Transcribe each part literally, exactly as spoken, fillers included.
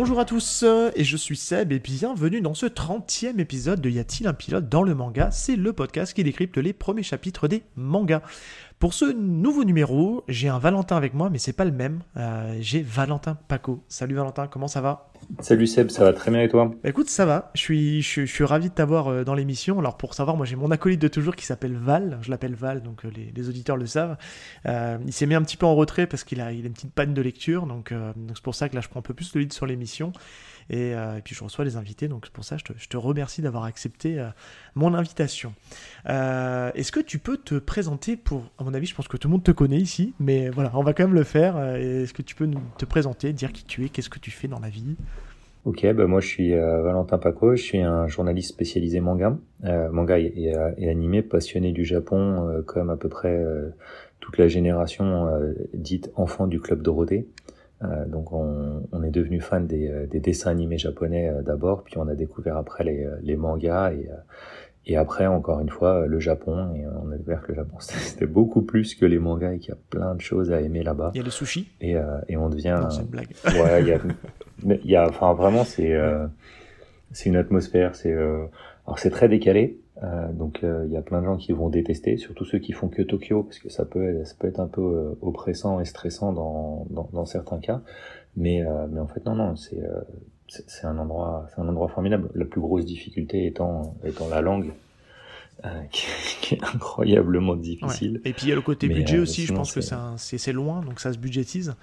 Bonjour à tous, euh, et je suis Seb et bienvenue dans ce trentième épisode de Y a-t-il un pilote dans le manga? C'est le podcast qui décrypte les premiers chapitres des mangas. Pour ce nouveau numéro, j'ai un Valentin avec moi, mais c'est pas le même. Euh, j'ai Valentin Paco. Salut Valentin, comment ça va? Salut Seb, ça va très bien et toi? Bah écoute, ça va. Je suis, je, suis- je suis ravi de t'avoir euh, dans l'émission. Alors pour savoir, moi j'ai mon acolyte de toujours qui s'appelle Val. Je l'appelle Val, donc euh, les, les auditeurs le savent. Euh, il s'est mis un petit peu en retrait parce qu'il a, il a une petite panne de lecture, donc euh, donc c'est pour ça que là je prends un peu plus le lead sur l'émission. Et, euh, et puis je reçois les invités, donc c'est pour ça que je te, je te remercie d'avoir accepté euh, mon invitation. Euh, est-ce que tu peux te présenter pour, à mon avis, je pense que tout le monde te connaît ici, mais voilà, on va quand même le faire. Euh, et Est-ce que tu peux nous, te présenter, dire qui tu es, qu'est-ce que tu fais dans la vie? Ok, bah moi je suis euh, Valentin Paco, je suis un journaliste spécialisé manga, euh, manga et, et, euh, et animé, passionné du Japon, euh, comme à peu près euh, toute la génération euh, dite enfant du Club Dorothée. Euh, donc on, on est devenu fan des, euh, des dessins animés japonais euh, d'abord, puis on a découvert après les, euh, les mangas et, euh, et après encore une fois euh, le Japon, et on a découvert que le Japon c'était beaucoup plus que les mangas et qu'il y a plein de choses à aimer là-bas. Il y a le sushi? Et, euh, et on devient... Non, c'est une blague. Ouais, il y a, mais il y a, enfin vraiment c'est euh, c'est une atmosphère, c'est euh, alors c'est très décalé, euh, donc euh, il y a plein de gens qui vont détester, surtout ceux qui font que Tokyo, parce que ça peut ça peut être un peu euh, oppressant et stressant dans dans, dans certains cas, mais euh, mais en fait non non c'est euh, c'est c'est un endroit c'est un endroit formidable. La plus grosse difficulté étant étant la langue, euh, qui, qui est incroyablement Ouais. difficile. Et puis il y a le côté Mais, budget euh, aussi, je sinon, pense que c'est- c'est, un- c'est, c'est loin, donc ça se budgétise.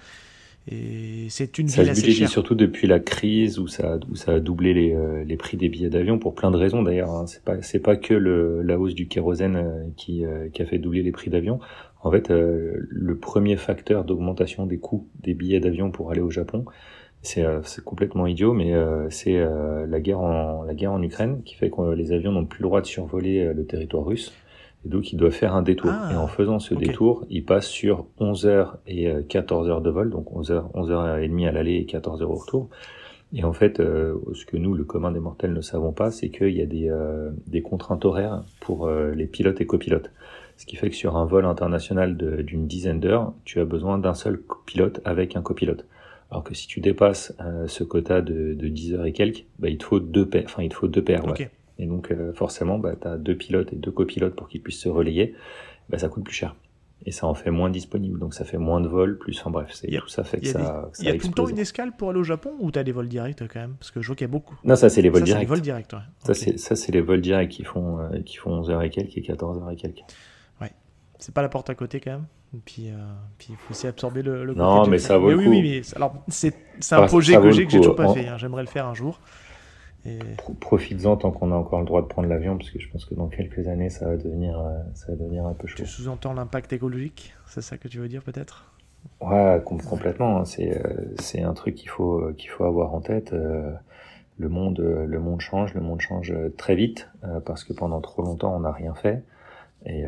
Et c'est une Ça ville se assez budgétise chère. surtout depuis la crise où ça, où ça a doublé les, euh, les prix des billets d'avion pour plein de raisons d'ailleurs. Hein. C'est pas, c'est pas que le, la hausse du kérosène euh, qui, euh, qui a fait doubler les prix d'avion. En fait, euh, le premier facteur d'augmentation des coûts des billets d'avion pour aller au Japon, c'est, euh, c'est complètement idiot, mais euh, c'est euh, la guerre en, la guerre en Ukraine qui fait que les avions n'ont plus le droit de survoler euh, le territoire russe. Et donc, ils doivent faire un détour. Ah, Et en faisant ce ok. détour, ils passent sur onze heures et euh, quatorze heures de vol, donc onze heures, onze heures trente à l'aller et quatorze heures au retour. Et en fait, euh, ce que nous, le commun des mortels, ne savons pas, c'est qu'il y a des, euh, des contraintes horaires pour euh, les pilotes et copilotes. Ce qui fait que sur un vol international de- d'une dizaine d'heures, tu as besoin d'un seul pilote avec un copilote. Alors que si tu dépasses euh, ce quota de, de dix heures et quelques, bah, il te faut deux paires, enfin, il te faut deux paires, ouais. Ok. Et donc, euh, forcément, bah, tu as deux pilotes et deux copilotes pour qu'ils puissent se relayer. Bah, ça coûte plus cher. Et ça en fait moins disponible. Donc, ça fait moins de vols, plus, enfin bref, c'est, Il y a- tout ça fait que Il y a, ça, des- que il ça y a a tout le temps explosé. une escale pour aller au Japon ou t'as des vols directs quand même? Parce que je vois qu'il y a beaucoup. Non, ça, c'est les vols Ça, c'est les directs. vols directs, ouais. Ça, Ok. c'est, ça, c'est les vols directs qui font, euh, qui font onze heures et quelques et quatorze heures et quelques. C'est pas la porte à côté quand même. Et puis, euh, puis il faut aussi absorber le, le Non, côté mais jet ça lag. vaut le oui, coup. oui, mais c'est- alors c'est, c'est un Ah, projet ça que vaut j'ai le que j'ai coup. toujours pas En- fait. hein. J'aimerais le faire un jour. Et... Pro- Profites-en tant qu'on a encore le droit de prendre l'avion, parce que je pense que dans quelques années, ça va devenir, euh, ça va devenir un peu chaud. Tu sous-entends l'impact écologique? C'est ça que tu veux dire peut-être? Ouais, com- complètement. Hein. C'est, euh, c'est un truc qu'il faut, euh, qu'il faut avoir en tête. Euh, le monde, euh, le monde change, le monde change euh, très vite, euh, parce que pendant trop longtemps, on n'a rien fait. Et, euh,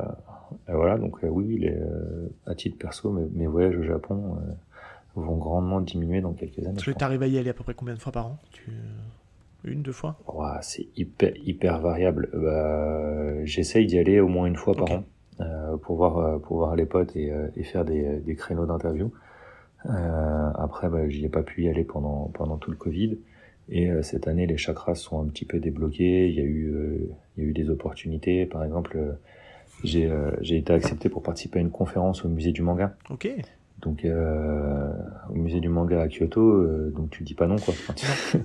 et voilà, donc euh, oui, oui, les, euh, à titre perso, mes, mes voyages au Japon euh, vont grandement diminuer dans quelques années. Parce je que pense. t'arrives à y aller à peu près combien de fois par an? Tu... Une, deux fois? Ouah, c'est hyper, hyper variable. Bah, j'essaye d'y aller au moins une fois par Ok. an, euh, pour voir, euh, pour voir les potes et, euh, et faire des, des créneaux d'interview. Euh, après, bah, j'y ai pas pu y aller pendant, pendant tout le Covid. Et euh, cette année, les chakras sont un petit peu débloqués. Il y a eu, euh, il y a eu des opportunités. Par exemple, euh, j'ai, euh, j'ai été accepté pour participer à une conférence au musée du manga. Ok. Donc, euh, au musée du manga à Kyoto, euh, donc tu dis pas non, quoi. Enfin,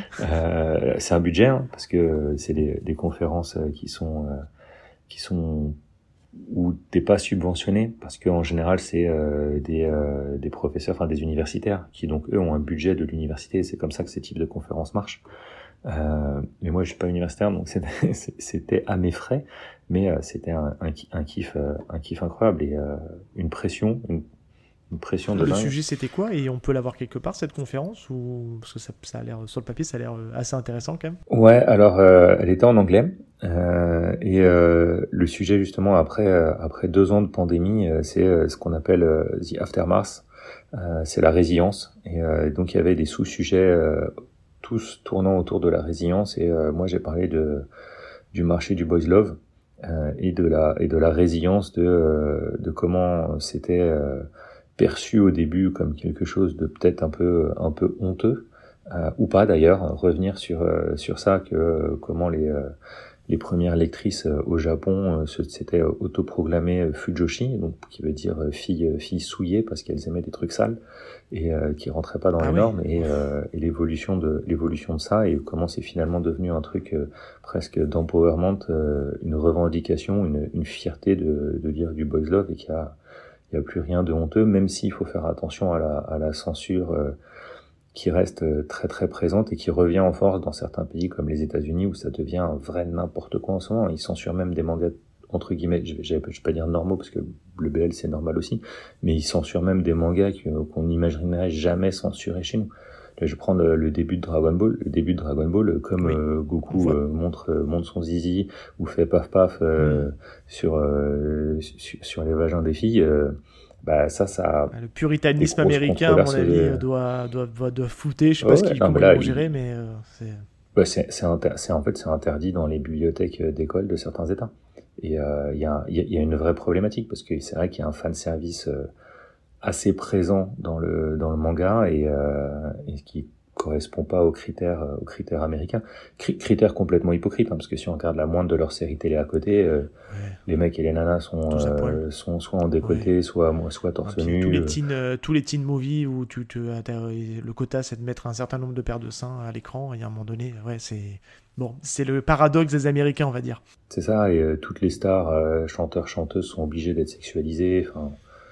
euh, c'est un budget, hein, parce que c'est des, des conférences euh, qui sont, euh, qui sont où t'es pas subventionné, parce qu'en général c'est euh, des, euh, des professeurs, enfin des universitaires, qui donc eux ont un budget de l'université. C'est comme ça que ces types de conférences marchent. Euh, mais moi je suis pas universitaire, donc c'était, c'était à mes frais, mais euh, c'était un, un, un kiff, euh, un kiff incroyable et euh, une pression, une, une pression de Le dingue. sujet c'était quoi? Et on peut l'avoir quelque part cette conférence? Ou... Parce que ça, ça a l'air, sur le papier ça a l'air assez intéressant quand même. Ouais, alors euh, elle était en anglais. Euh, et euh, le sujet justement après euh, après deux ans de pandémie, euh, c'est euh, ce qu'on appelle euh, the aftermath, euh, c'est la résilience. Et euh, donc il y avait des sous-sujets euh, tous tournant autour de la résilience. Et euh, moi j'ai parlé de du marché du boys love euh, et de la et de la résilience de euh, de comment c'était euh, perçu au début comme quelque chose de peut-être un peu un peu honteux. euh, ou pas d'ailleurs, revenir sur euh, sur ça, que euh, comment les euh, les premières lectrices euh, au Japon euh, s'étaient autoproclamées euh, fujoshi, donc qui veut dire euh, fille fille souillée parce qu'elles aimaient des trucs sales et euh, qui rentraient pas dans Ah les oui. normes, et, euh, et l'évolution de l'évolution de ça, et comment c'est finalement devenu un truc euh, presque d'empowerment, euh, une revendication, une une fierté de de dire du boys love, et qu'il y a il y a plus rien de honteux, même s'il faut faire attention à la à la censure euh, qui reste très très présente et qui revient en force dans certains pays comme les États-Unis, où ça devient un vrai n'importe quoi en ce moment. Ils censurent même des mangas entre guillemets, je vais, je vais pas dire normaux parce que le B L c'est normal aussi, mais ils censurent même des mangas qu'on n'imaginerait jamais censurer chez nous. Là, je prends le, le début de Dragon Ball, le début de Dragon Ball, comme Oui. euh, Goku euh, montre euh, montre son zizi ou fait paf paf euh, mm. sur, euh, sur sur les vagins des filles. Euh, Bah ça, ça. Le puritanisme américain, à mon avis, de... doit, doit, doit, doit flouter. Je sais oh, pas ce qu'ils, comment ils vont gérer, mais euh, c'est. Ouais, c'est, c'est, inter... c'est en fait c'est interdit dans les bibliothèques d'école de certains États. Et il euh, y, a, y, a, y a une vraie problématique parce que c'est vrai qu'il y a un fan service euh, assez présent dans le dans le manga et, euh, et qui correspond pas aux critères aux critères américains, Cri- critères complètement hypocrites, hein, parce que si on regarde la moindre de leurs séries télé à côté, euh, ouais. les mecs et les nanas sont euh, sont soit en décolleté, ouais. soit soit torse ah, nu. Tous les teen euh, tous les teen movies où tu tu le quota c'est de mettre un certain nombre de paires de seins à l'écran, et à un moment donné, ouais, c'est bon, c'est le paradoxe des Américains, on va dire. C'est ça, et euh, toutes les stars euh, chanteurs chanteuses sont obligées d'être sexualisées, enfin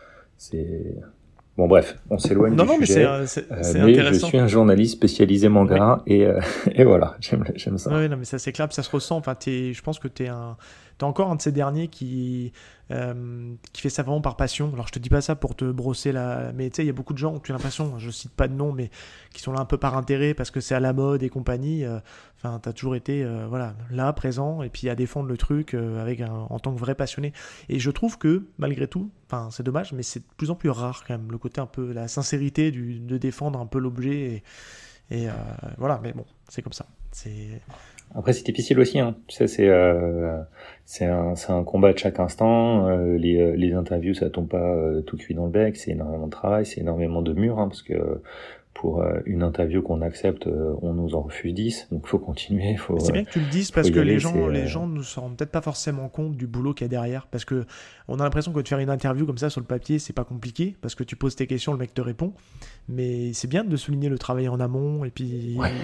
c'est Bon bref, on s'éloigne non, du non, sujet. Mais, c'est, c'est, c'est euh, mais intéressant. Je suis un journaliste spécialisé manga, oui. et, euh, et voilà, j'aime, j'aime ça. Oui, non, mais ça c'est clair, ça se ressent. Enfin, t'es, je pense que tu es un, t'es encore un de ces derniers qui, euh, qui fait ça vraiment par passion. Alors je te dis pas ça pour te brosser la, mais tu sais, il y a beaucoup de gens, tu as l'impression, je cite pas de nom, mais qui sont là un peu par intérêt parce que c'est à la mode et compagnie. Euh, Enfin, t'as toujours été, euh, voilà, là, présent, et puis à défendre le truc euh, avec un, en tant que vrai passionné. Et je trouve que, malgré tout, enfin, c'est dommage, mais c'est de plus en plus rare quand même, le côté un peu, la sincérité du, de défendre un peu l'objet, et, et euh, voilà, mais bon, c'est comme ça. C'est... Après, c'est difficile aussi, hein. Tu sais, c'est, euh, c'est un, c'est un combat de chaque instant. Euh, les, les interviews, ça tombe pas euh, tout cuit dans le bec. C'est énormément de travail, c'est énormément de murs, hein, parce que pour euh, une interview qu'on accepte, euh, on nous en refuse dix, donc faut continuer. Faut, c'est bien que tu le dises, parce que aller, les gens, c'est... les gens ne se rendent peut-être pas forcément compte du boulot qu'il y a derrière, parce que on a l'impression que de faire une interview comme ça sur le papier, c'est pas compliqué, parce que tu poses tes questions, le mec te répond, mais c'est bien de souligner le travail en amont, et puis. Ouais.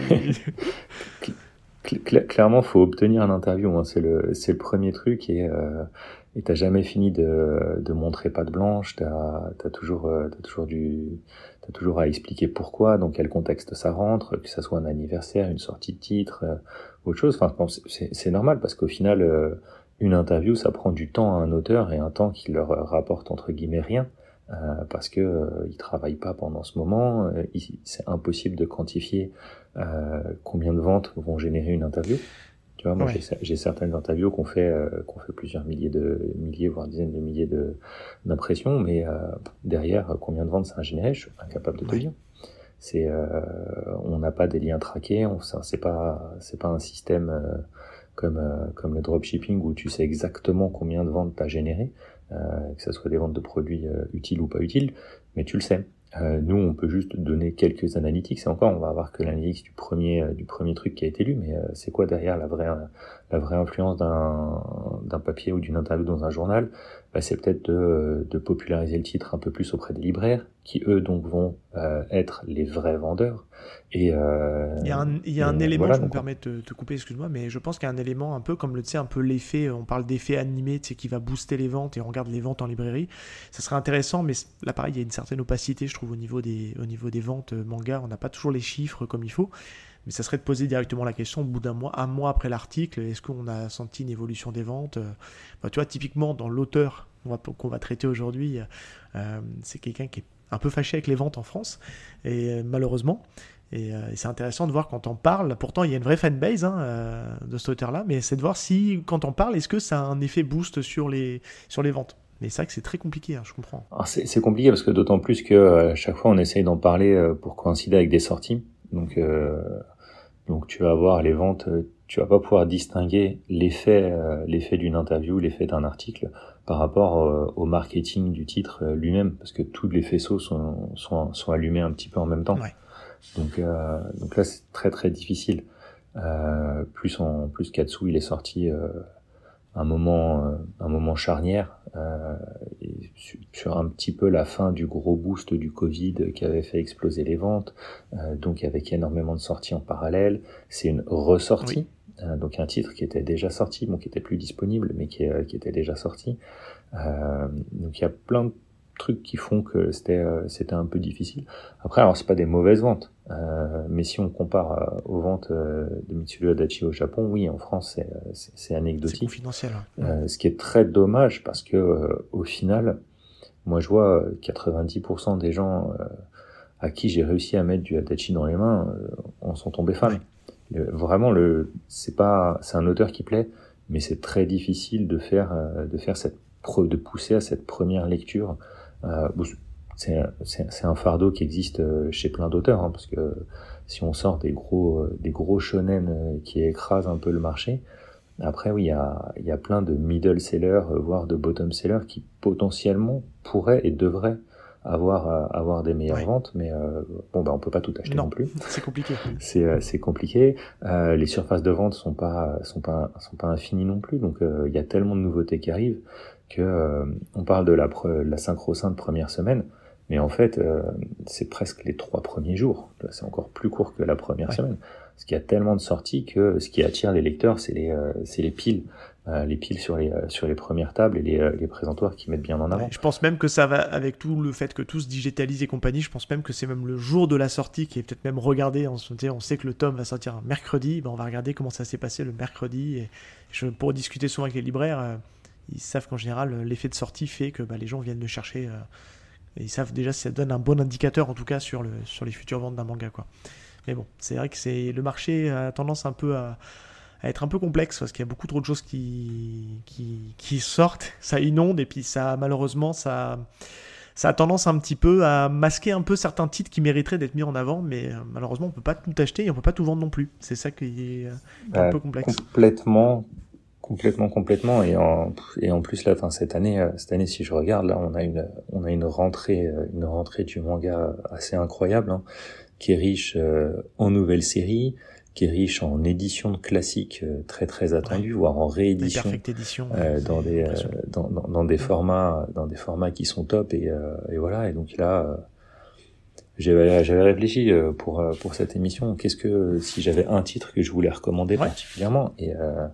Cl- clairement, faut obtenir une interview, hein. c'est le c'est le premier truc, et euh, et t'as jamais fini de de montrer patte blanche, t'as t'as toujours euh, t'as toujours du t'as toujours à expliquer pourquoi, dans quel contexte ça rentre, que ça soit un anniversaire, une sortie de titre, euh, autre chose. Enfin, bon, c'est c'est normal parce qu'au final, euh, une interview, ça prend du temps à un auteur, et un temps qui leur rapporte entre guillemets rien. Euh, parce que euh, ils travaillent pas pendant ce moment, euh, il, c'est impossible de quantifier euh, combien de ventes vont générer une interview. Tu vois, moi ouais. j'ai, j'ai certaines interviews qu'on fait euh, qu'on fait plusieurs milliers de milliers voire dizaines de milliers de d'impressions, mais euh, derrière combien de ventes ça a généré, je suis incapable de te ouais. dire. C'est euh, on n'a pas des liens traqués, on, ça, c'est pas c'est pas un système euh, comme euh, comme le dropshipping où tu sais exactement combien de ventes t'as généré. Euh, que ça soit des ventes de produits euh, utiles ou pas utiles, mais tu le sais. Euh, nous, on peut juste donner quelques analytics, et encore, on va avoir que l'analytics du premier euh, du premier truc qui a été lu, mais euh, c'est quoi derrière la vraie la vraie influence d'un d'un papier ou d'une interview dans un journal? Bah, c'est peut-être de de populariser le titre un peu plus auprès des libraires, qui eux donc vont euh, être les vrais vendeurs. Et euh, il y a un il y a un élément, voilà, je me permets de te, te couper, excuse-moi, mais je pense qu'il y a un élément un peu comme le tu sais un peu l'effet, on parle d'effet animé, tu sais, qui va booster les ventes, et on regarde les ventes en librairie. Ça serait intéressant, mais là pareil, il y a une certaine opacité, je trouve, au niveau des au niveau des ventes manga. On n'a pas toujours les chiffres comme il faut. Mais ça serait de poser directement la question au bout d'un mois, un mois après l'article, est-ce qu'on a senti une évolution des ventes? Bah, tu vois, typiquement, dans l'auteur qu'on va, qu'on va traiter aujourd'hui, euh, c'est quelqu'un qui est un peu fâché avec les ventes en France, et euh, malheureusement. Et, euh, et c'est intéressant de voir quand on parle. Pourtant, il y a une vraie fanbase hein, euh, de cet auteur-là, mais c'est de voir si, quand on parle, est-ce que ça a un effet boost sur les, sur les ventes. Mais c'est vrai que c'est très compliqué, hein, je comprends. Alors c'est, c'est compliqué parce que d'autant plus que euh, chaque fois, on essaye d'en parler euh, pour coïncider avec des sorties. Donc, euh, donc tu vas avoir les ventes, tu vas pas pouvoir distinguer l'effet, euh, l'effet d'une interview, l'effet d'un article par rapport euh, au marketing du titre euh, lui-même, parce que tous les faisceaux sont, sont, sont allumés un petit peu en même temps. Ouais. Donc, euh, donc là, c'est très très difficile. Euh, plus en plus, Katsu, il est sorti euh, un moment, euh, un moment charnière, euh, et sur un petit peu la fin du gros boost du Covid qui avait fait exploser les ventes, euh, donc avec énormément de sorties en parallèle. C'est une ressortie. Oui. Euh, donc un titre qui était déjà sorti, bon qui était plus disponible, mais qui, euh, qui était déjà sorti. Euh, donc il y a plein de trucs qui font que c'était euh, c'était un peu difficile. Après, alors c'est pas des mauvaises ventes, euh, mais si on compare euh, aux ventes euh, de Mitsuru Adachi au Japon, oui, en France c'est c'est, c'est anecdotique. C'est confidentiel. Ouais. Euh, ce qui est très dommage parce que euh, au final, moi je vois euh, quatre-vingt-dix pour cent des gens euh, à qui j'ai réussi à mettre du Adachi dans les mains euh, en sont tombés fans. Ouais. Le, vraiment, le, c'est pas, c'est un auteur qui plaît, mais c'est très difficile de faire, euh, de faire cette, de pousser à cette première lecture. Euh, c'est, c'est, c'est un fardeau qui existe chez plein d'auteurs, hein, parce que si on sort des gros, des gros shonen qui écrasent un peu le marché, après oui, il y a, il y a plein de middle sellers, voire de bottom sellers qui potentiellement pourraient et devraient avoir euh, avoir des meilleures ouais. ventes, mais euh, bon bah on peut pas tout acheter non, non plus. C'est compliqué. C'est euh, c'est compliqué. Euh, les surfaces de vente sont pas sont pas sont pas infinies non plus, donc il euh, y a tellement de nouveautés qui arrivent que euh, on parle de la pre- la synchro-sainte première semaine, mais en fait euh, c'est presque les trois premiers jours. C'est encore plus court que la première ouais. semaine, parce qu'il y a tellement de sorties que ce qui attire les lecteurs c'est les euh, c'est les piles. Euh, les piles sur les euh, sur les premières tables et les euh, les présentoirs qui mettent bien en avant. Ouais, je pense même que ça va avec tout le fait que tout se digitalise et compagnie. Je pense même que c'est même le jour de la sortie qui est peut-être même regardé. On, on sait que le tome va sortir un mercredi. Ben on va regarder comment ça s'est passé le mercredi. Et je, pour discuter souvent avec les libraires, euh, ils savent qu'en général l'effet de sortie fait que bah, les gens viennent le chercher. Euh, et ils savent déjà si ça donne un bon indicateur en tout cas sur le sur les futures ventes d'un manga quoi. Mais bon, c'est vrai que c'est le marché a tendance un peu à à être un peu complexe parce qu'il y a beaucoup trop de choses qui, qui, qui sortent, ça inonde et puis ça malheureusement ça, ça a tendance un petit peu à masquer un peu certains titres qui mériteraient d'être mis en avant, mais malheureusement on peut pas tout acheter et on peut pas tout vendre non plus. C'est ça qui est, qui est un euh, peu complexe. Complètement, complètement, complètement et en et en plus là, enfin cette année, cette année si je regarde là, on a une on a une rentrée une rentrée du manga assez incroyable, hein, qui est riche euh, en nouvelles séries, qui est riche en éditions de classiques euh, très très attendues, ouais. voire en réédition, édition, euh, dans des euh, dans, dans, dans des ouais. formats dans des formats qui sont top et euh, et voilà et donc là euh, j'avais j'avais réfléchi euh, pour pour cette émission, qu'est-ce que si j'avais un titre que je voulais recommander ouais. particulièrement et euh,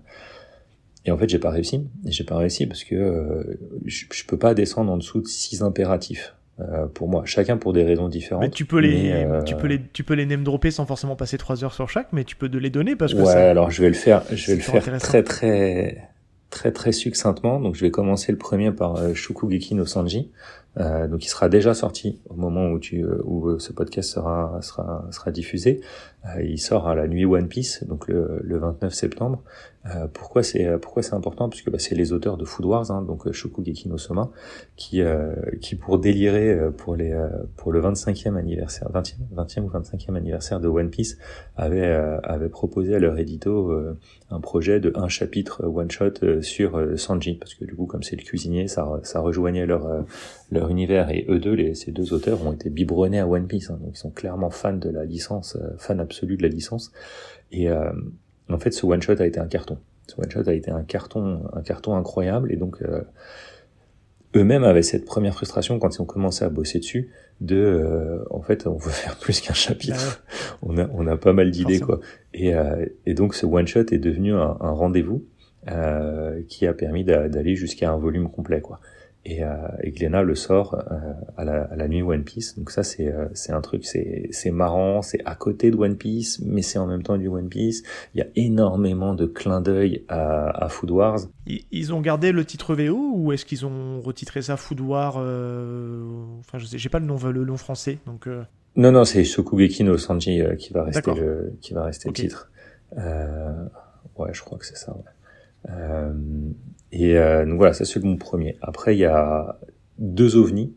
et en fait j'ai pas réussi j'ai pas réussi parce que euh, je, je peux pas descendre en dessous de six impératifs. Euh, pour moi, chacun pour des raisons différentes. Mais tu peux les, mais, euh... tu peux les, tu peux les name dropper sans forcément passer trois heures sur chaque, mais tu peux de les donner parce que ouais, ça. alors je vais le faire, je vais le faire très très très très succinctement. Donc je vais commencer le premier par euh, Shokugeki no Sanji. Euh, donc il sera déjà sorti au moment où tu où ce podcast sera sera sera diffusé. Euh, il sort à la nuit One Piece, donc le, le vingt-neuf septembre. Euh, pourquoi c'est pourquoi c'est important, puisque bah, c'est les auteurs de Food Wars, hein, donc Shokugeki no Soma, qui euh, qui pour délirer pour les pour le vingt-cinquième anniversaire, vingtième, vingtième ou vingt-cinquième anniversaire de One Piece, avait euh, avait proposé à leur édito euh, un projet de un chapitre one shot euh, sur euh, Sanji, parce que du coup comme c'est le cuisinier, ça ça rejoignait leur euh, leur univers, et eux deux, les ces deux auteurs ont été biberonnés à One Piece, hein, donc ils sont clairement fans de la licence, euh, fans absolus de la licence, et euh, en fait, ce one shot a été un carton. Ce one shot a été un carton, un carton incroyable. Et donc, euh, eux-mêmes avaient cette première frustration quand ils ont commencé à bosser dessus, de, euh, en fait, on veut faire plus qu'un chapitre. Ah ouais. on a, on a pas mal d'idées, quoi. Et, euh, et donc, ce one shot est devenu un, un rendez-vous euh, qui a permis d'a, d'aller jusqu'à un volume complet, quoi. Et, euh, et Glénat le sort euh, à, la, à la nuit One Piece. Donc ça, c'est euh, c'est un truc, c'est c'est marrant, c'est à côté de One Piece, mais c'est en même temps du One Piece. Il y a énormément de clins d'œil à, à Food Wars. Ils, ils ont gardé le titre V O ou est-ce qu'ils ont retitré ça Food Wars euh... Enfin, je sais, j'ai pas le nom le nom français, donc. Euh... Non, non, c'est Shokugeki no Sanji euh, qui va rester le qui va rester okay. le titre. Euh... Ouais, je crois que c'est ça. Ouais. Euh, et euh, donc voilà, ça c'est mon premier. Après il y a deux ovnis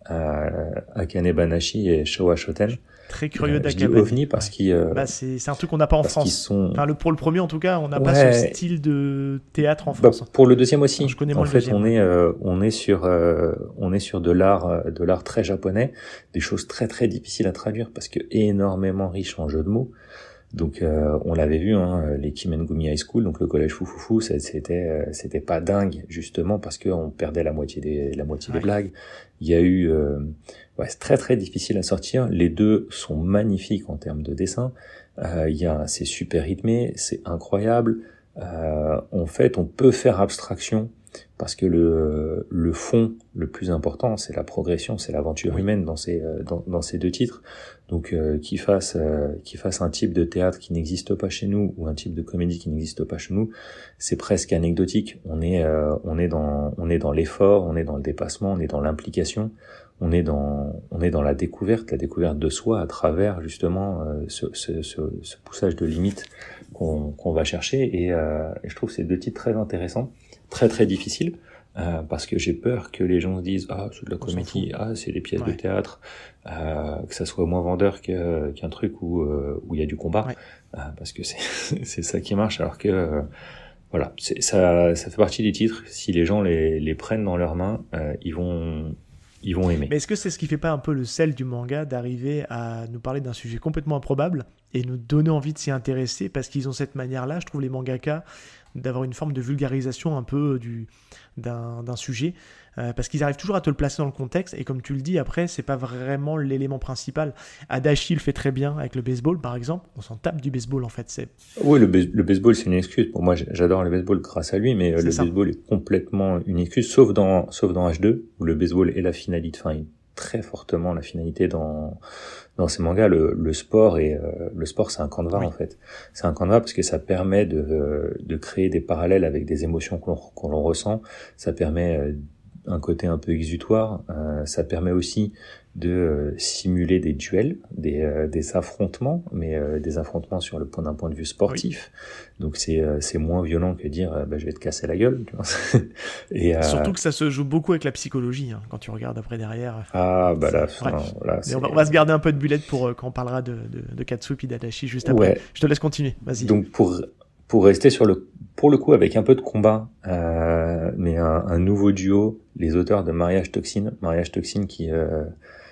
euh, Akane Banashi et Showa Shoten. Très curieux euh, d'Akane. Je dis ovni parce ouais. qu'ils... Euh, bah, c'est, c'est un truc qu'on n'a pas en France. Sont... Enfin, le, pour le premier, en tout cas, on n'a ouais. pas ce style de théâtre en France. Bah, pour le deuxième aussi. Alors, je connais en moins fait, le deuxième. on est, euh, on est sur, euh, on est sur de l'art, de l'art très japonais, des choses très très difficiles à traduire parce que énormément riche en jeux de mots. Donc euh, on l'avait vu, hein, les Kimengumi High School, donc le collège Fufufu, c'était euh, c'était pas dingue justement parce que on perdait la moitié des la moitié ouais. des blagues. Il y a eu, euh, ouais, c'est très très difficile à sortir. Les deux sont magnifiques en termes de dessin. Euh, il y a, c'est super rythmé, c'est incroyable. Euh, en fait, on peut faire abstraction parce que le le fond le plus important, c'est la progression, c'est l'aventure oui. humaine dans ces dans, dans ces deux titres. Donc euh, qu'il fasse euh, qu'il fasse un type de théâtre qui n'existe pas chez nous ou un type de comédie qui n'existe pas chez nous, c'est presque anecdotique. On est euh, on est dans on est dans l'effort, on est dans le dépassement, on est dans l'implication, on est dans on est dans la découverte, la découverte de soi à travers justement euh, ce, ce ce ce poussage de limites qu'on qu'on va chercher et, euh, et je trouve ces deux titres très intéressants, très très difficiles. Euh, parce que j'ai peur que les gens se disent ah c'est de la comédie, ah c'est des pièces ouais. de théâtre, euh, que ça soit moins vendeur que, qu'un truc où euh, où il y a du combat, ouais. euh, parce que c'est c'est ça qui marche, alors que euh, voilà c'est, ça ça fait partie des titres. Si les gens les les prennent dans leurs mains, euh, ils vont ils vont aimer. Mais est-ce que c'est ce qui fait pas un peu le sel du manga d'arriver à nous parler d'un sujet complètement improbable et nous donner envie de s'y intéresser parce qu'ils ont cette manière-là, je trouve les mangaka, d'avoir une forme de vulgarisation un peu du, d'un, d'un sujet, euh, parce qu'ils arrivent toujours à te le placer dans le contexte, et comme tu le dis, après, c'est pas vraiment l'élément principal. Adachi le fait très bien avec le baseball, par exemple, on s'en tape du baseball, en fait. C'est... Oui, le, base- le baseball, c'est une excuse. Pour moi, j'adore le baseball grâce à lui, mais c'est le ça. baseball est complètement une excuse, sauf dans, sauf dans H deux, où le baseball est la finalité, enfin, très fortement la finalité dans dans ces mangas. Le, le sport et euh, le sport c'est un canevas oui. en fait. C'est un canevas parce que ça permet de euh, de créer des parallèles avec des émotions qu'on qu'on l'on ressent. Ça permet euh, un côté un peu exutoire. Euh, ça permet aussi de euh, simuler des duels, des euh, des affrontements, mais euh, des affrontements sur le point d'un point de vue sportif. Oui. Donc c'est euh, c'est moins violent que dire euh, bah, je vais te casser la gueule. Tu vois. Et euh... surtout que ça se joue beaucoup avec la psychologie hein, quand tu regardes après derrière. Ah bah là, fin, là on, va, on va se garder un peu de bullet pour euh, quand on parlera de de, de Katsu puis d'Adachi juste après. Ouais. Je te laisse continuer. Vas-y. Donc pour pour rester sur le pour le coup avec un peu de combat, euh, mais un, un nouveau duo, les auteurs de Mariage Toxine, Mariage Toxine qui euh,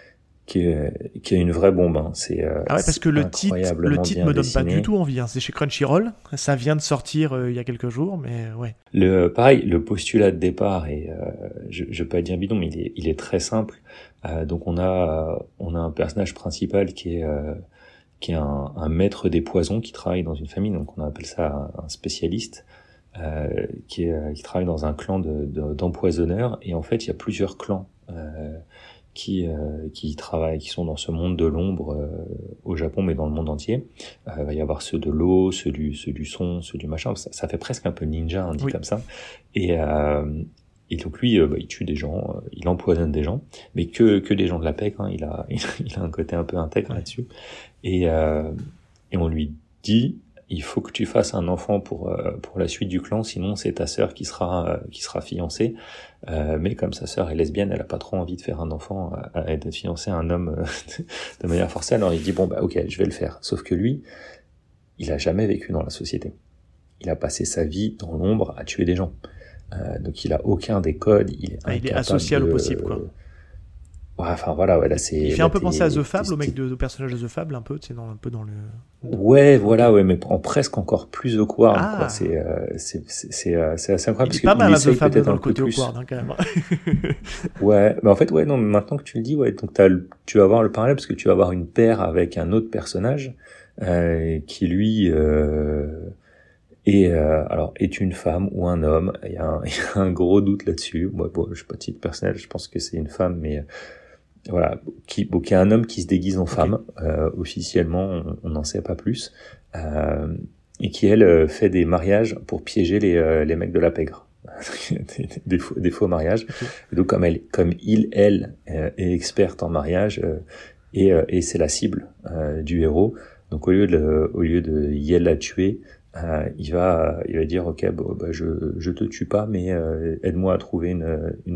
qui est, qui est une vraie bombe. Hein. C'est, euh, ah ouais, parce que le titre, le titre me donne dessiné. Pas du tout envie. Hein. C'est chez Crunchyroll. Ça vient de sortir euh, il y a quelques jours, mais ouais. Le, pareil, le postulat de départ est, euh, je, je vais pas dire bidon, mais il est, il est très simple. Euh, donc on a, on a un personnage principal qui est, euh, qui est un, un maître des poisons qui travaille dans une famille. Donc on appelle ça un, un spécialiste. Euh, qui, est, qui travaille dans un clan de, de, d'empoisonneurs. Et en fait, il y a plusieurs clans. Euh, qui euh, qui travaillent, qui sont dans ce monde de l'ombre euh, au Japon, mais dans le monde entier. Euh, il va y avoir ceux de l'eau, ceux du ceux du son, ceux du machin. Ça, ça fait presque un peu ninja, on dit oui. comme ça. Et euh, et donc lui, euh, bah, il tue des gens, euh, il empoisonne des gens, mais que que des gens de la paix. Hein, il a il a un côté un peu intègre ouais. là-dessus. Et euh, et on lui dit il faut que tu fasses un enfant pour euh, pour la suite du clan, sinon c'est ta sœur qui sera euh, qui sera fiancée. Euh, mais comme sa sœur est lesbienne, elle a pas trop envie de faire un enfant, à, à être fiancée à un homme euh, de manière forcée. Alors il dit bon bah ok, je vais le faire. Sauf que lui, il a jamais vécu dans la société. Il a passé sa vie dans l'ombre à tuer des gens. Euh, donc il a aucun des codes. Il est, ah, il est asocial de, au possible quoi. Ouais, enfin voilà, ouais, là c'est. Il fait un peu penser à The Fable, au mec de, de personnage de The Fable, un peu, tu sais, dans, un peu dans le. Ouais, voilà, ouais, mais en presque encore plus awkward, ah. quoi. C'est, euh, c'est, c'est, c'est, euh, c'est assez incroyable. Il est pas mal à The Fable dans le côté awkward, hein, quand même. Ouais, mais en fait, ouais, non, mais maintenant que tu le dis, ouais, donc t'as, tu vas avoir le parallèle parce que tu vas avoir une paire avec un autre personnage, euh, qui lui, euh, est, euh, alors, est une femme ou un homme. Il y a un, il y a un gros doute là-dessus. Moi, bon, je suis pas titre personnel, je pense que c'est une femme, mais, voilà, qui, bon, qui est un homme qui se déguise en okay. femme, euh, officiellement, on n'en sait pas plus, euh, et qui, elle, fait des mariages pour piéger les, euh, les mecs de la pègre. des, des, faux, des faux mariages. Okay. Et donc, comme elle, comme il, elle, euh, est experte en mariage, euh, et, euh, et c'est la cible, euh, du héros. Donc, au lieu de, au lieu de y la tuer, euh, il va, il va dire, ok, bon, bah, je, je te tue pas, mais, euh, aide-moi à trouver une, une femme.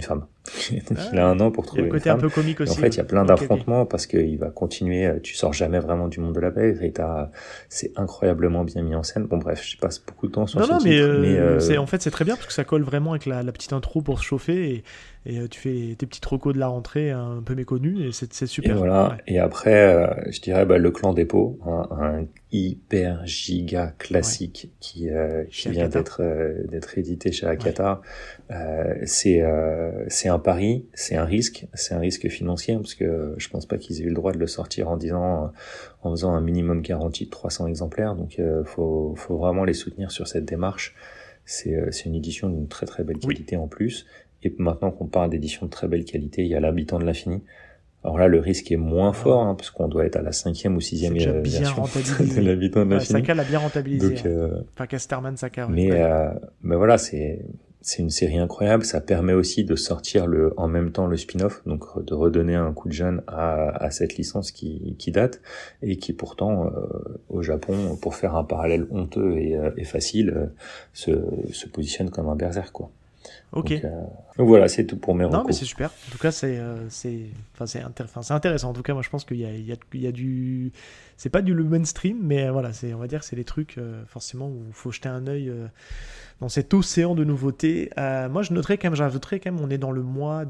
Donc Ah, il a un an pour il y a trouver le une côté un femme. peu comique Et aussi. en fait, il y a Ouais. plein Ok, ok. d'affrontements parce qu'il va continuer. euh, Tu sors jamais vraiment du monde de la pègre et t'as, c'est incroyablement bien mis en scène. Bon bref, je passe beaucoup de temps sur Non, ce non, mais titre, mais euh, c'est, euh, en fait, c'est très bien parce que ça colle vraiment avec la, la petite intro pour se chauffer et, et euh, tu fais tes petites recos de la rentrée un peu méconnus et c'est, c'est et super. voilà. Ouais. Et après, euh, je dirais bah, le Clan des Pots, un, un hyper giga Ouais. classique qui euh, Chez qui vient Akata. d'être euh, d'être édité chez Ouais. Akata. Euh, c'est euh, c'est un pari, c'est un risque, c'est un risque financier hein, parce que je pense pas qu'ils aient eu le droit de le sortir en disant en faisant un minimum garanti de trois cents exemplaires. Donc euh, faut faut vraiment les soutenir sur cette démarche. C'est euh, c'est une édition d'une très très belle Oui. qualité en plus. Et maintenant qu'on parle d'édition de très belle qualité, il y a l'Habitant de l'Infini. Alors là, le risque est moins fort, Alors, hein, parce qu'on doit être à la cinquième ou c'est sixième déjà euh, bien version de rentabilisé. l'Habitant de Ouais, l'Infini. Saka l'a bien rentabilisé. Donc, Ouais. euh, Enfin, Casterman Saka. Ouais. mais, Ouais. euh, mais voilà, c'est c'est une série incroyable. Ça permet aussi de sortir le en même temps le spin-off, donc de redonner un coup de jeune à, à cette licence qui, qui date et qui pourtant euh, au Japon, pour faire un parallèle honteux et, euh, et facile, euh, se, se positionne comme un berserk quoi. Ok. Donc, euh, donc voilà, c'est tout pour mes Non, mais recos. c'est super. En tout cas, c'est, euh, c'est, enfin, c'est, intér- enfin, c'est intéressant. En tout cas, moi, je pense qu'il y a, il y a, il y a du, c'est pas du mainstream, mais euh, voilà, c'est, on va dire, que c'est les trucs euh, forcément où il faut jeter un œil euh, dans cet océan de nouveautés. Euh, moi, je noterais quand même, j'ajouterais quand même, on est dans le mois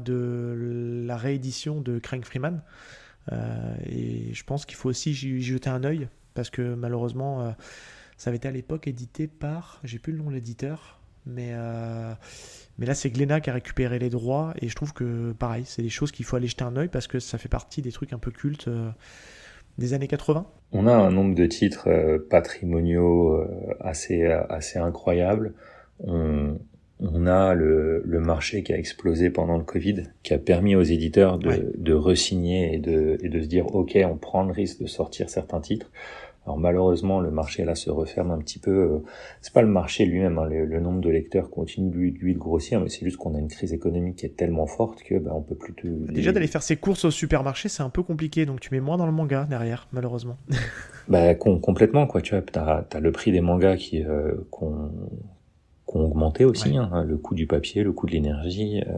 de la réédition de Crank Freeman, euh, et je pense qu'il faut aussi y jeter un œil parce que malheureusement, euh, ça avait été à l'époque édité par, j'ai plus le nom de l'éditeur, mais euh, mais là, c'est Glénat qui a récupéré les droits et je trouve que, pareil, c'est des choses qu'il faut aller jeter un œil parce que ça fait partie des trucs un peu cultes euh, des années quatre-vingts. On a un nombre de titres euh, patrimoniaux euh, assez assez incroyable. On, on a le, le marché qui a explosé pendant le Covid, qui a permis aux éditeurs de, Ouais. de re-signer et de, et de se dire ok, on prend le risque de sortir certains titres. Alors malheureusement, le marché là se referme un petit peu. C'est pas le marché lui-même, hein. le, le nombre de lecteurs continue lui, lui de grossir, mais c'est juste qu'on a une crise économique qui est tellement forte que bah, on peut plus tout. Déjà, Les... d'aller faire ses courses au supermarché, c'est un peu compliqué, donc tu mets moins dans le manga derrière, malheureusement. Bah com- complètement quoi. Tu vois, t'as t'as le prix des mangas qui euh, qu'on qui ont augmenté aussi, Ouais. hein, le coût du papier, le coût de l'énergie, euh,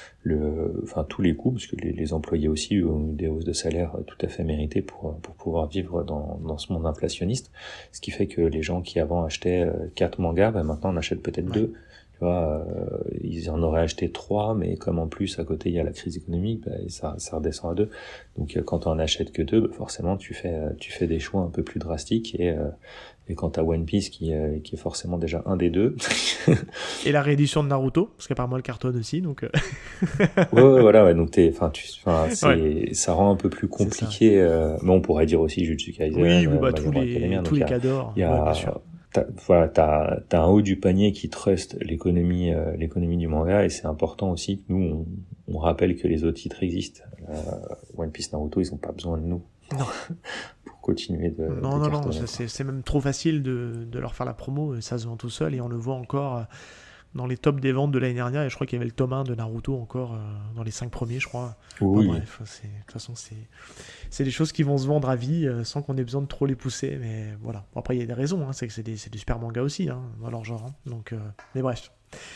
le, enfin tous les coûts, parce que les, les employés aussi ont eu des hausses de salaire tout à fait méritées pour pour pouvoir vivre dans dans ce monde inflationniste, ce qui fait que les gens qui avant achetaient quatre mangas, bah, maintenant en achètent peut-être Ouais. deux. Tu vois, euh, ils en auraient acheté trois, mais comme en plus à côté il y a la crise économique, bah, ça ça redescend à deux. Donc euh, quand tu en achètes que deux, bah, forcément tu fais tu fais des choix un peu plus drastiques et euh, et quand t'as One Piece qui, euh, qui est forcément déjà un des deux. Et la réédition de Naruto, parce qu'apparemment elle cartonne aussi, donc... euh, ouais, ouais, voilà, ouais, donc t'es, enfin, tu, enfin, c'est, ouais, ça rend un peu plus c'est ça. compliqué, euh, mais on pourrait dire aussi Jujutsu Kaisen, Oui, oui, euh, bah, My tous Hero les, Academia, tous donc il les y a, cadors, il y ouais, bien a, sûr. t'as, voilà, t'as, t'as un haut du panier qui trust l'économie, euh, l'économie du manga, et c'est important aussi que nous, on, on rappelle que les autres titres existent. Euh, One Piece, Naruto, ils ont pas besoin de nous. Non. Pour continuer de, Non, de non, non, cartonner, ça, quoi. c'est, c'est même trop facile de, de leur faire la promo, et ça se vend tout seul, et on le voit encore euh, dans les tops des ventes de l'année dernière, et je crois qu'il y avait le tome un de Naruto encore euh, dans les cinq premiers, je crois. Oui, Bon, oui. bref, c'est, de toute façon, c'est, c'est des choses qui vont se vendre à vie euh, sans qu'on ait besoin de trop les pousser, mais voilà. Bon, après, il y a des raisons, hein, c'est que c'est des, c'est du super manga aussi, hein, dans leur genre, hein, donc, euh, mais bref.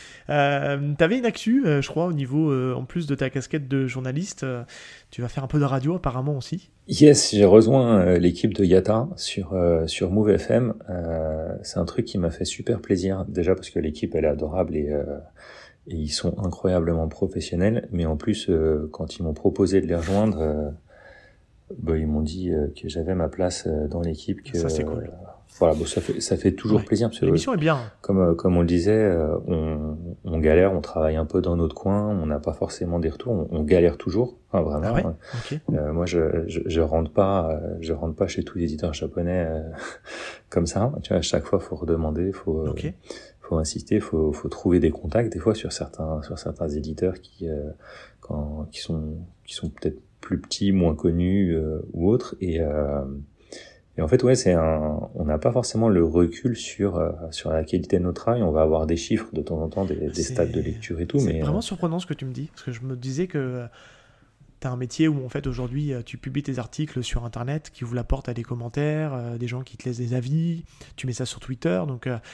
Euh, T'avais une actu, euh, je crois, au niveau, euh, en plus de ta casquette de journaliste, euh, tu vas faire un peu de radio apparemment aussi. Yes, j'ai rejoint euh, l'équipe de Yata sur euh, sur Move F M. Euh, c'est un truc qui m'a fait super plaisir, déjà parce que l'équipe elle est adorable et euh, et ils sont incroyablement professionnels. Mais en plus, euh, quand ils m'ont proposé de les rejoindre, euh, bah, ils m'ont dit euh, que j'avais ma place euh, dans l'équipe. Que Ça, c'est cool. euh, voilà, bon, ça fait ça fait toujours Ouais. plaisir parce que L'émission est bien. comme euh, comme on le disait, euh, on on galère, on travaille un peu dans notre coin, on n'a pas forcément des retours, on, on galère toujours, hein, vraiment. Ah ouais. hein. Ok. Euh, moi, je, je je rentre pas, euh, je rentre pas chez tous les éditeurs japonais euh, comme ça. Tu vois, à chaque fois, faut redemander, faut euh, Ok. faut insister, faut faut trouver des contacts. Des fois, sur certains sur certains éditeurs qui euh, quand qui sont qui sont peut-être plus petits, moins connus euh, ou autres. Et euh, et en fait, ouais, c'est un, on n'a pas forcément le recul sur euh, sur la qualité de notre travail. On va avoir des chiffres de temps en temps, des, des C'est- stats de lecture et tout, C'est mais vraiment euh, surprenant ce que tu me dis, parce que je me disais que euh, t'as un métier où en fait aujourd'hui euh, tu publies tes articles sur internet qui ouvrent la porte à des commentaires, euh, des gens qui te laissent des avis, tu mets ça sur Twitter, donc euh,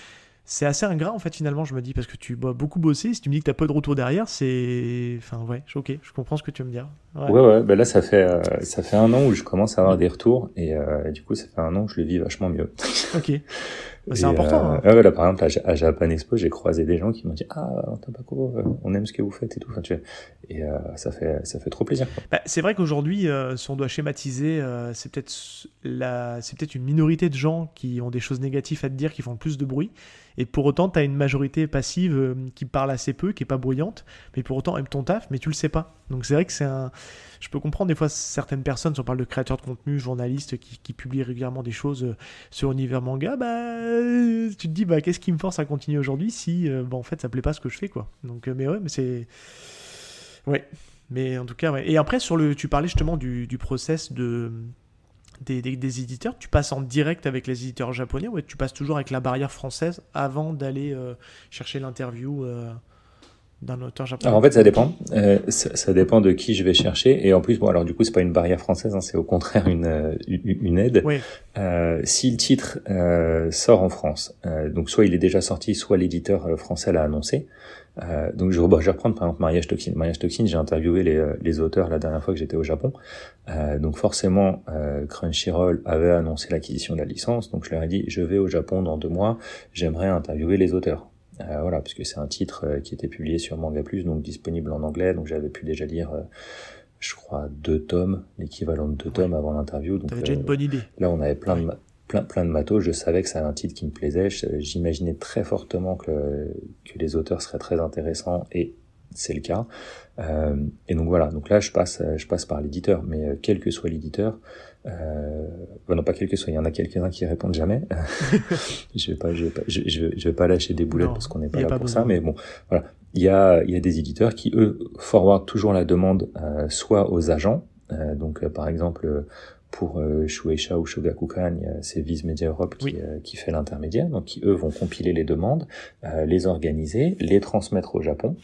c'est assez ingrat en fait finalement, je me dis, parce que tu dois beaucoup bosser. Si tu me dis que t'as pas de retour derrière, c'est, enfin ouais, ok, je comprends ce que tu veux me dire. Ouais. Ouais, ouais, ben là, ça fait, euh, ça fait un an où je commence à avoir des retours, et, euh, et du coup, ça fait un an que je le vis vachement mieux. Ok. Bah, c'est Et, important. Euh, Hein. ouais, là, par exemple, à, à Japan Expo, j'ai croisé des gens qui m'ont dit, ah, Tabaco, euh, on aime ce que vous faites et tout. Enfin, tu vois, et euh, ça fait, ça fait trop plaisir, quoi. Bah, c'est vrai qu'aujourd'hui, euh, si on doit schématiser, euh, c'est peut-être la, c'est peut-être une minorité de gens qui ont des choses négatives à te dire, qui font plus de bruit. Et pour autant, tu as une majorité passive euh, qui parle assez peu, qui est pas bruyante, mais pour autant aime ton taf, mais tu le sais pas. Donc c'est vrai que c'est un. Je peux comprendre des fois certaines personnes, si on parle de créateurs de contenu, journalistes qui, qui publient régulièrement des choses euh, sur l'univers manga, bah euh, tu te dis bah qu'est-ce qui me force à continuer aujourd'hui si euh, bah, en fait ça plaît pas ce que je fais quoi. Donc euh, mais ouais, mais c'est ouais. Mais en tout cas, ouais. Et après, sur le, tu parlais justement du, du process de, des, des, des éditeurs. Tu passes en direct avec les éditeurs japonais ou tu passes toujours avec la barrière française avant d'aller euh, chercher l'interview euh, d'un auteur japonais? Alors en fait, ça dépend. Euh, ça, ça dépend de qui je vais chercher. Et en plus, bon, alors du coup, c'est pas une barrière française, hein, c'est au contraire une une, une aide. Oui. Euh, si le titre euh, sort en France, euh, donc soit il est déjà sorti, soit l'éditeur euh, français l'a annoncé. Euh, donc je, bon, je vais reprendre par exemple Mariage Toxin. Mariage Toxin, j'ai interviewé les, les auteurs la dernière fois que j'étais au Japon. Euh, donc forcément, euh, Crunchyroll avait annoncé l'acquisition de la licence. Donc je leur ai dit, je vais au Japon dans deux mois, j'aimerais interviewer les auteurs. Euh, voilà, parce que c'est un titre euh, qui était publié sur Manga Plus, donc disponible en anglais, donc j'avais pu déjà lire, euh, je crois, deux tomes, l'équivalent de deux Ouais. tomes avant l'interview. Donc T'avais déjà euh, une bonne idée. là, on avait plein Ouais. de ma- plein plein de matos. Je savais que c'était un titre qui me plaisait. Je- J'imaginais très fortement que que les auteurs seraient très intéressants, et c'est le cas. Euh, et donc voilà. Donc là, je passe je passe par l'éditeur, mais euh, quel que soit l'éditeur. Euh, bah non, pas quel que soit, il y en a quelques-uns qui répondent jamais. je vais pas, je vais pas, je, je vais, je vais pas lâcher des boulettes Non, parce qu'on n'est y pas a là pas pour besoin. ça, mais bon, voilà. Il y a, il y a des éditeurs qui, eux, forward toujours la demande, euh, soit aux agents, euh, donc, euh, par exemple, euh, pour euh, Shueisha ou Shogakukan, il y a- c'est Viz Media Europe qui, Oui. euh, qui fait l'intermédiaire, donc qui, eux, vont compiler les demandes, euh, les organiser, les transmettre au Japon.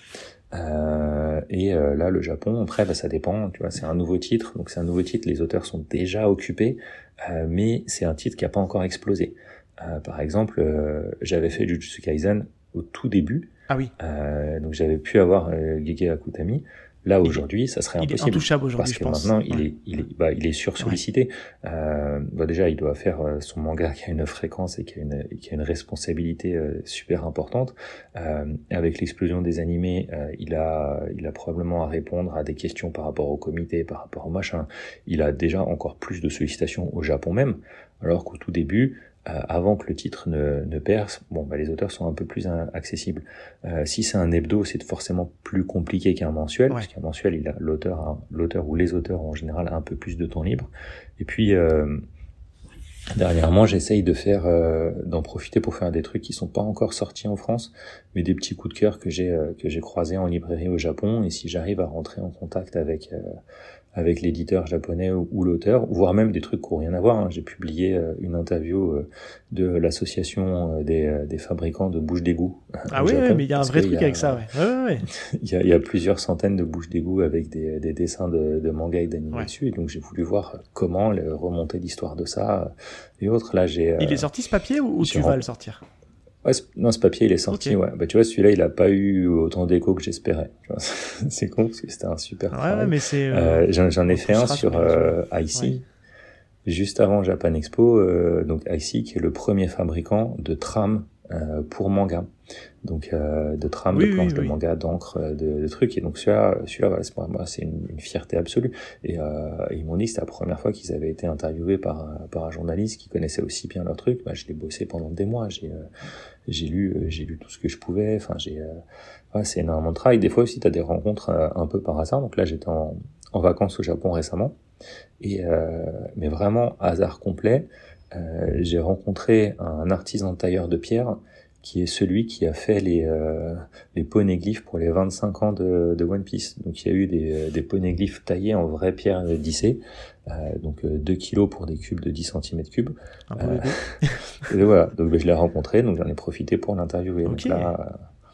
Euh, et euh, là, le Japon, après, bah, ça dépend. Tu vois, c'est un nouveau titre, donc c'est un nouveau titre. Les auteurs sont déjà occupés, euh, mais c'est un titre qui a pas encore explosé. Euh, par exemple, euh, j'avais fait Jujutsu Kaisen au tout début, Ah oui. euh, donc j'avais pu avoir euh, Gege Akutami. Là Il- aujourd'hui, ça serait Il est impossible intouchable aujourd'hui, parce je que pense. maintenant il Ouais. est, il est, bah, il est sursollicité. Euh, bah déjà, il doit faire euh, son manga qui a une fréquence et qui a une, qui a une responsabilité euh, super importante. Euh, avec l'explosion des animés, euh, il a, il a probablement à répondre à des questions par rapport au comité, par rapport au machin. Il a déjà encore plus de sollicitations au Japon même, alors qu'au tout début, euh, avant que le titre ne, ne perce, bon, bah, les auteurs sont un peu plus hein, accessibles. Euh, si c'est un hebdo, c'est forcément plus compliqué qu'un mensuel, Ouais. parce qu'un mensuel, il a l'auteur, hein, l'auteur ou les auteurs ont en général un peu plus de temps libre. Et puis, euh, dernièrement, j'essaye de faire, euh, d'en profiter pour faire des trucs qui sont pas encore sortis en France, mais des petits coups de cœur que j'ai, euh, que j'ai croisés en librairie au Japon. Et si j'arrive à rentrer en contact avec, euh, avec l'éditeur japonais ou, ou l'auteur, voire même des trucs qui n'ont rien à voir. Hein. J'ai publié euh, une interview euh, de l'association euh, des, euh, des fabricants de bouches d'égout. Ah au oui, Japon, ouais, mais il y a un parce vrai que truc il y a- avec ça, ouais. Ouais, ouais, ouais. il y a, il y a plusieurs centaines de bouches d'égout avec des, des dessins de, de manga et d'anime Ouais. dessus, et donc j'ai voulu voir comment le- remonter l'histoire de ça euh, et autres. Là, j'ai. Il euh, est sorti ce papier ou, ou j'ai tu vas rem- le sortir? Ouais, ce- non, ce papier, il est sorti, Ok. ouais. Bah, tu vois, celui-là, il a pas eu autant d'écho que j'espérais. Tu vois, c'est con parce que c'était un super Ouais, travail. ouais, mais c'est. euh, Euh, j'en, j'en ai on fait un poussera sur sur les euh, I C, Ouais. juste avant Japan Expo. Euh, donc I C, qui est le premier fabricant de trames euh, pour manga. Donc euh, de trames, Oui, de planches oui, de oui. manga, d'encre, euh, de, de trucs. Et donc celui-là, celui-là voilà, c'est pour moi, c'est une, une fierté absolue. Et euh, ils m'ont dit que c'était la première fois qu'ils avaient été interviewés par, un- par un journaliste qui connaissait aussi bien leur truc. Bah, je l'ai bossé pendant des mois. J'ai, euh, j'ai lu, euh, j'ai lu tout ce que je pouvais. Enfin, j'ai, euh, ouais, c'est énormément de travail. Des fois aussi, t'as des rencontres euh, un peu par hasard. Donc là, j'étais en, en vacances au Japon récemment. Et euh, mais vraiment hasard complet. Euh, j'ai rencontré un artisan tailleur de pierre qui est celui qui a fait les euh, les poneglyphes pour les vingt-cinq ans de, de One Piece. Donc il y a eu des, des poneglyphes taillés en vraie pierre lissée, euh, donc euh, deux kilos pour des cubes de dix centimètres cubes. Un peu Euh, bébé. Et voilà, donc ben, je l'ai rencontré, donc j'en ai profité pour l'interviewer. Ok. Donc là, euh,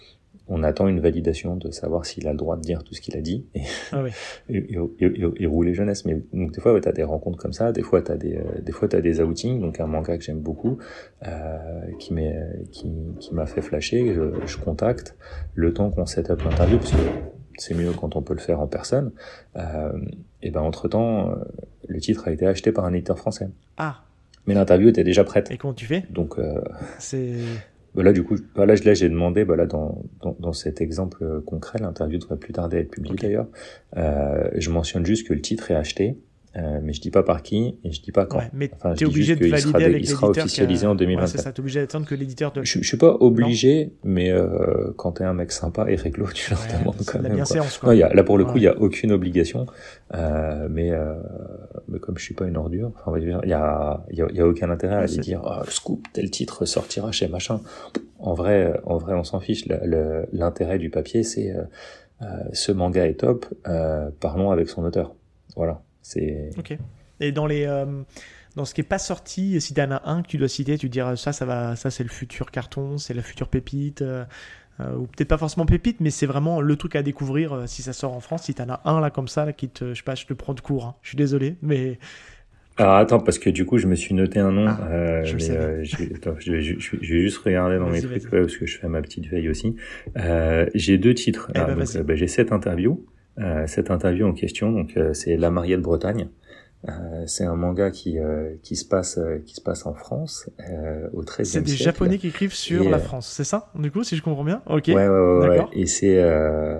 on attend une validation de savoir s'il a le droit de dire tout ce qu'il a dit et, Ah oui. et, et, et, et, et rouler jeunesse. Mais donc des fois, ouais, t'as des rencontres comme ça, des fois t'as des, euh, des fois t'as des outings. Donc un manga que j'aime beaucoup, euh, qui m'est, qui, qui m'a fait flasher. Je, je contacte le temps qu'on set up l'interview parce que c'est mieux quand on peut le faire en personne. Euh, et ben entre temps, le titre a été acheté par un éditeur français. Ah. Mais l'interview était déjà prête. Et comment tu fais? Donc euh, c'est bah là du coup, bah là, là j'ai demandé, bah là dans, dans dans cet exemple concret, l'interview devrait plus tarder à être publiée okay. d'ailleurs. Euh, je mentionne juste que le titre est acheté. Euh, mais je dis pas par qui et je dis pas quand. Ouais, mais enfin, t'es obligé de valider sera, avec il sera officialisé a... en deux mille vingt-quatre. Ouais, c'est ça, t'es obligé d'attendre que l'éditeur te... Je, je suis pas obligé, non. mais euh, quand t'es un mec sympa et réglo, tu leur ouais, demandes quand la même. Bienséance, quoi. Non, y a, là pour le ouais. coup, il y a aucune obligation, euh, mais euh, mais comme je suis pas une ordure, enfin, il y a il y a, y a aucun intérêt ouais, à aller dire oh, le scoop, tel titre sortira chez machin. En vrai, en vrai, on s'en fiche. Le, le, l'intérêt du papier, c'est euh, euh, ce manga est top. Euh, parlons avec son auteur. Voilà, c'est. Ok. Et dans les euh, dans ce qui est pas sorti, si t'en as un que tu dois citer, tu diras ça, ça va, ça c'est le futur carton, c'est la future pépite, euh, euh, ou peut-être pas forcément pépite, mais c'est vraiment le truc à découvrir euh, si ça sort en France. Si t'en as un là comme ça, là, qui te, je sais pas, je te prends de court. Hein. Je suis désolé, mais. Alors attends, parce que du coup je me suis noté un nom. Ah, euh, je, mais, euh, je, attends, je, vais, je, je vais juste regarder dans vas-y, mes vas-y. trucs ouais, parce que je fais ma petite veille aussi. Euh, j'ai deux titres. Eh là, ben, donc, euh, bah, j'ai cette interview. Euh, cette interview en question, donc euh, c'est La Mariée de Bretagne. Euh, c'est un manga qui euh, qui se passe euh, qui se passe en France euh, au treizième siècle. C'est des Japonais qui écrivent sur et, la euh, France, c'est ça? Du coup, si je comprends bien. Ok. Ouais, ouais, ouais. D'accord. ouais. Et c'est euh,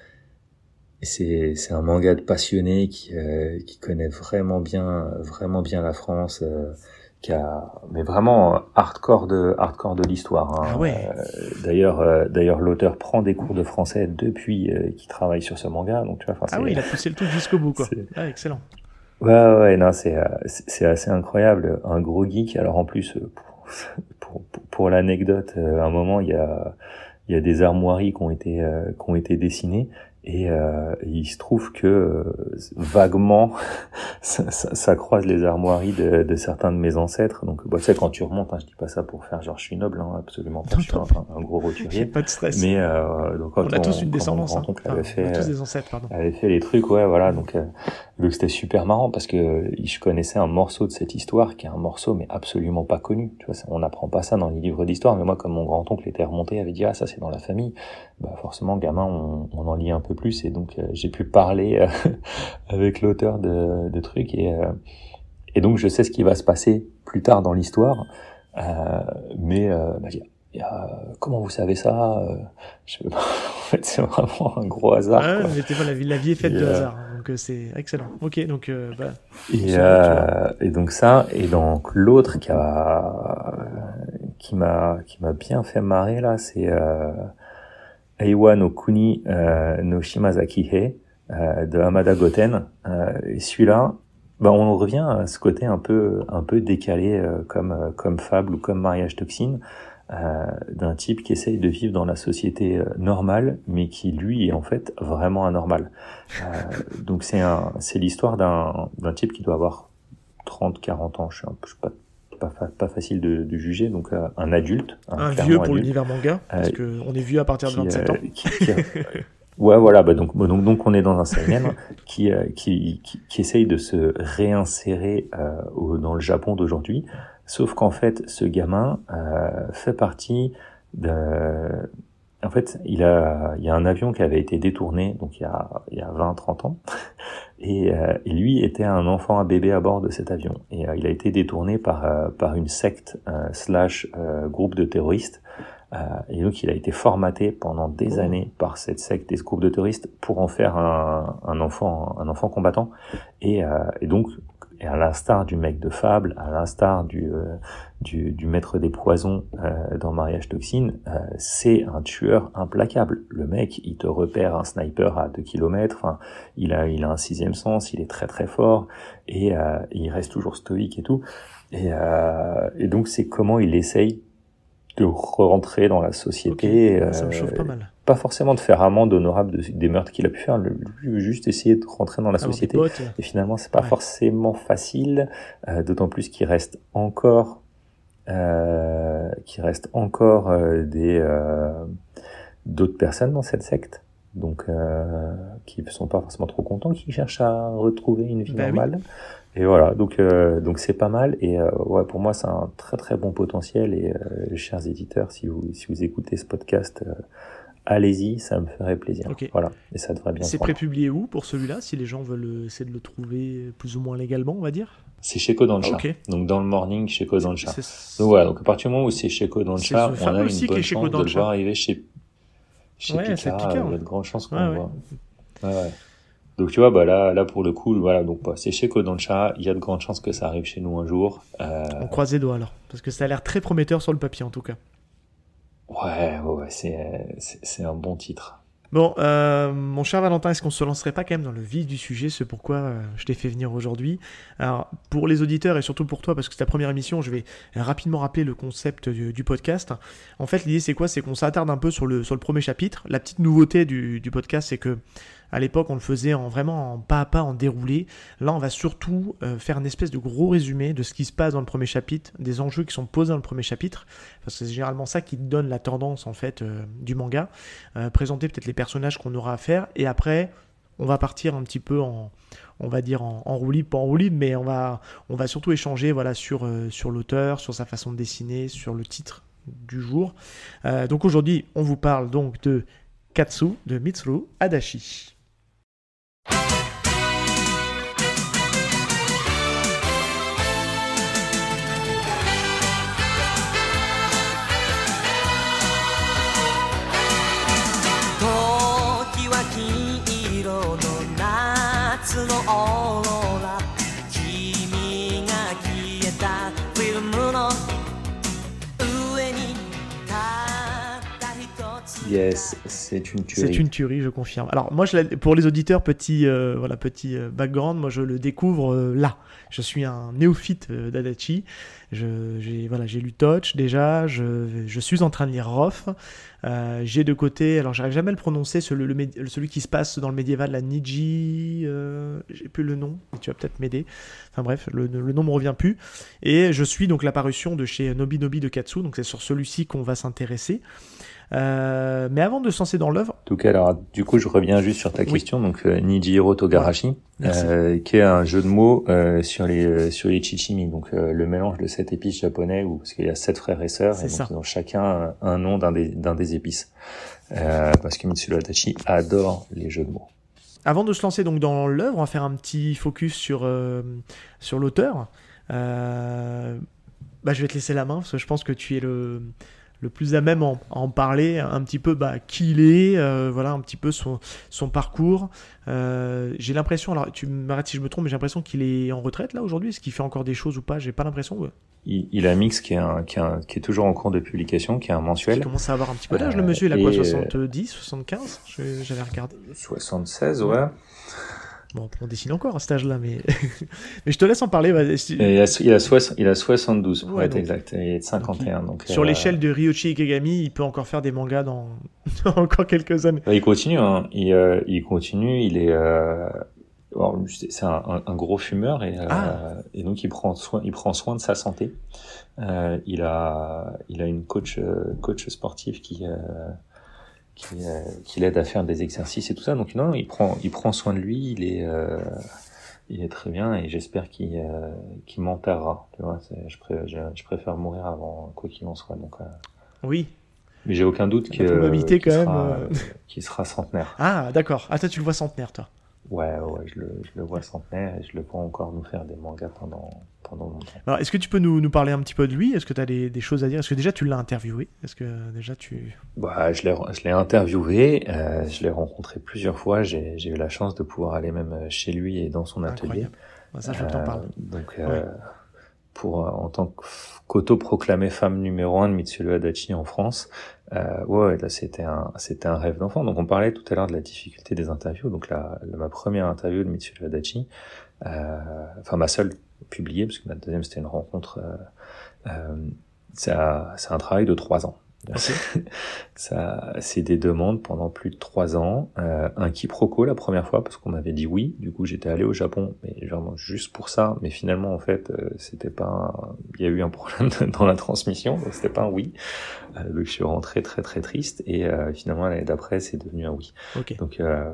c'est c'est un manga de passionné qui euh, qui connaît vraiment bien vraiment bien la France. Euh, qui a mais vraiment hardcore de hardcore de l'histoire. Hein. Ah ouais. Euh, d'ailleurs, euh, d'ailleurs, l'auteur prend des cours de français depuis euh, qu'il travaille sur ce manga. Donc tu vois, ah oui, il a poussé le truc jusqu'au bout, quoi. Ah, excellent. Ouais, ouais, non, c'est c'est assez incroyable. Un gros geek. Alors en plus, pour pour, pour l'anecdote, à un moment, il y a il y a des armoiries qui ont été euh, qui ont été dessinées. Et euh, il se trouve que euh, vaguement ça, ça, ça croise les armoiries de, de certains de mes ancêtres. Donc bah, tu sais, quand tu remontes, hein, je dis pas ça pour faire genre je suis noble, hein, absolument pas. Je suis un, un gros roturier. Pas de stress. Mais euh, donc quand on a on, tous une descendance. Quand mon grand-oncle avait hein. fait, on a tous des ancêtres, pardon. avait fait les trucs, ouais, voilà. Donc euh, donc c'était super marrant parce que je connaissais un morceau de cette histoire qui est un morceau mais absolument pas connu. Tu vois, ça, on n'apprend pas ça dans les livres d'histoire. Mais moi, comme mon grand-oncle était remonté, avait dit ah ça c'est dans la famille. Bah forcément, gamin, on, on en lit un peu plus et donc euh, j'ai pu parler euh, avec l'auteur de, de trucs et euh, et donc je sais ce qui va se passer plus tard dans l'histoire. Euh, mais euh, bah, il y a, comment vous savez ça euh, je... En fait, c'est vraiment un gros hasard. Ah, quoi. Mais t'es pas, la, vie, la vie est faite et de euh... hasard, donc euh, c'est excellent. Ok, donc euh, bah. Et, euh, et donc ça, et donc l'autre qui a qui m'a qui m'a bien fait marrer là, c'est euh, Eiwa no Kuni euh, no Shimazaki-hei euh, de Hamada Goten. Euh, et celui-là, bah on revient à ce côté un peu un peu décalé euh, comme euh, comme Fable ou comme Mariage Toxine. Euh, d'un type qui essaye de vivre dans la société euh, normale, mais qui lui est en fait vraiment anormal. Euh, donc c'est un, c'est l'histoire d'un, d'un type qui doit avoir trente, quarante ans. Je suis un peu, je suis pas, pas, pas facile de, de juger. Donc euh, un adulte, un, un vieux pour adulte, l'univers manga, parce euh, que on est vieux à partir qui, de vingt-sept ans. Euh, qui, qui a, ouais, voilà. Bah donc, donc, donc on est dans un seinen qui, euh, qui, qui, qui essaye de se réinsérer euh, au, dans le Japon d'aujourd'hui. Sauf qu'en fait, ce gamin euh, fait partie de... En fait, il a, il y a un avion qui avait été détourné, donc il y a, il y a vingt, trente ans, et, euh, et lui était un enfant, un bébé à bord de cet avion. Et euh, il a été détourné par, euh, par une secte euh, slash euh, groupe de terroristes. Euh, et donc, il a été formaté pendant des années par cette secte et ce groupe de terroristes pour en faire un, un enfant, un enfant combattant. Et, euh, et donc, et à l'instar du mec de Fable, à l'instar du, euh, du, du maître des poisons euh, dans Mariage Toxine, euh, c'est un tueur implacable. Le mec, il te repère un sniper à deux kilomètres, enfin, il a, il a un sixième sens, il est très très fort, et euh, il reste toujours stoïque et tout. Et, euh, et donc, c'est comment il essaye de rentrer dans la société. Okay. Ça me chauffe pas mal. Pas forcément de faire amende honorable de, des meurtres qu'il a pu faire, le, juste essayer de rentrer dans la Alors société. Potes, et finalement, c'est pas ouais. forcément facile, euh, d'autant plus qu'il reste encore, euh, qu'il reste encore euh, des, euh, d'autres personnes dans cette secte, donc euh, qui ne sont pas forcément trop contents, qui cherchent à retrouver une vie Bah normale. oui. Et voilà, donc euh, donc c'est pas mal. Et euh, ouais, pour moi, c'est un très très bon potentiel. Et euh, chers éditeurs, si vous si vous écoutez ce podcast, euh, allez-y, ça me ferait plaisir. Ok. Voilà, et ça devrait bien C'est prendre. prépublié où pour celui-là, si les gens veulent euh, essayer de le trouver plus ou moins légalement, on va dire? C'est chez Kodansha. Ok. Donc dans le morning chez Kodansha. C'est- Donc voilà, donc à partir du moment où c'est chez C'est Kodansha, The on Fameux a une aussi qui est bonne chez chance de le Kodansha. voir arriver chez chez Ouais, c'est Pika. Pika, euh, Il y a ouais. de grandes chances qu'on Ouais, le ouais. voit. Ouais, ouais. Donc tu vois, bah là, là pour le coup, voilà, donc bah, c'est chez Kodansha. Il y a de grandes chances que ça arrive chez nous un jour. Euh, On croise les doigts alors, parce que ça a l'air très prometteur sur le papier en tout cas. ouais, ouais, ouais, c'est c'est c'est un bon titre. Bon, euh, mon cher Valentin, est-ce qu'on se lancerait pas quand même dans le vif du sujet, c'est pourquoi euh, je t'ai fait venir aujourd'hui. Alors, pour les auditeurs et surtout pour toi, parce que c'est ta première émission, je vais rapidement rappeler le concept du, du podcast. En fait, l'idée c'est quoi? C'est qu'on s'attarde un peu sur le, sur le premier chapitre. La petite nouveauté du, du podcast, c'est que à l'époque, on le faisait en vraiment en pas à pas, en déroulé. Là, on va surtout euh, faire une espèce de gros résumé de ce qui se passe dans le premier chapitre, des enjeux qui sont posés dans le premier chapitre, parce que c'est généralement ça qui donne la tendance en fait euh, du manga. Euh, présenter peut-être les personnages qu'on aura à faire, et après, on va partir un petit peu en, on va dire en, en roue libre, pas en roue libre, mais on va, on va surtout échanger voilà sur euh, sur l'auteur, sur sa façon de dessiner, sur le titre du jour. Euh, donc aujourd'hui, on vous parle donc de Katsu de Mitsuru Adachi. 時は金色の夏のオーロラ君が消えたフィルムの上にたった一つ Yes, c'est une tuerie. C'est une tuerie, je confirme. Alors moi, je l'ai- pour les auditeurs, petit, euh, voilà, petit euh, background, moi je le découvre euh, là. Je suis un néophyte euh, d'Adachi. Je, j'ai, voilà, j'ai lu Touch déjà, je, je suis en train de lire Roth. Euh, j'ai de côté, alors j'arrive jamais à le prononcer, celui, le, médi- celui qui se passe dans le médiéval, la Niji, euh, j'ai plus le nom, mais tu vas peut-être m'aider. Enfin bref, le, le nom me revient plus. Et je suis donc la parution de chez Nobi Nobi de Katsu, donc c'est sur celui-ci qu'on va s'intéresser. Euh, mais avant de se lancer dans l'œuvre, En tout cas, alors, du coup, je reviens juste sur ta Oui. question. Donc, euh, Nijihiro Togarashi, Merci. euh, qui est un jeu de mots euh, sur les euh, sur les chichimi, donc euh, le mélange de sept épices japonais, où parce qu'il y a sept frères et sœurs, C'est et donc ça. ils ont chacun un, un nom d'un des d'un des épices. Euh, parce que Mitsuru Adachi adore les jeux de mots. Avant de se lancer donc dans l'œuvre, on va faire un petit focus sur, euh, sur l'auteur. Euh, bah, je vais te laisser la main parce que je pense que tu es le, le plus à même en- à en parler un petit peu bah, qui il est, euh, voilà un petit peu son, son parcours. Euh, j'ai l'impression, alors tu m'arrêtes si je me trompe, mais j'ai l'impression qu'il est en retraite là aujourd'hui. Est-ce qu'il fait encore des choses ou pas? J'ai pas l'impression. Ouais. Il, il a Mix, qui est un, qui est un, qui est toujours en cours de publication, qui est un Il mensuel. commence à avoir un petit peu d'âge, le Euh, monsieur. Il a quoi, et- soixante-dix, soixante-quinze? Je- J'avais regardé. soixante-seize, ouais. Bon, on dessine encore à cet âge-là, mais... mais je te laisse en parler. Vas-y. Et il a, il a, soix- il a soixante-douze, pour Ouais, être donc- exact. Il est de cinquante et un, donc, Sur euh, l'échelle de Ryoichi Ikegami, il peut encore faire des mangas dans encore quelques années. Bah, il continue, hein. Il, euh, il continue. Il est, euh, alors, c'est c'est un, un, un gros fumeur et, euh, Ah. et donc il prend soin, il prend soin de sa santé. Euh, il a, il a une coach, euh, coach sportive qui, euh, qui, euh, qui l'aide à faire des exercices et tout ça. Donc non, il prend, il prend soin de lui. Il est, euh, il est très bien et j'espère qu'il, euh, qu'il m'enterrera. Tu vois, c'est, je, pré, je, je préfère mourir avant quoi qu'il en soit. Donc. Euh, Oui. Mais j'ai aucun doute La que, probabilité, qu'il quand même, sera, euh. qu'il sera centenaire. Ah, d'accord. Ah, toi, tu le vois centenaire, toi. Ouais, ouais, je le, je le vois centenaire et je le vois encore nous faire des mangas pendant, pendant longtemps. Alors, est-ce que tu peux nous, nous parler un petit peu de lui? Est-ce que tu as des, des choses à dire? Est-ce que déjà, tu l'as interviewé? Est-ce que déjà, tu... Bah, je l'ai, je l'ai interviewé, euh, je l'ai rencontré plusieurs fois, j'ai, j'ai eu la chance de pouvoir aller même chez lui et dans son atelier. Incroyable. Ah, ça, je t'en Euh, parle. donc, euh, pour, euh, en tant que- qu'autoproclamée femme numéro un de Mitsuru Adachi en France, euh, ouais, là, c'était un, c'était un rêve d'enfant. Donc, on parlait tout à l'heure de la difficulté des interviews. Donc, la, la- ma première interview de Mitsuru Adachi, euh, enfin, ma seule publiée, parce que ma deuxième, c'était une rencontre, euh, euh, c'est un, c'est un travail de trois ans. Ça, c'est des demandes pendant plus de trois ans, euh, un quiproquo la première fois parce qu'on m'avait dit oui. Du coup, j'étais allé au Japon, mais vraiment juste pour ça. Mais finalement, en fait, euh, c'était pas. Un... Il y a eu un problème dans la transmission, donc c'était pas un oui. Euh, donc je suis rentré très très triste et euh, finalement l'année d'après, c'est devenu un oui. Okay. Donc euh,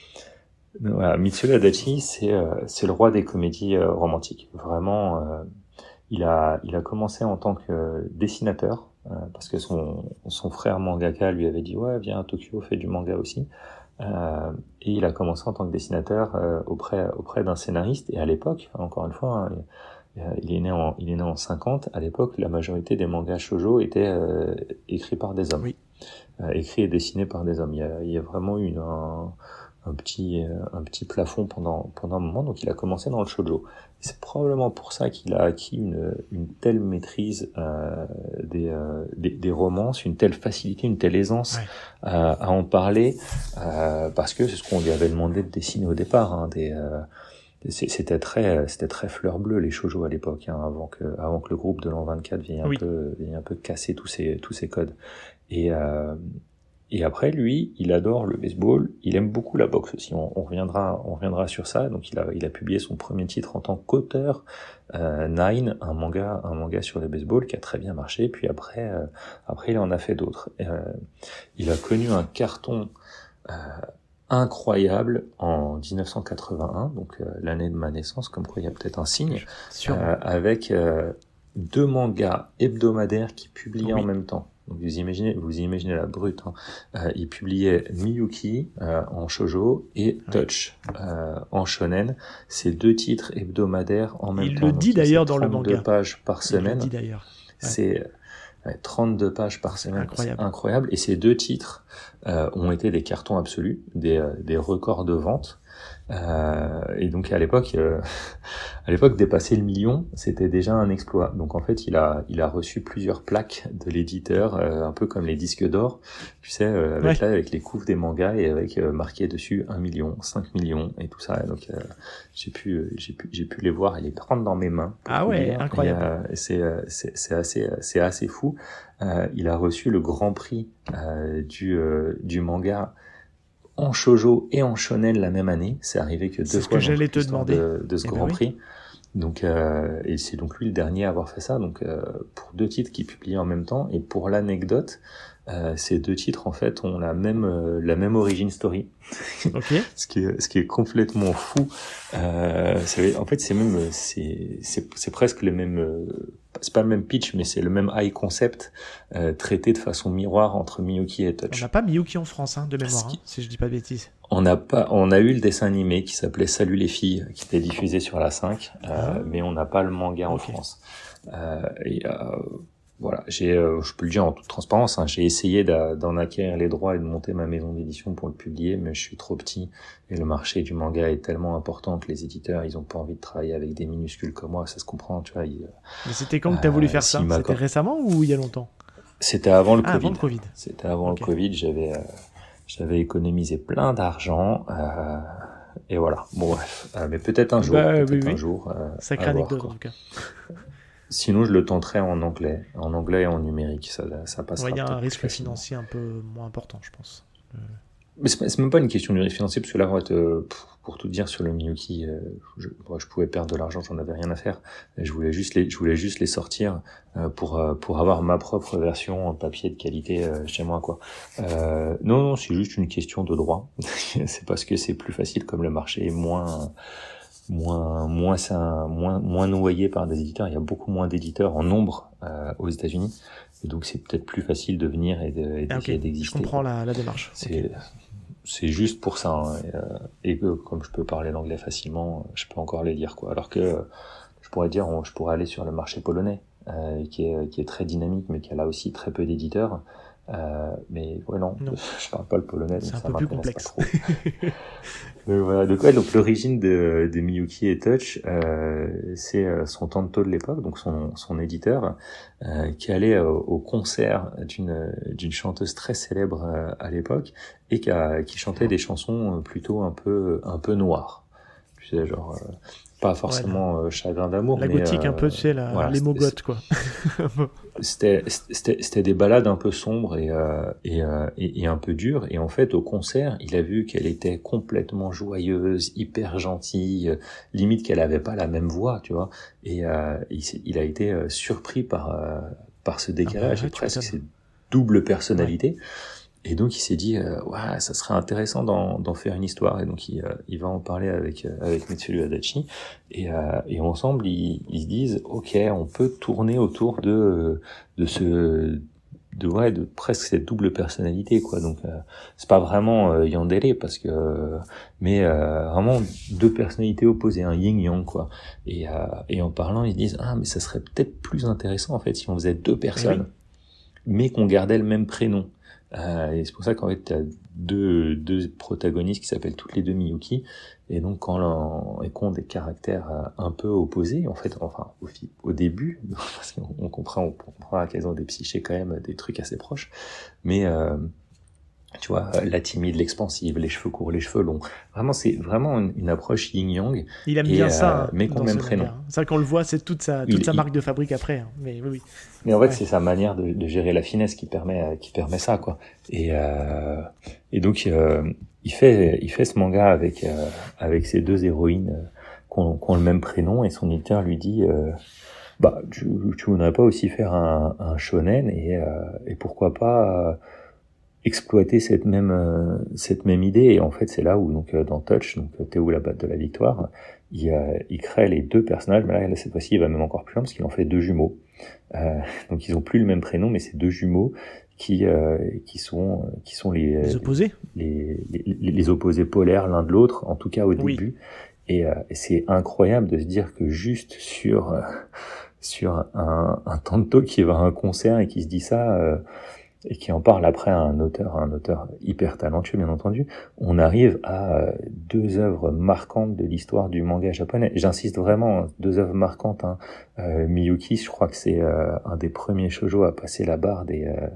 voilà, Mitsuo Adachi, c'est euh, c'est le roi des comédies euh, romantiques. Vraiment, euh, il a il a commencé en tant que dessinateur. Euh, parce que son, son frère mangaka lui avait dit ouais viens à Tokyo, fais du manga aussi, euh, et il a commencé en tant que dessinateur euh, auprès auprès d'un scénariste. Et à l'époque, encore une fois, hein, il est né en il est né en cinquante. À l'époque, la majorité des mangas shoujo étaient euh, écrits par des hommes, oui. euh, écrits et dessinés par des hommes. Il y a il y a vraiment eu un un petit un petit plafond pendant pendant un moment. Donc il a commencé dans le shoujo. C'est probablement pour ça qu'il a acquis une, une telle maîtrise euh, des, euh, des, des romances, une telle facilité, une telle aisance ouais. à, à en parler, euh, parce que c'est ce qu'on lui avait demandé de dessiner au départ. Hein, des, euh, c'était très, c'était très fleur bleue les shoujo à l'époque, hein, avant que, avant que le groupe de l'an vingt-quatre vienne un oui. peu, vienne un peu casser tous ces, tous ces codes. Et euh, Et après, lui, il adore le baseball, il aime beaucoup la boxe aussi. On, on reviendra, on reviendra sur ça. Donc, il a, il a publié son premier titre en tant qu'auteur, euh, Nine, un manga, un manga sur le baseball qui a très bien marché. Puis après, euh, après, il en a fait d'autres. Euh, il a connu un carton euh, incroyable en dix-neuf cent quatre-vingt-un, donc euh, l'année de ma naissance, comme quoi il y a peut-être un signe, euh, avec euh, deux mangas hebdomadaires qui publiaient oui. en même temps. Donc vous imaginez, vous imaginez la brute. Hein. Euh, il publiait Miyuki euh, en shoujo et Touch euh, en shonen. Ces deux titres hebdomadaires en même il temps. Il le dit d'ailleurs dans le manga. trente-deux pages par semaine. Il le dit d'ailleurs. Ouais. C'est ouais, trente-deux pages par semaine. Incroyable. C'est incroyable. Et ces deux titres euh, ont été des cartons absolus, des, euh, des records de vente. Euh, et donc à l'époque, euh, à l'époque dépasser le million, c'était déjà un exploit. Donc en fait, il a, il a reçu plusieurs plaques de l'éditeur, euh, un peu comme les disques d'or, tu sais, euh, avec ouais. là, avec les couves des mangas et avec euh, marqué dessus un million, cinq millions et tout ça. Et donc euh, j'ai pu, euh, j'ai pu, j'ai pu les voir et les prendre dans mes mains. Ah ouais, dire. incroyable. Et, euh, c'est, c'est, c'est assez, c'est assez fou. Euh, il a reçu le grand prix euh, du, euh, du manga en shoujo et en shonen la même année. C'est arrivé que deux c'est fois ce que j'allais te demander de, de ce eh grand ben oui. prix. Donc euh, et c'est donc lui le dernier à avoir fait ça. Donc euh, pour deux titres qui publiaient en même temps. Et pour l'anecdote, euh, ces deux titres en fait ont la même euh, la même origin story. Okay. ce qui est ce qui est complètement fou. Euh, c'est, en fait c'est même c'est c'est c'est presque le même. Euh, c'est pas le même pitch, mais c'est le même high concept euh, traité de façon miroir entre Miyuki et Touch. On n'a pas Miyuki en France, hein, de mémoire, qui... hein, si je dis pas de bêtises. On n'a pas, on a eu le dessin animé qui s'appelait Salut les filles, qui était diffusé sur la cinq, euh, ah. mais on n'a pas le manga en okay. France. Euh, et euh, voilà, j'ai, euh, je peux le dire en toute transparence, hein, j'ai essayé d'en acquérir les droits et de monter ma maison d'édition pour le publier, mais je suis trop petit et le marché du manga est tellement important que les éditeurs, ils ont pas envie de travailler avec des minuscules comme moi, ça se comprend, tu vois. Ils, mais c'était quand que t'as euh, voulu faire ça? C'était quand... récemment ou il y a longtemps? C'était avant le ah, Covid. Avant le Covid. C'était avant okay. le Covid, j'avais, euh, j'avais économisé plein d'argent. Euh, et voilà. Bon bref, euh, mais peut-être un jour, bah, peut-être oui, un oui. jour. Euh, Sacrée anecdote en tout cas. Sinon, je le tenterai en anglais, en anglais et en numérique, ça, ça passera. Il y a un risque financier un peu moins important, je pense. Euh... Mais c'est, c'est même pas une question de risque financier, parce que là, en fait, euh, pour tout dire sur le Miyuki, euh, je, je pouvais perdre de l'argent, j'en avais rien à faire. Je voulais juste les, je voulais juste les sortir euh, pour euh, pour avoir ma propre version en papier de qualité euh, chez moi, quoi. Euh, non, non, c'est juste une question de droit. C'est parce que c'est plus facile, comme le marché est moins moins moins ça, moins moins noyé par des éditeurs. Il y a beaucoup moins d'éditeurs en nombre euh, aux États-Unis, et donc c'est peut-être plus facile de venir et, de, et ah, okay. d'exister. Je comprends la, la démarche. C'est okay. c'est juste pour ça, hein. Et, euh, et que comme je peux parler l'anglais facilement, je peux encore les lire, quoi. Alors que euh, je pourrais dire, on, je pourrais aller sur le marché polonais, euh, qui est qui est très dynamique, mais qui a là aussi très peu d'éditeurs. Euh, mais ouais, non, non, je parle pas le polonais, donc c'est un ça peu plus m'intéresse complexe. pas trop. Donc voilà, donc, ouais, donc l'origine de, de Miyuki et Touch, euh, c'est son tanto de l'époque, donc son, son éditeur, euh, qui allait au, au concert d'une, d'une chanteuse très célèbre euh, à l'époque et qui, a, qui chantait des chansons plutôt un peu, un peu noires. Tu sais, genre, euh, pas forcément ouais, euh, chagrin d'amour. La mais, gothique euh, un peu, tu sais, la, voilà, les mots goths, quoi. c'était, c'était, c'était des balades un peu sombres et, euh, et, euh, et, et un peu dures. Et en fait, au concert, il a vu qu'elle était complètement joyeuse, hyper gentille, euh, limite qu'elle avait pas la même voix, tu vois. Et euh, il, il a été euh, surpris par, euh, par ce décalage, ah bah, ouais, et presque cette double personnalité. Ouais. Et donc il s'est dit euh, ouais, ça serait intéressant d'en, d'en faire une histoire, et donc il, euh, il va en parler avec euh, avec Mitsuru Adachi, et euh, et ensemble ils, ils se disent ok, on peut tourner autour de de ce de ouais de presque cette double personnalité, quoi. Donc euh, c'est pas vraiment euh, yandere parce que euh, mais euh, vraiment deux personnalités opposées, un yin yang, quoi. Et euh, et en parlant ils se disent ah mais ça serait peut-être plus intéressant en fait si on faisait deux personnes, oui, mais qu'on gardait le même prénom. Euh, et c'est pour ça qu'en fait, tu as deux, deux protagonistes qui s'appellent toutes les deux Miyuki, et donc quand on, et qu'on ont des caractères un peu opposés, en fait, enfin, au, au début, parce qu'on on comprend, on comprend qu'elles ont des psychés quand même, des trucs assez proches, mais euh, tu vois, la timide, l'expansive, les cheveux courts, les cheveux longs. Vraiment, c'est vraiment une, une approche yin-yang. Il aime et, bien ça, euh, mais qu'on même prénom. C'est vrai qu'on le voit, c'est toute sa, toute il, sa marque il... de fabrique après. Hein. Mais oui, oui. Mais en fait, ouais, c'est sa manière de, de gérer la finesse qui permet, qui permet ça, quoi. Et, euh, et donc, euh, il fait, il fait ce manga avec, euh, avec ces deux héroïnes euh, qui ont, qui ont le même prénom, et son éditeur lui dit, euh, bah, tu, tu voudrais pas aussi faire un, un shonen, et, euh, et pourquoi pas, euh, exploiter cette même euh, cette même idée. Et en fait c'est là où donc euh, dans Touch, donc Théo la batte de la victoire, il, euh, il crée les deux personnages, mais là, là cette fois-ci il va même encore plus loin parce qu'il en fait deux jumeaux, euh, donc ils ont plus le même prénom mais c'est deux jumeaux qui euh, qui sont qui sont les les opposés les les, les, les opposés polaires l'un de l'autre, en tout cas au oui. début. Et, euh, et c'est incroyable de se dire que juste sur euh, sur un un tanto qui va à un concert et qui se dit ça, euh, et qui en parle après à un auteur, un auteur hyper talentueux, bien entendu, on arrive à euh, deux œuvres marquantes de l'histoire du manga japonais. J'insiste vraiment, deux œuvres marquantes. Hein. Euh, Miyuki, je crois que c'est euh, un des premiers shoujo à passer la barre des, euh,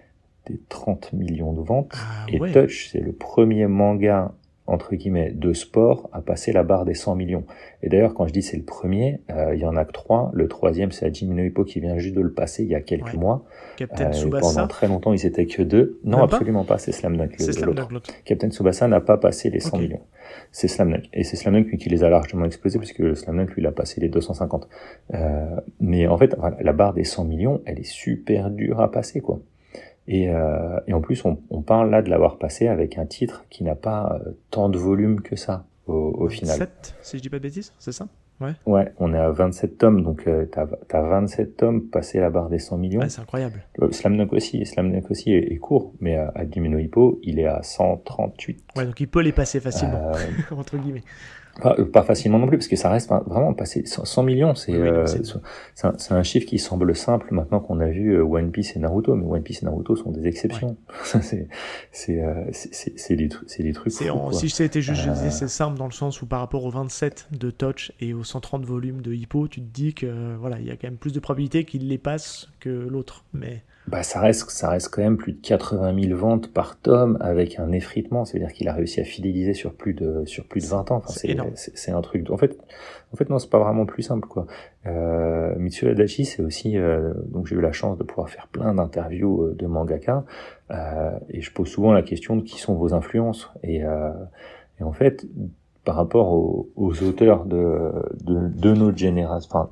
des trente millions de ventes. Ah, et ouais. Touch, c'est le premier manga, entre guillemets, de sport à passer la barre des cent millions. Et d'ailleurs, quand je dis c'est le premier, euh, il y en a que trois. Le troisième, c'est Hajime no Ippo qui vient juste de le passer il y a quelques ouais. mois. Captain euh, Tsubasa. Pendant très longtemps, ils étaient que deux. Non, Même absolument pas, pas c'est Slam Dunk. C'est le, Slam l'autre. Dunk, l'autre. Captain Tsubasa n'a pas passé les cent okay. millions. C'est Slam Dunk. Et c'est Slam Dunk lui, qui les a largement explosés, parce que Slam Dunk, lui, il a passé les deux cent cinquante. Euh, mais en fait, voilà, la barre des cent millions, elle est super dure à passer, quoi. Et, euh, et en plus, on, on parle là de l'avoir passé avec un titre qui n'a pas euh, tant de volume que ça, au, au final. vingt-sept, si je dis pas de bêtises, c'est ça ? Ouais. Ouais, on est à vingt-sept tomes, donc euh, t'as, t'as vingt-sept tomes passé la barre des cent millions. Ouais, c'est incroyable. Euh, Slam Dunk aussi, Slam Dunk aussi est, est court, mais euh, Hajime no Ippo, il est à cent trente-huit. Ouais, donc il peut les passer facilement, euh... entre guillemets. Pas, pas facilement non plus, parce que ça reste vraiment passer cent millions, c'est, oui, oui, euh, c'est... c'est, un, c'est un chiffre qui semble simple maintenant qu'on a vu One Piece et Naruto, mais One Piece et Naruto sont des exceptions. Ouais. c'est, c'est, euh, c'est, c'est, c'est des trucs, c'est des trucs. C'est fous, en, si c'était juste, euh... je disais, c'est simple dans le sens où par rapport aux vingt-sept de Touch et aux cent trente volumes de Hippo, tu te dis que voilà, il y a quand même plus de probabilité qu'il les passe que l'autre, mais. Bah, ça reste, ça reste quand même plus de quatre-vingt mille ventes par tome avec un effritement. C'est-à-dire qu'il a réussi à fidéliser sur plus de, sur plus de vingt ans. Enfin, c'est, c'est, c'est, c'est un truc, en fait, en fait, non, c'est pas vraiment plus simple, quoi. Euh, Mitsuru Adachi, c'est aussi, euh, donc j'ai eu la chance de pouvoir faire plein d'interviews de mangaka, euh, et je pose souvent la question de qui sont vos influences. Et, euh, et en fait, par rapport aux, aux auteurs de, de, de notre génération, enfin,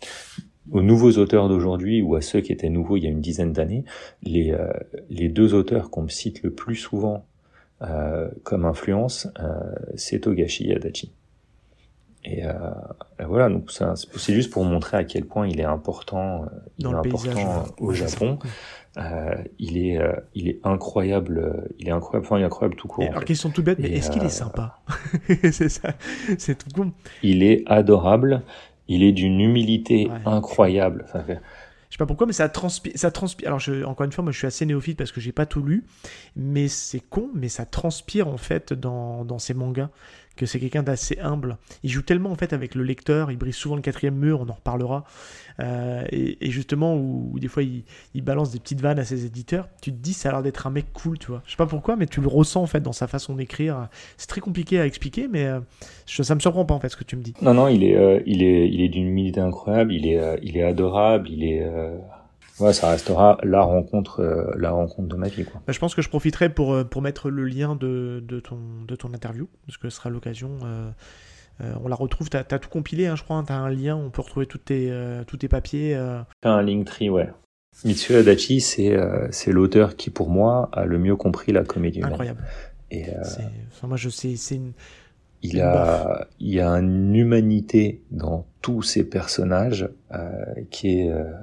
aux nouveaux auteurs d'aujourd'hui ou à ceux qui étaient nouveaux il y a une dizaine d'années, les, euh, les deux auteurs qu'on me cite le plus souvent euh, comme influence, euh, c'est Togashi et Adachi. Et, euh, et voilà, donc ça, c'est juste pour montrer à quel point il est important, euh, il Dans est le important paysage, au ouais, Japon. Euh, il est, euh, il est incroyable, il est incroyable, enfin il est incroyable tout court. Et alors fait. Question toute bête, mais et est-ce euh, qu'il est sympa? C'est ça, c'est tout con. Il est adorable. Il est d'une humilité ouais. incroyable. Ça fait... Je sais pas pourquoi, mais ça transpire. Ça transpire. Alors, je, encore une fois, moi, je suis assez néophyte parce que j'ai pas tout lu, mais c'est con, mais ça transpire en fait dans, dans ces mangas que c'est quelqu'un d'assez humble. Il joue tellement en fait avec le lecteur, il brise souvent le quatrième mur, on en reparlera. Euh, et, et justement, où, où des fois il, il balance des petites vannes à ses éditeurs, tu te dis ça a l'air d'être un mec cool, tu vois. Je sais pas pourquoi, mais tu le ressens en fait dans sa façon d'écrire. C'est très compliqué à expliquer, mais euh, je, ça me surprend pas en fait ce que tu me dis. Non, non, il est, euh, il est, il est d'une humilité incroyable. Il est, euh, il est adorable. Il est, euh... ouais, ça restera la rencontre, euh, la rencontre de ma vie, quoi. Bah, je pense que je profiterai pour pour mettre le lien de de ton de ton interview, parce que ce sera l'occasion. Euh, euh, on la retrouve. T'as, t'as tout compilé, hein, je crois. Hein, t'as un lien. On peut retrouver tous tes euh, tous tes papiers. Euh... Un Linktree, ouais. Mitsuo Adachi, c'est euh, c'est l'auteur qui, pour moi, a le mieux compris la comédie humaine. Incroyable. Et euh, c'est... Enfin, moi, je sais, c'est une. Il a, il y a une humanité dans tous ces personnages euh, qui est, euh,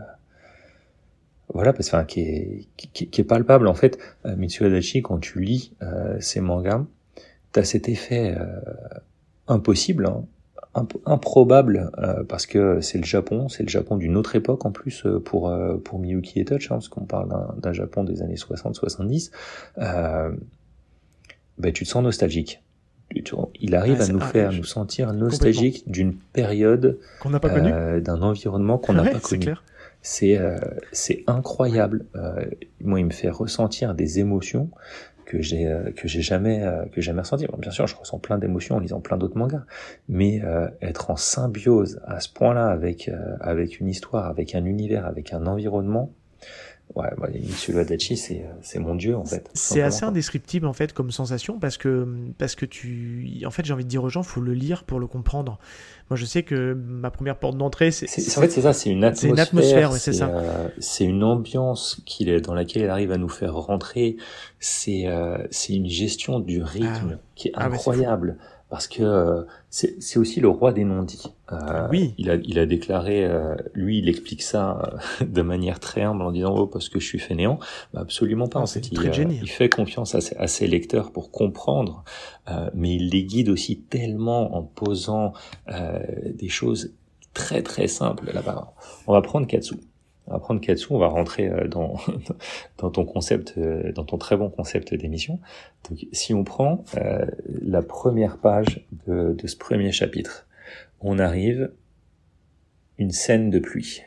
voilà, parce que enfin, qui est, qui, qui est palpable en fait. Euh, Mitsuo Adachi, quand tu lis euh, ses mangas, t'as cet effet euh, impossible, hein, imp- improbable, euh, parce que c'est le Japon, c'est le Japon d'une autre époque en plus euh, pour euh, pour Miyuki et Touch, hein, parce qu'on parle d'un, d'un Japon des années soixante soixante-dix. Euh, ben, tu te sens nostalgique. Il arrive ouais, à nous faire, nous sentir nostalgiques d'une période qu'on n'a pas euh, connue, d'un environnement qu'on n'a ouais, pas c'est connu. Clair. C'est euh, c'est incroyable. Euh, moi, il me fait ressentir des émotions que j'ai euh, que j'ai jamais euh, que j'ai jamais ressenties. Bon, bien sûr, je ressens plein d'émotions en lisant plein d'autres mangas, mais euh, être en symbiose à ce point-là avec euh, avec une histoire, avec un univers, avec un environnement. Ouais, moi, Mitsuo Adachi, c'est c'est mon dieu en fait. C'est assez indescriptible en fait comme sensation parce que parce que tu, en fait, j'ai envie de dire aux gens, faut le lire pour le comprendre. Moi, je sais que ma première porte d'entrée, c'est, c'est, c'est en fait c'est ça, c'est une atmosphère, c'est une atmosphère, ouais, c'est, c'est ça. Euh, c'est une ambiance qu'il est dans laquelle il arrive à nous faire rentrer. C'est euh, c'est une gestion du rythme ah, ouais. qui est incroyable. Ah, ouais, parce que euh, c'est, c'est aussi le roi des non-dits. Euh, oui. Il a, il a déclaré, euh, lui, il explique ça euh, de manière très humble en disant oh parce que je suis fainéant. Bah, absolument pas. Non, en c'est fait, très il, génie. Euh, il fait confiance à ses, à ses lecteurs pour comprendre, euh, mais il les guide aussi tellement en posant euh, des choses très très simples. Là-bas, on va prendre Katsu. On va prendre Katsu, on va rentrer dans dans ton concept, dans ton très bon concept d'émission. Donc, si on prend euh, la première page de, de ce premier chapitre, on arrive une scène de pluie.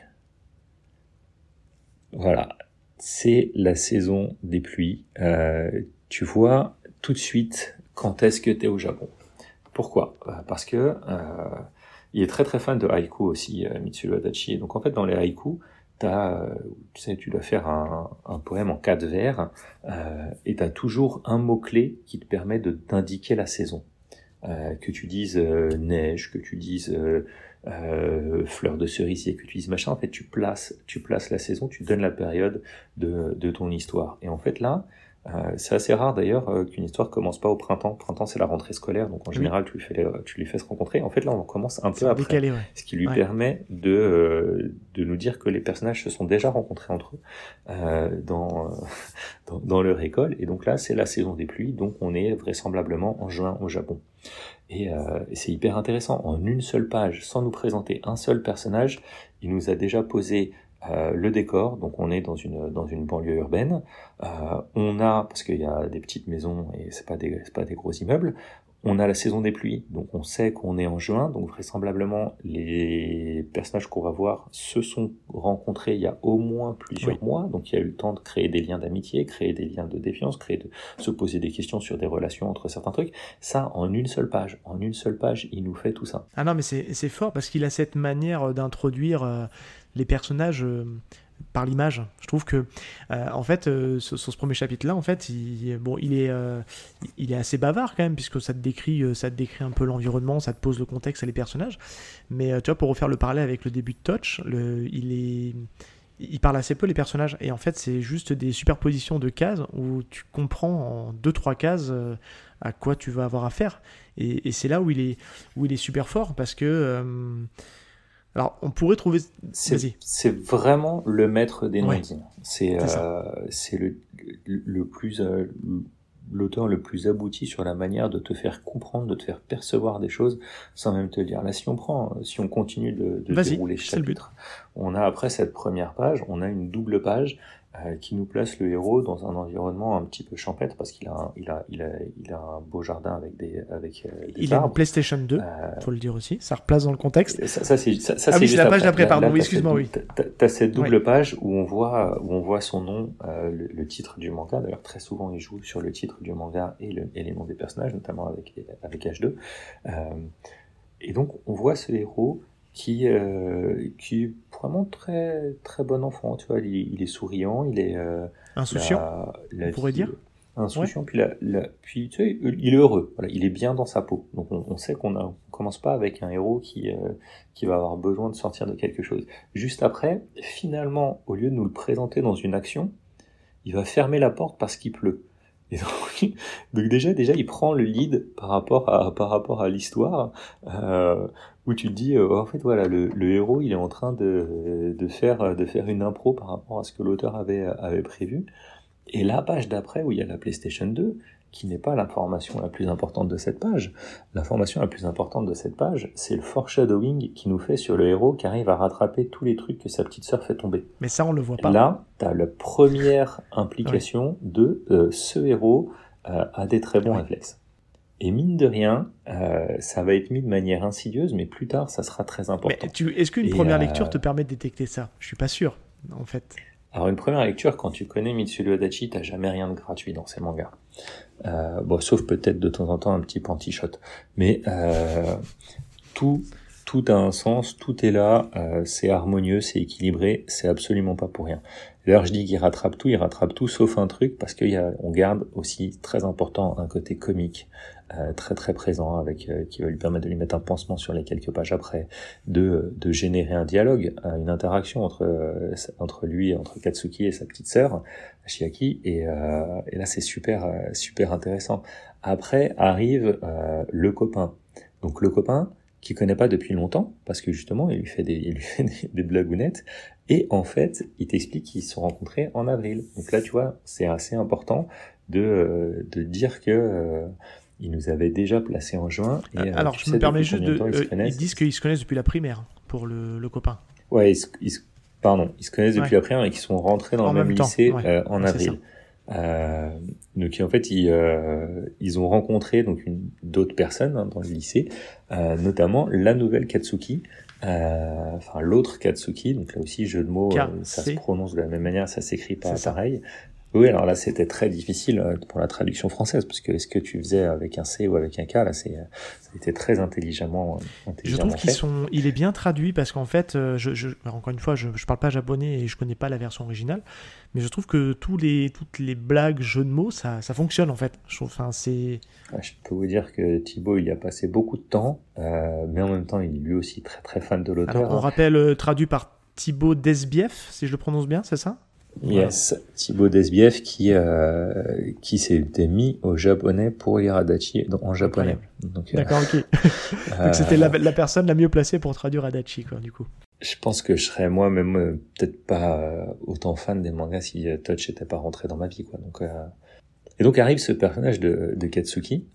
Voilà, c'est la saison des pluies. Euh, tu vois tout de suite quand est-ce que t'es au Japon. Pourquoi ? Parce que euh, il est très très fan de haïku aussi, euh, Mitsuo Adachi. Et donc en fait dans les haïkus, t'as, euh, tu sais, tu dois faire un, un poème en quatre vers, euh, et t'as toujours un mot-clé qui te permet de d'indiquer la saison. Euh, que tu dises euh, neige, que tu dises euh, euh, fleur de cerisier, que tu dises machin, en fait tu places, tu places la saison, tu donnes la période de, de ton histoire. Et en fait là, Euh, c'est assez rare d'ailleurs euh, qu'une histoire commence pas au printemps. Le printemps c'est la rentrée scolaire, donc en oui. général tu lui fais les, tu lui fais se rencontrer. En fait là on commence un peu après, décalé, ouais. ce qui lui ouais. permet de euh, de nous dire que les personnages se sont déjà rencontrés entre eux euh, dans, euh, dans dans leur école. Et donc là c'est la saison des pluies, donc on est vraisemblablement en juin au Japon. Et, euh, et c'est hyper intéressant. En une seule page, sans nous présenter un seul personnage, il nous a déjà posé Euh, le décor, donc on est dans une dans une banlieue urbaine. Euh, on a, parce qu'il y a des petites maisons et c'est pas des c'est pas des gros immeubles. On a la saison des pluies, donc on sait qu'on est en juin, donc vraisemblablement les personnages qu'on va voir se sont rencontrés il y a au moins plusieurs oui. mois, donc il y a eu le temps de créer des liens d'amitié, créer des liens de défiance, créer de se poser des questions sur des relations entre certains trucs. Ça en une seule page, en une seule page, il nous fait tout ça. Ah non mais c'est c'est fort parce qu'il a cette manière d'introduire euh, les personnages euh, par l'image. Je trouve que euh, en fait euh, sur, sur ce premier chapitre là en fait il, bon il est euh, il est assez bavard quand même puisque ça te décrit euh, ça te décrit un peu l'environnement, ça te pose le contexte et les personnages, mais euh, tu vois, pour refaire le parallèle avec le début de Touch, le, il est il parle assez peu les personnages et en fait c'est juste des superpositions de cases où tu comprends en deux trois cases euh, à quoi tu vas avoir affaire, et, et c'est là où il est où il est super fort parce que euh, alors, on pourrait trouver... C'est, c'est vraiment le maître des non-dits. Ouais, c'est c'est, euh, c'est le, le, le plus... Euh, l'auteur le plus abouti sur la manière de te faire comprendre, de te faire percevoir des choses sans même te le dire. Là, si on prend, si on continue de, de dérouler ce chapitre, on a après cette première page, on a une double page euh, qui nous place le héros dans un environnement un petit peu champêtre parce qu'il a un, il a, il a, il a un beau jardin avec des, avec euh, des Il arbres. a une PlayStation deux, Euh, faut le dire aussi, ça replace dans le contexte. Ça, ça c'est ça, ça, Ah c'est oui, c'est juste la page après. d'après, Là, pardon, là, oui, t'as excuse-moi, cette, oui. t'as, t'as cette double Ouais. page où on voit où on voit son nom, euh, le, le titre du manga. D'ailleurs, très souvent, il joue sur le titre du manga et, le, et les noms des personnages, notamment avec avec H deux. Euh, et donc, on voit ce héros qui euh, qui est vraiment très très bon enfant. Tu vois, il, il est souriant, il est euh, Insouciant, la, la on pourrait vie, dire. insouciant, puis, la, la, puis tu sais, il est heureux, voilà, il est bien dans sa peau. Donc on, on sait qu'on a, on commence pas avec un héros qui, euh, qui va avoir besoin de sortir de quelque chose. Juste après, finalement, au lieu de nous le présenter dans une action, il va fermer la porte parce qu'il pleut. Et donc, donc déjà, déjà, il prend le lead par rapport à, par rapport à l'histoire, euh, où tu te dis, euh, en fait, voilà, le, le héros, il est en train de, de faire, de faire une impro par rapport à ce que l'auteur avait, avait prévu. Et la page d'après, où il y a la PlayStation deux, qui n'est pas l'information la plus importante de cette page. L'information la plus importante de cette page, c'est le foreshadowing qui nous fait sur le héros qui arrive à rattraper tous les trucs que sa petite sœur fait tomber. Mais ça, on le voit pas. Là, tu as la première implication ouais. de euh, ce héros euh, a des très bons ouais. réflexes. Et mine de rien, euh, ça va être mis de manière insidieuse, mais plus tard, ça sera très important. Mais tu, est-ce qu'une Et première euh... lecture te permet de détecter ça ? Je suis pas sûr, en fait. Alors une première lecture, quand tu connais Mitsuru Adachi, t'as jamais rien de gratuit dans ses mangas. Euh, bon, sauf peut-être de temps en temps un petit panty-shot. Mais euh, tout, tout a un sens, tout est là, euh, c'est harmonieux, c'est équilibré, c'est absolument pas pour rien. D'ailleurs, je dis qu'il rattrape tout, il rattrape tout sauf un truc, parce qu'il y a, on garde aussi très important un côté comique, euh, très très présent, avec euh, qui va lui permettre de lui mettre un pansement sur les quelques pages après, de de générer un dialogue, une interaction entre euh, entre lui, entre Katsuki et sa petite sœur Chiaki, et, euh, et là c'est super euh, super intéressant. Après arrive euh, le copain, donc le copain qui connaît pas depuis longtemps, parce que justement il lui fait des il lui fait des, des blagounettes. Et en fait, il t'explique qu'ils se sont rencontrés en avril. Donc là, tu vois, c'est assez important de euh, de dire que euh, ils nous avaient déjà placés en juin. Et, Alors, euh, je me permets juste de... Ils, euh, ils disent qu'ils se connaissent depuis la primaire, pour le, le copain. Ouais, ils, ils, pardon, ils se connaissent depuis ouais. la primaire et qu'ils sont rentrés dans en le même, même lycée ouais. euh, en ouais, avril. Euh, donc en fait, ils, euh, ils ont rencontré donc une, d'autres personnes hein, dans le lycée, euh, notamment la nouvelle Katsuki, Euh, enfin l'autre Katsuki, donc là aussi jeu de mots, euh, ça se prononce de la même manière, ça s'écrit pas pareil. Oui, alors là c'était très difficile euh, pour la traduction française, parce que ce que tu faisais avec un C ou avec un K, là c'est, c'était très intelligemment, euh, intelligemment Je trouve fait. qu'ils sont, il est bien traduit parce qu'en fait, euh, je, je, encore une fois, je, je parle pas japonais et je connais pas la version originale, mais je trouve que tous les, toutes les blagues, jeux de mots, ça, ça fonctionne en fait. Je trouve, enfin c'est. Ouais, je peux vous dire que Thibaut il y a passé beaucoup de temps, euh, mais en même temps il est lui aussi très très fan de l'auteur. Alors on rappelle euh, traduit par Thibaut Desbief, si je le prononce bien, c'est ça ? Yes, voilà. Thibaut Desbief qui euh, qui s'était mis au japonais pour lire Adachi en japonais. Donc, D'accord, euh, ok. Donc c'était la, la personne la mieux placée pour traduire Adachi, quoi, du coup. Je pense que je serais moi-même euh, peut-être pas euh, autant fan des mangas si euh, Touch était pas rentré dans ma vie, quoi. Donc euh... et donc arrive ce personnage de, de Katsuki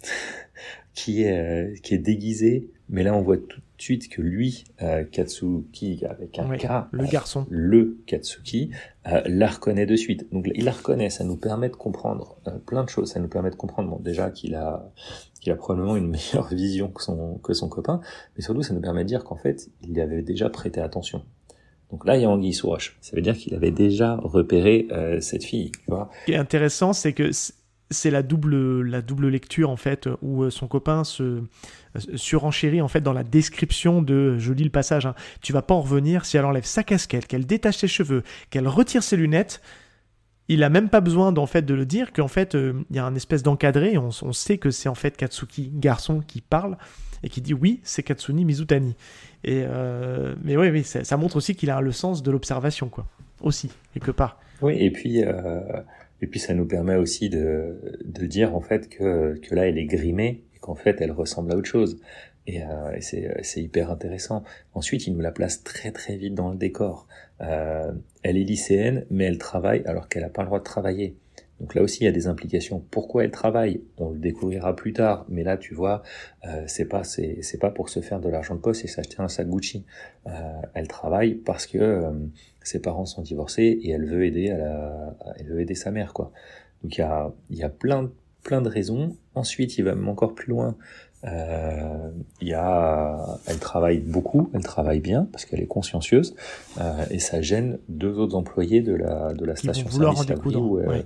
qui est euh, qui est déguisé, mais là on voit tout de suite que lui, euh, Katsuki avec un oui, K, le garçon, le Katsuki, euh, la reconnaît de suite. Donc il la reconnaît, ça nous permet de comprendre euh, plein de choses. Ça nous permet de comprendre, bon, déjà qu'il a qu'il a probablement une meilleure vision que son que son copain, mais surtout ça nous permet de dire qu'en fait il y avait déjà prêté attention. Donc là, il y a anguille sous roche. Ça veut dire qu'il avait déjà repéré euh, cette fille. Tu vois. Ce qui est intéressant, c'est que c'est la double, la double lecture en fait, où son copain se surenchérit en fait dans la description de, je lis le passage, hein, tu vas pas en revenir si elle enlève sa casquette, qu'elle détache ses cheveux, qu'elle retire ses lunettes. Il a même pas besoin d'en fait de le dire qu'en fait il euh, y a un espèce d'encadré. On, on sait que c'est en fait Katsuki garçon qui parle et qui dit oui, c'est Katsuni Mizutani. Et euh, mais oui, oui, ça, ça montre aussi qu'il a le sens de l'observation, quoi. Aussi quelque part. Oui, et puis. Euh... Et puis ça nous permet aussi de, de dire en fait que, que là elle est grimée et qu'en fait elle ressemble à autre chose. Et, euh, et c'est, c'est hyper intéressant. Ensuite, il nous la place très très vite dans le décor. Euh, elle est lycéenne, mais elle travaille alors qu'elle n'a pas le droit de travailler. Donc là aussi, il y a des implications. Pourquoi elle travaille? On le découvrira plus tard. Mais là, tu vois, euh, c'est pas, c'est, c'est pas pour se faire de l'argent de poche et s'acheter un sac Gucci. Euh, elle travaille parce que euh, ses parents sont divorcés et elle veut aider à la, elle veut aider sa mère, quoi. Donc il y a, il y a plein de plein de raisons. Ensuite, il va même encore plus loin. Euh, il y a, elle travaille beaucoup, elle travaille bien parce qu'elle est consciencieuse euh, et ça gêne deux autres employés de la de la station-service où, ouais.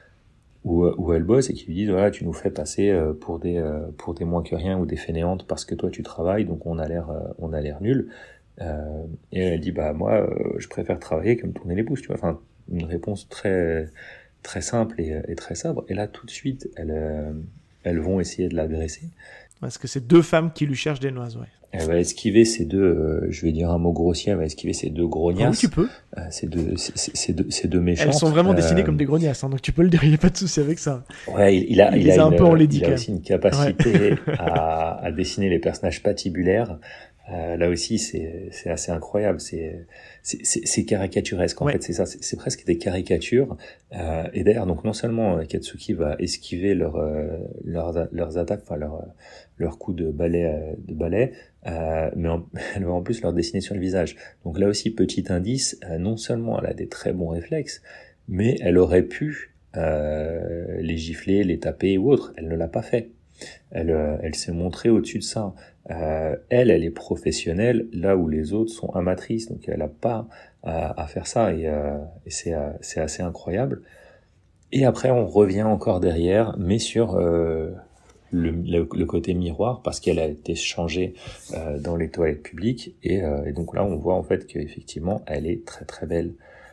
où, où elle bosse et qui lui disent voilà, tu nous fais passer pour des pour des moins que rien ou des fainéantes parce que toi tu travailles, donc on a l'air on a l'air nul. Euh, et elle dit bah moi je préfère travailler que me tourner les pouces, tu vois. Enfin, une réponse très très simple et, et très sobre. Et là, tout de suite, elles, euh, elles vont essayer de l'agresser. Parce que c'est deux femmes qui lui cherchent des noises, ouais. Elle va esquiver ces deux, euh, je vais dire un mot grossier, elle va esquiver ces deux grognasses. Ah oui, tu peux. Euh, ces deux, ces, ces deux, ces deux méchantes. Elles sont vraiment dessinées euh, comme des grognasses, hein, donc tu peux le dire, il n'y a pas de souci avec ça. Ouais, il, il a, il, il a, a une, un peu enlaidi, il a aussi une capacité ouais. à, à dessiner les personnages patibulaires. Euh, là aussi, c'est, c'est assez incroyable. C'est, c'est, c'est, c'est caricaturesque. En ouais. fait, c'est ça. C'est, c'est presque des caricatures. Euh, et d'ailleurs, donc non seulement Katsuki va esquiver leur, euh, leurs, leurs attaques, enfin leurs, leurs coups de balai, de balai, euh, mais en, elle va en plus leur dessiner sur le visage. Donc là aussi, petit indice. Euh, non seulement elle a des très bons réflexes, mais elle aurait pu euh, les gifler, les taper ou autre. Elle ne l'a pas fait. Elle, euh, elle s'est montrée au-dessus de ça. Euh, elle, elle est professionnelle là où les autres sont amatrices, donc elle n'a pas à, à faire ça et, euh, et c'est, euh, c'est assez incroyable. Et après, on revient encore derrière, mais sur euh, le, le, le côté miroir, parce qu'elle a été changée euh, dans les toilettes publiques et, euh, et donc là, on voit en fait qu'effectivement, elle est très très belle.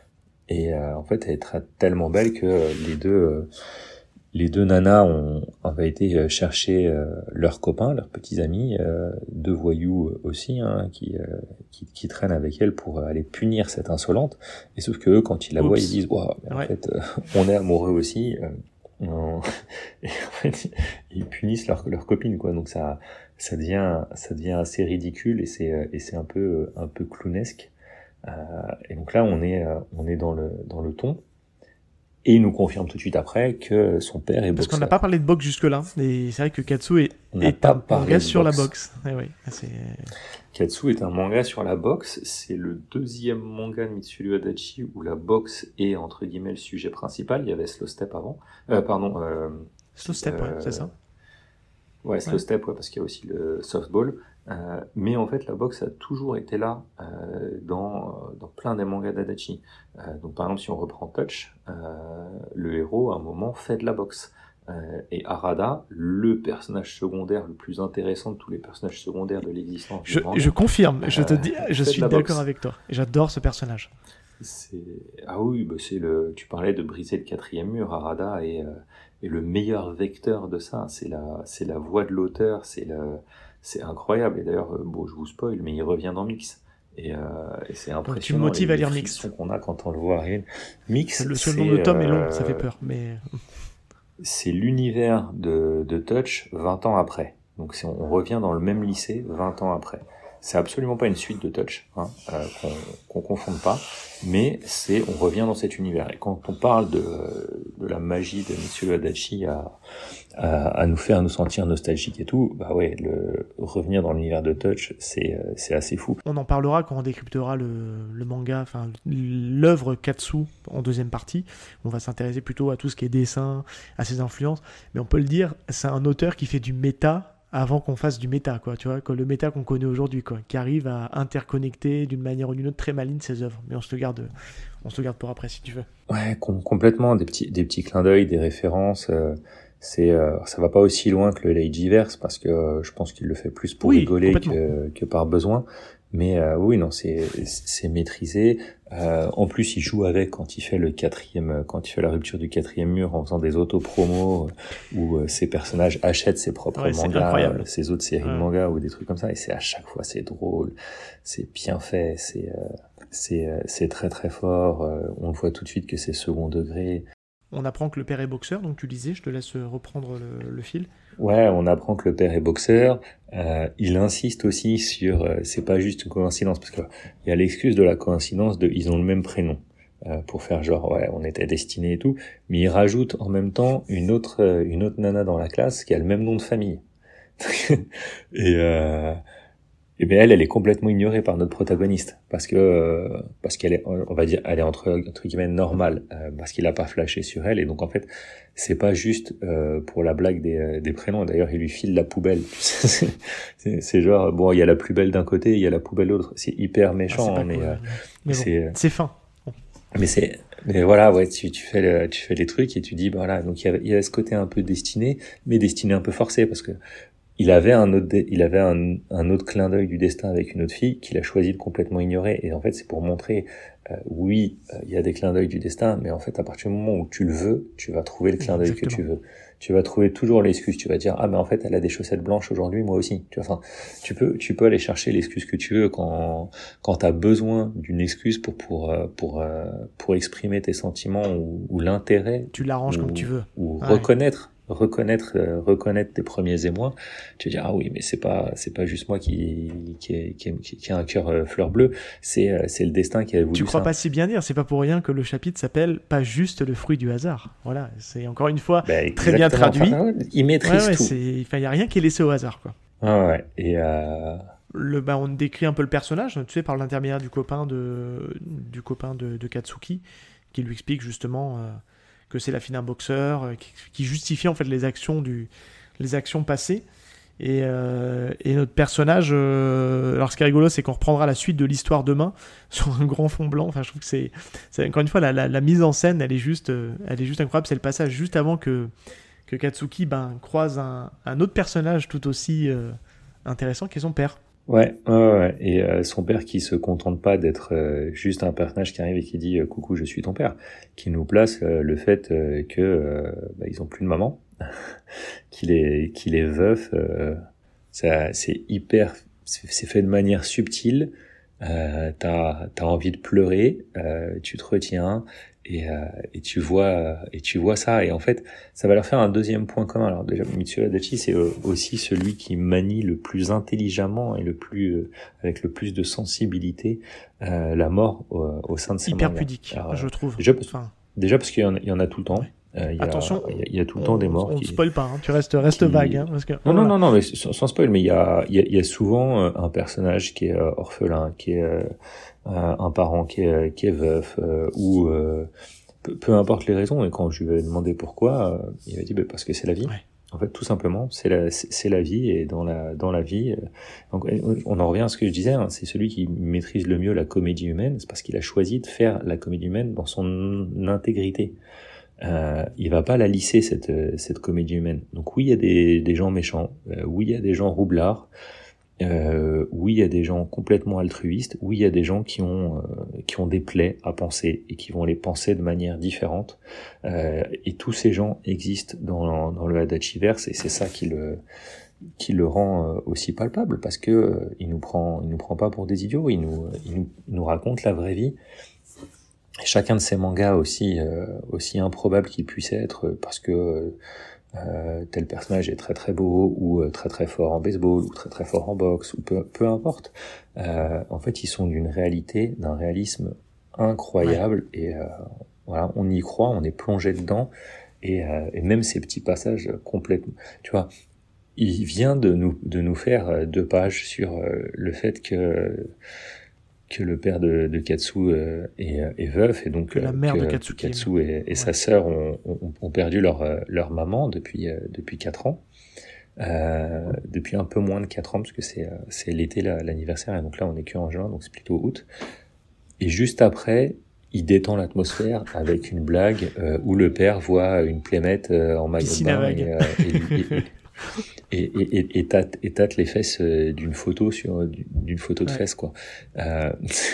Et euh, en fait, elle est très, tellement belle que euh, les deux euh, Les deux nanas ont, ont été chercher euh, leurs copains, leurs petits amis, euh, deux voyous aussi, hein, qui, euh, qui, qui traînent avec elles pour aller punir cette insolente. Et sauf que eux, quand ils la Oups. voient, ils disent waouh, mais ouais. en fait, euh, on est amoureux aussi. Euh, on... Et en fait, ils punissent leurs leurs copines, quoi. Donc ça, ça devient, ça devient assez ridicule et c'est, et c'est un peu, un peu clownesque. Euh, et donc là, on est, on est dans le, dans le ton. Et il nous confirme tout de suite après que son père est boxeur. Parce qu'on n'a pas parlé de boxe jusque-là. Et c'est vrai que Katsu est, est un manga sur la boxe. Eh oui, c'est... Katsu est un manga sur la boxe. C'est le deuxième manga de Mitsuru Adachi où la boxe est, entre guillemets, le sujet principal. Il y avait Slow Step avant. Euh, pardon. Euh, Slow Step, euh, ouais, c'est ça. Ouais, Slow ouais. Step, ouais, parce qu'il y a aussi le softball. Euh, mais en fait, la boxe a toujours été là euh, dans, dans plein des mangas d'Adachi. Euh, donc, par exemple, si on reprend Touch, euh, le héros, à un moment, fait de la boxe. Euh, et Harada, le personnage secondaire le plus intéressant de tous les personnages secondaires de l'existence. Je, manga, je confirme, euh, je te dis, je suis d'accord boxe. avec toi. J'adore ce personnage. C'est... Ah oui, bah c'est le. Tu parlais de briser le quatrième mur. Harada est, euh, est le meilleur vecteur de ça. C'est la, c'est la voix de l'auteur. C'est le. C'est incroyable. Et d'ailleurs, bon, je vous spoil, mais il revient dans Mix. Et, euh, et c'est impressionnant. Donc tu me motives à lire Mix. Qu'on a quand on le voit arriver. Mix. Le seul nombre de tomes est long, ça fait peur. Mais c'est l'univers de, de Touch vingt ans après. Donc si on, on revient dans le même lycée vingt ans après. C'est absolument pas une suite de Touch, hein, euh, qu'on, qu'on confonde pas, mais c'est, on revient dans cet univers. Et quand on parle de, de la magie de Mitsuru Adachi à, à, à nous faire nous sentir nostalgiques et tout, bah ouais, le, revenir dans l'univers de Touch, c'est, c'est assez fou. On en parlera quand on décryptera le, le manga, enfin, l'œuvre Katsu en deuxième partie. On va s'intéresser plutôt à tout ce qui est dessin, à ses influences. Mais on peut le dire, c'est un auteur qui fait du méta avant qu'on fasse du méta, quoi, tu vois, que le méta qu'on connaît aujourd'hui, quoi, qui arrive à interconnecter d'une manière ou d'une autre très maligne ses œuvres. Mais on se le garde, on se le garde pour après si tu veux. Ouais, com- complètement, des petits, des petits clins d'œil, des références. Euh, c'est, euh, ça va pas aussi loin que le Leijiverse parce que euh, je pense qu'il le fait plus pour oui, rigoler que, que par besoin. Mais euh, oui, non, c'est, c'est maîtrisé. Euh, en plus, il joue avec quand il fait le quatrième, quand il fait la rupture du quatrième mur en faisant des auto-promos où euh, ses personnages achètent ses propres ouais, mangas, ses autres séries ouais. de mangas ou des trucs comme ça. Et c'est à chaque fois, c'est drôle, c'est bien fait, c'est, euh, c'est, euh, c'est très très fort. Euh, on voit tout de suite que c'est second degré. On apprend que le père est boxeur, donc tu disais, je te laisse reprendre le, le fil. Ouais, on apprend que le père est boxeur. Euh, il insiste aussi sur, euh, c'est pas juste une coïncidence, parce que il y a l'excuse de la coïncidence de, ils ont le même prénom. euh, pour faire genre ouais on était destinés et tout, mais il rajoute en même temps une autre euh, une autre nana dans la classe qui a le même nom de famille. et euh, et ben elle elle est complètement ignorée par notre protagoniste parce que euh, parce qu'elle est on va dire elle est entre entre guillemets normale euh, parce qu'il a pas flashé sur elle, et donc en fait c'est pas juste euh, pour la blague des euh, des prénoms. D'ailleurs il lui file la poubelle. c'est, c'est c'est genre bon il y a la plus belle d'un côté, il y a la poubelle de l'autre, c'est hyper méchant. Ah, c'est hein, mais, cool, euh, mais bon, c'est c'est fin. Bon. mais c'est mais voilà ouais tu tu fais le, tu fais les trucs et tu dis bah, voilà donc il y a il y a ce côté un peu destiné, mais destiné un peu forcé parce que il avait un autre, dé- il avait un, un autre clin d'œil du destin avec une autre fille qu'il a choisi de complètement ignorer. Et en fait, c'est pour montrer, euh, oui, euh, il y a des clins d'œil du destin, mais en fait, à partir du moment où tu le veux, tu vas trouver le clin d'œil que tu veux. Tu vas trouver toujours l'excuse. Tu vas dire, ah, mais en fait, elle a des chaussettes blanches aujourd'hui, moi aussi. Tu vois, enfin, tu peux, tu peux aller chercher l'excuse que tu veux quand, quand t'as besoin d'une excuse pour, pour, euh, pour, euh, pour exprimer tes sentiments ou, ou l'intérêt. Tu l'arranges ou, comme tu veux. Ou ouais. reconnaître. reconnaître euh, reconnaître tes premiers émois. Tu vas dire ah oui mais c'est pas c'est pas juste moi qui qui est, qui, est, qui a un cœur euh, fleur bleue, c'est euh, c'est le destin qui a voulu ça. Tu crois pas si bien dire, c'est pas pour rien que le chapitre s'appelle pas juste le fruit du hasard. Voilà, c'est encore une fois bah, très bien traduit. Enfin, il maîtrise ouais, ouais, tout. C'est enfin il y a rien qui est laissé au hasard quoi. Ah ouais et euh... le bah on décrit un peu le personnage, tu sais par l'intermédiaire du copain de du copain de, de Katsuki qui lui explique justement euh, que c'est la fille d'un boxeur, euh, qui, qui justifie en fait les actions du, les actions passées. Et, euh, et notre personnage, euh, alors ce qui est rigolo, c'est qu'on reprendra la suite de l'histoire demain sur un grand fond blanc. Enfin, je trouve que c'est, c'est encore une fois la, la, la mise en scène, elle est juste, euh, elle est juste incroyable. C'est le passage juste avant que que Katsuki ben croise un, un autre personnage tout aussi euh, intéressant, qui est son père. Ouais, ouais, ouais. Et euh, son père qui se contente pas d'être euh, juste un personnage qui arrive et qui dit euh, coucou, je suis ton père, qui nous place euh, le fait euh, que euh, bah, ils ont plus de maman, qu'il est qu'il est veuf. Euh, ça, c'est hyper, c'est, c'est fait de manière subtile. Euh, t'as t'as envie de pleurer, euh, tu te retiens. Et, euh, et tu vois et tu vois ça, et en fait ça va leur faire un deuxième point commun. Alors déjà Mitsuo Adachi c'est aussi celui qui manie le plus intelligemment et le plus euh, avec le plus de sensibilité euh, la mort au, au sein de ses hyper mangas. pudique. Alors, je trouve déjà parce, enfin... déjà parce qu'il y en a, il y en a tout le temps. Ouais. Euh, il y a, Attention, il y a, il y a tout le on, temps des morts. On ne qui, spoil pas, hein, tu restes, restes qui... vague. Hein, parce que, non, voilà. non, non, non, mais sans, sans spoil, mais il y a, il y a, il y a souvent un personnage qui est euh, orphelin, qui est euh, un parent qui est, qui est veuf, euh, ou euh, peu, peu importe les raisons. Et quand je lui ai demandé pourquoi, euh, il m'a dit bah, parce que c'est la vie. Ouais. En fait, tout simplement, c'est la, c'est, c'est la vie, et dans la, dans la vie, euh, donc, on en revient à ce que je disais, hein, c'est celui qui maîtrise le mieux la comédie humaine, c'est parce qu'il a choisi de faire la comédie humaine dans son intégrité. Euh, il va pas la lisser cette cette comédie humaine. Donc oui, il y a des des gens méchants, euh, oui, il y a des gens roublards, euh, oui, il y a des gens complètement altruistes, oui, il y a des gens qui ont euh, qui ont des plaies à penser et qui vont les penser de manière différente. Euh, et tous ces gens existent dans dans le Adachiverse, et c'est ça qui le qui le rend aussi palpable, parce que euh, il nous prend il nous prend pas pour des idiots, il nous il nous, il nous raconte la vraie vie. Chacun de ces mangas, aussi euh, aussi improbable qu'il puisse être, parce que euh, tel personnage est très très beau, ou euh, très très fort en baseball, ou très très fort en boxe, ou peu peu importe. Euh, en fait, ils sont d'une réalité, d'un réalisme incroyable, ouais. et euh, voilà, on y croit, on est plongé dedans, et, euh, et même ces petits passages complètement, tu vois, il vient de nous de nous faire deux pages sur euh, le fait que que le père de, de Katsu euh, est, est veuf, et donc que la mère que de Katsu, Katsu et, et ouais. sa sœur ont, ont, ont perdu leur leur maman depuis euh, depuis quatre ans, euh, depuis un peu moins de quatre ans, parce que c'est c'est l'été là, l'anniversaire, et donc là on est que en juin, donc c'est plutôt août. Et juste après, il détend l'atmosphère avec une blague euh, où le père voit une plémette euh, en maillot de bain, et, euh, et, et, et Et, et, et, et, tâte, et tâte les fesses d'une photo sur d'une photo de ouais. fesses, quoi. Euh,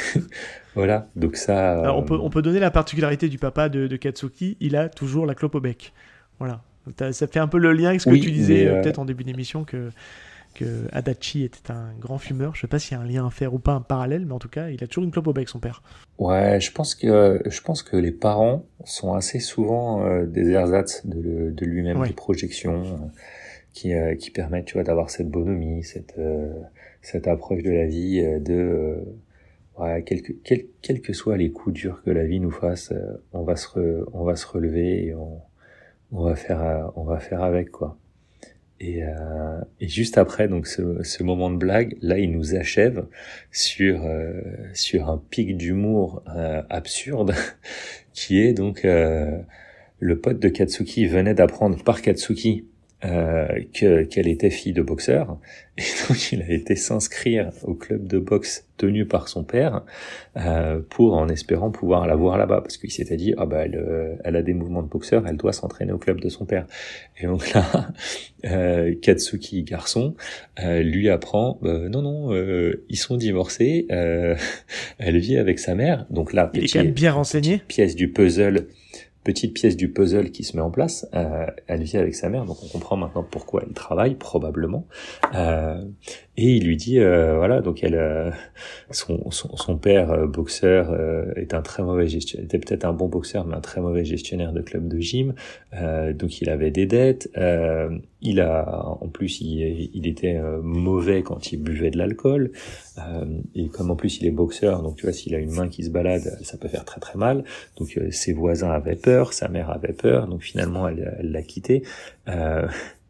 voilà, donc ça. Alors on peut on peut donner la particularité du papa de, de Katsuki, il a toujours la clope au bec. Voilà, ça fait un peu le lien avec ce oui, que tu disais euh... peut-être en début d'émission, que que Adachi était un grand fumeur. Je sais pas s'il y a un lien à faire ou pas, un parallèle, mais en tout cas, il a toujours une clope au bec, son père. Ouais, je pense que je pense que les parents sont assez souvent euh, des ersatz de, de lui-même, ouais. des projections. Euh, qui euh, qui permettent, tu vois, d'avoir cette bonhomie, cette euh, cette approche de la vie, euh, de euh, ouais, quel que, quel, quels que soient les coups durs que la vie nous fasse, euh, on va se re, on va se relever et on, on va faire, euh, on va faire avec, quoi. Et, euh, et juste après, donc ce, ce moment de blague, là, il nous achève sur euh, sur un pic d'humour euh, absurde, qui est donc euh, le pote de Katsuki venait d'apprendre par Katsuki euh, que qu'elle était fille de boxeur, et donc il a été s'inscrire au club de boxe tenu par son père euh, pour en espérant pouvoir la voir là-bas, parce qu'il s'était dit ah bah elle, euh, elle a des mouvements de boxeur, elle doit s'entraîner au club de son père. Et donc là euh, Katsuki garçon euh, lui apprend euh, non non euh, ils sont divorcés, euh, elle vit avec sa mère. Donc là il est quand même bien renseigné. Pièce du puzzle. Petite pièce du puzzle qui se met en place. Euh, elle vit avec sa mère, donc on comprend maintenant pourquoi elle travaille, probablement. Euh, et il lui dit, euh, voilà, donc elle, euh, son, son, son père euh, boxeur euh, est un très mauvais gestionnaire, était peut-être un bon boxeur, mais un très mauvais gestionnaire de club de gym. Euh, donc il avait des dettes. Euh, il a, en plus, il, il était euh, mauvais quand il buvait de l'alcool. Euh, et comme en plus il est boxeur, donc tu vois, s'il a une main qui se balade, ça peut faire très très mal. Donc euh, ses voisins avaient peur, sa mère avait peur, donc finalement elle, elle l'a quitté. Euh,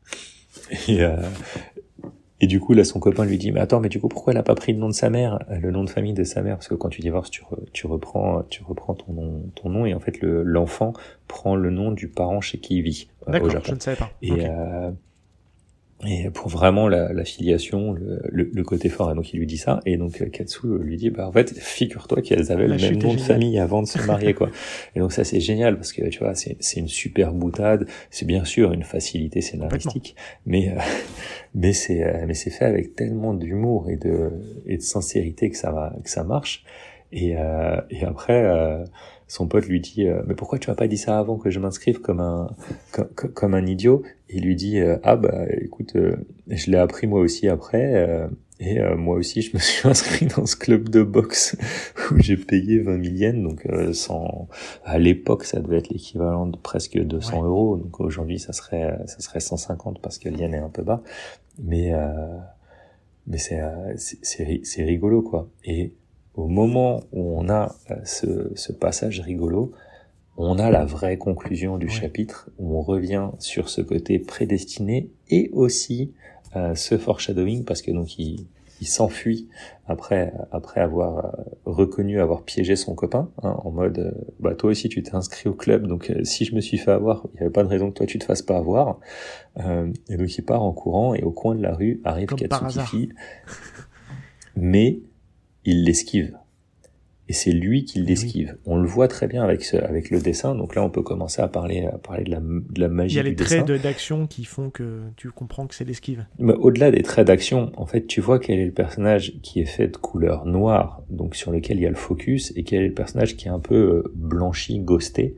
et, euh, et du coup là son copain lui dit mais attends, mais du coup pourquoi elle a pas pris le nom de sa mère, le nom de famille de sa mère, parce que quand tu divorces tu, re, tu reprends tu reprends ton nom ton nom et en fait le, l'enfant prend le nom du parent chez qui il vit. D'accord, au Japon. Je ne savais pas. Et okay. euh, Et pour vraiment la, la filiation, le, le, le côté fort. Et donc il lui dit ça. Et donc Katsu lui dit, bah en fait, figure-toi qu'elles avaient la le même nom de famille avant de se marier, quoi. Et donc ça c'est génial parce que tu vois, c'est c'est une super boutade. C'est bien sûr une facilité scénaristique, mais euh, mais c'est euh, mais c'est fait avec tellement d'humour et de et de sincérité que ça va que ça marche. Et euh, et après. Euh, Son pote lui dit euh, mais pourquoi tu m'as pas dit ça avant que je m'inscrive comme un comme, comme un idiot. Et il lui dit euh, ah bah écoute euh, je l'ai appris moi aussi après euh, et euh, moi aussi je me suis inscrit dans ce club de boxe où j'ai payé vingt mille yens, donc euh, sans à l'époque ça devait être l'équivalent de presque deux cents ouais. euros, donc aujourd'hui ça serait ça serait cent cinquante parce que le yen est un peu bas, mais euh, mais c'est c'est c'est, c'est rigolo, quoi. Et au moment où on a ce, ce passage rigolo, on a la vraie conclusion du oui. chapitre, où on revient sur ce côté prédestiné et aussi euh, ce foreshadowing, parce que donc il, il s'enfuit après après avoir reconnu avoir piégé son copain, hein, en mode euh, bah toi aussi tu t'es inscrit au club, donc euh, si je me suis fait avoir, il y avait pas de raison que toi tu te fasses pas avoir. Euh, et donc il part en courant et au coin de la rue arrive Katsuki, mais il l'esquive. Et c'est lui qui l'esquive. Oui. On le voit très bien avec ce, avec le dessin. Donc là, on peut commencer à parler, à parler de la, de la magie du dessin. Il y a les traits de, d'action qui font que tu comprends que c'est l'esquive. Mais au-delà des traits d'action, en fait, tu vois quel est le personnage qui est fait de couleur noire, donc sur lequel il y a le focus, et quel est le personnage qui est un peu blanchi, ghosté.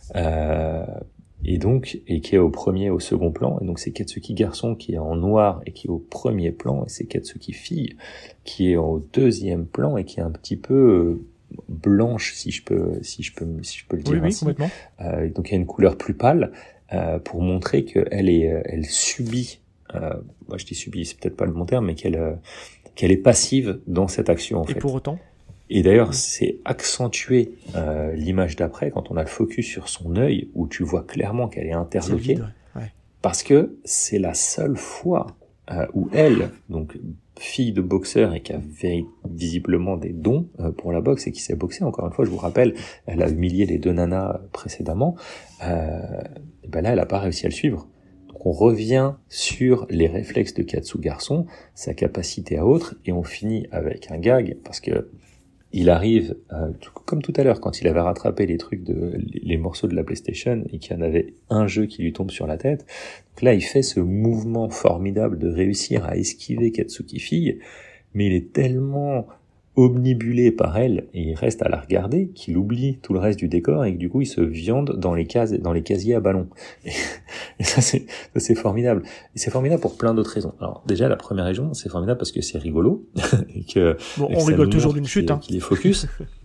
Euh, et donc, et qui est au premier, au second plan. Et donc, c'est Katsuki garçon qui est en noir et qui est au premier plan, et c'est Katsuki fille qui est au deuxième plan et qui est un petit peu blanche, si je peux, si je peux, si je peux le dire oui, ainsi. Oui, complètement. Euh, donc, il y a une couleur plus pâle, euh, pour montrer qu'elle est, elle subit, euh, moi je dis subit, c'est peut-être pas le bon terme, mais qu'elle, euh, qu'elle est passive dans cette action, en et fait. Et pour autant? Et d'ailleurs, c'est accentué euh, l'image d'après quand on a le focus sur son œil, où tu vois clairement qu'elle est interloquée, vide, ouais. Parce que c'est la seule fois euh, où elle, donc fille de boxeur et qui a visiblement des dons euh, pour la boxe et qui s'est boxée, encore une fois, je vous rappelle, elle a humilié les deux nanas précédemment, euh, et ben là, elle a pas réussi à le suivre. Donc on revient sur les réflexes de Katsu garçon, sa capacité à autre, et on finit avec un gag, parce que il arrive, euh, tout, comme tout à l'heure, quand il avait rattrapé les trucs de les, les morceaux de la PlayStation et qu'il y en avait un jeu qui lui tombe sur la tête. Donc là, il fait ce mouvement formidable de réussir à esquiver Katsuki fille, mais il est tellement omnibulé par elle et il reste à la regarder qu'il oublie tout le reste du décor et que du coup il se viande dans les cases, dans les casiers à ballon. Et, et ça c'est, ça c'est formidable. Et c'est formidable pour plein d'autres raisons. Alors déjà la première raison, c'est formidable parce que c'est rigolo et que bon, et on que rigole toujours d'une chute, hein. Qu'il est focus.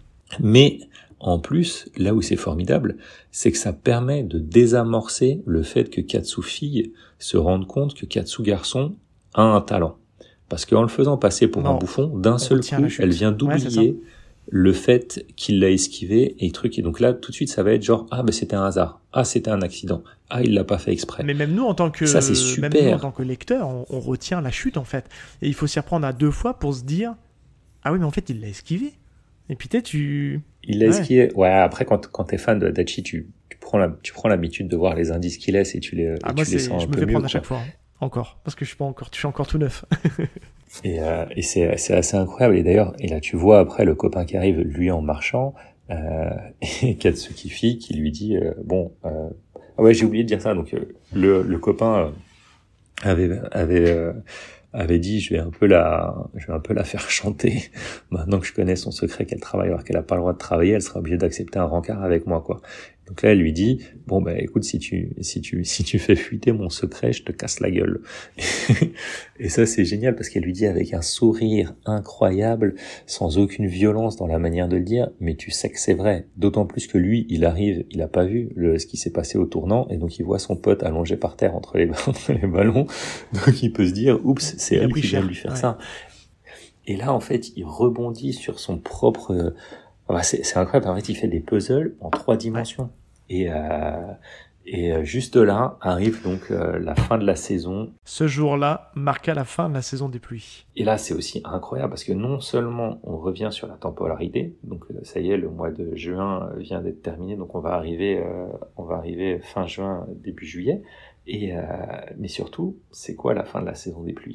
Mais en plus, là où c'est formidable, c'est que ça permet de désamorcer le fait que Katsu fille se rende compte que Katsu garçon a un talent. Parce qu'en le faisant passer pour non, un bouffon, d'un seul coup, elle vient d'oublier ouais, le fait qu'il l'a esquivé et truc. Et donc là, tout de suite, ça va être genre, ah, ben, c'était un hasard. Ah, c'était un accident. Ah, il l'a pas fait exprès. Mais même nous, en tant que, ça, c'est super. Même nous, en tant que lecteur, on, on retient la chute, en fait. Et il faut s'y reprendre à deux fois pour se dire, ah oui, mais en fait, il l'a esquivé. Et puis, peut-être, tu... Il l'a ouais. esquivé. Ouais, après, quand, quand t'es fan de Adachi, tu, tu prends la, tu prends l'habitude de voir les indices qu'il laisse et tu les, ah, et moi, tu les sens je un me peu fais mieux, prendre quoi. à chaque fois. Hein. Encore. Parce que je suis pas encore, je suis encore tout neuf. Et, euh, et c'est, c'est assez incroyable. Et d'ailleurs, et là, tu vois après le copain qui arrive, lui en marchant, euh, et Katsuki Fi qui lui dit, euh, bon, euh, ah ouais, j'ai oublié de dire ça. Donc, euh, le, le copain euh, avait, avait, euh, avait dit, je vais un peu la, je vais un peu la faire chanter. Maintenant que je connais son secret, qu'elle travaille alors qu'elle a pas le droit de travailler, elle sera obligée d'accepter un rencard avec moi, quoi. Donc là, elle lui dit, bon, bah, écoute, si tu, si tu, si tu fais fuiter mon secret, je te casse la gueule. Et ça, c'est génial parce qu'elle lui dit avec un sourire incroyable, sans aucune violence dans la manière de le dire, mais tu sais que c'est vrai. D'autant plus que lui, il arrive, il a pas vu le, ce qui s'est passé au tournant, et donc il voit son pote allongé par terre entre les, entre les ballons. Donc il peut se dire, oups, c'est elle qui vient de lui faire ouais. ça. Et là, en fait, il rebondit sur son propre, bah, c'est, c'est incroyable. En fait, il fait des puzzles en trois dimensions. Ouais. Et, euh, et juste là arrive donc euh, la fin de la saison. Ce jour-là marqua la fin de la saison des pluies. Et là, c'est aussi incroyable parce que non seulement on revient sur la temporalité, donc ça y est, le mois de juin vient d'être terminé, donc on va arriver, euh, on va arriver fin juin, début juillet. Et euh, mais surtout, c'est quoi la fin de la saison des pluies ?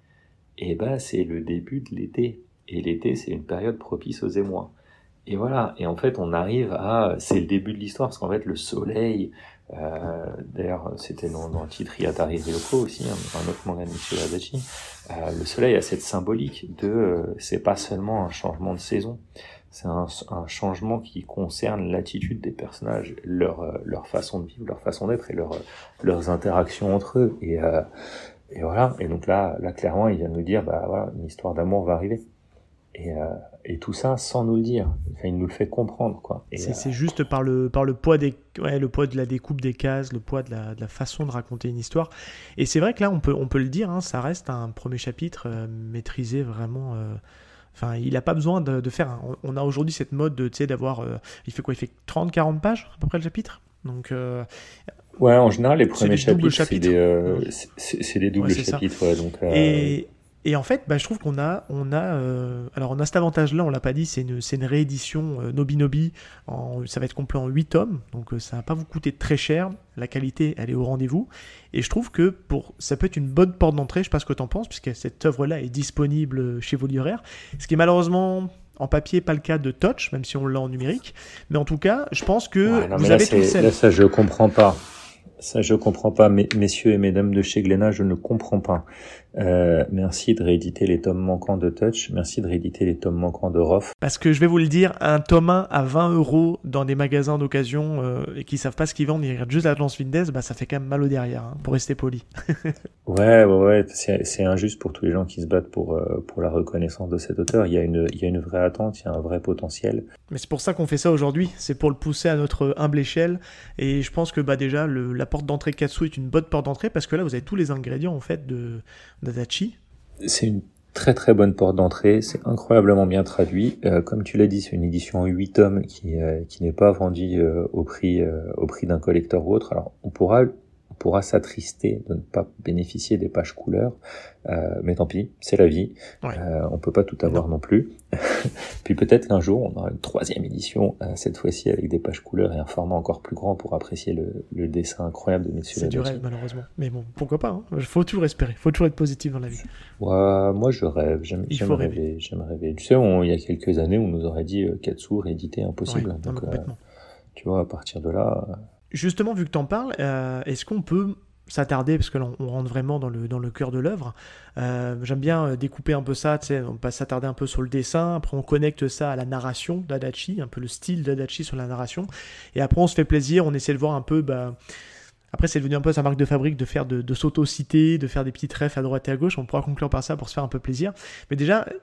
Et ben, c'est le début de l'été. Et l'été, c'est une période propice aux émois. Et voilà, et en fait on arrive à, c'est le début de l'histoire, parce qu'en fait le soleil, euh, d'ailleurs c'était dans, dans le titre Yatari Ryoko aussi, hein, un autre manga de Michio Adachi, euh, le soleil a cette symbolique de, euh, c'est pas seulement un changement de saison, c'est un, un changement qui concerne l'attitude des personnages, leur, euh, leur façon de vivre, leur façon d'être et leur, euh, leurs interactions entre eux, et, euh, et voilà, et donc là, là clairement il vient de nous dire, bah voilà, une histoire d'amour va arriver. Et, euh, et tout ça sans nous le dire. Enfin, il nous le fait comprendre, quoi. Et c'est, euh... c'est juste par le, par le poids des, ouais, le poids de la découpe des cases, le poids de la, de la façon de raconter une histoire. Et c'est vrai que là, on peut, on peut le dire, hein, ça reste un premier chapitre euh, maîtrisé vraiment. Euh... Enfin, il n'a pas besoin de, de faire. Un... On a aujourd'hui cette mode de, tu sais, d'avoir. Euh... Il fait quoi ? Il fait trente à quarante pages à peu près le chapitre. Donc. Euh... Ouais, en général, les premiers chapitres, chapitres, c'est des, euh, c'est, c'est des doubles ouais, c'est chapitres. Ouais, donc, euh... Et. Et en fait, bah, je trouve qu'on a, on a, euh, alors on a cet avantage-là, on l'a pas dit, c'est une, c'est une réédition euh, Nobi Nobi, en, ça va être complet en huit tomes, donc euh, ça va pas vous coûter très cher, la qualité, elle est au rendez-vous, et je trouve que pour, ça peut être une bonne porte d'entrée, je sais pas ce que t'en penses, puisque cette œuvre-là est disponible chez Voluréaire, ce qui est malheureusement en papier pas le cas de Touch, même si on l'a en numérique, mais en tout cas, je pense que ouais, non, vous mais là, avez c'est, tout le sel. Là, ça, je comprends pas. Ça, je comprends pas, mes, messieurs et mesdames de chez Glénat, je ne comprends pas. Euh, merci de rééditer les tomes manquants de Touch, merci de rééditer les tomes manquants de Rof. Parce que je vais vous le dire, un tome un à vingt euros dans des magasins d'occasion euh, et qui savent pas ce qu'ils vendent, ils regardent juste la Lance Vindes, bah ça fait quand même mal au derrière, hein, pour rester poli. ouais, ouais, ouais, c'est, c'est injuste pour tous les gens qui se battent pour euh, pour la reconnaissance de cet auteur. Il y a une il y a une vraie attente, il y a un vrai potentiel. Mais c'est pour ça qu'on fait ça aujourd'hui, c'est pour le pousser à notre humble échelle. Et je pense que bah déjà le, la porte d'entrée Katsu est une bonne porte d'entrée parce que là vous avez tous les ingrédients en fait de d'Adachi. C'est une très très bonne porte d'entrée, c'est incroyablement bien traduit. Euh, comme tu l'as dit, c'est une édition en huit tomes qui euh, qui n'est pas vendue euh, au prix euh, au prix d'un collector ou autre. Alors on pourra on pourra s'attrister de ne pas bénéficier des pages couleurs, euh, mais tant pis, c'est la vie. Ouais. Euh, on peut pas tout avoir non, non plus. Puis peut-être qu'un jour on aura une troisième édition, euh, cette fois-ci avec des pages couleurs et un format encore plus grand pour apprécier le, le dessin incroyable de Mitsuya Adachi. C'est du rêve malheureusement, mais bon, pourquoi pas, hein. Faut toujours espérer, faut toujours être positif dans la vie. Ouais, moi je rêve, j'aime, j'aime rêver, rêver, j'aime rêver. Tu sais, on, il y a quelques années on nous aurait dit euh, Katsu réédité impossible, ouais, donc euh, tu vois, à partir de là... Euh... Justement, vu que t'en parles, euh, est-ce qu'on peut s'attarder, parce que là on rentre vraiment dans le, dans le cœur de l'œuvre, euh, j'aime bien découper un peu ça, tu sais, on peut s'attarder un peu sur le dessin, après on connecte ça à la narration d'Adachi, un peu le style d'Adachi sur la narration, et après on se fait plaisir, on essaie de voir un peu... Bah, après, c'est devenu un peu sa marque de fabrique de faire de, de s'auto-citer, de faire des petites refs à droite et à gauche, on pourra conclure par ça pour se faire un peu plaisir, mais déjà...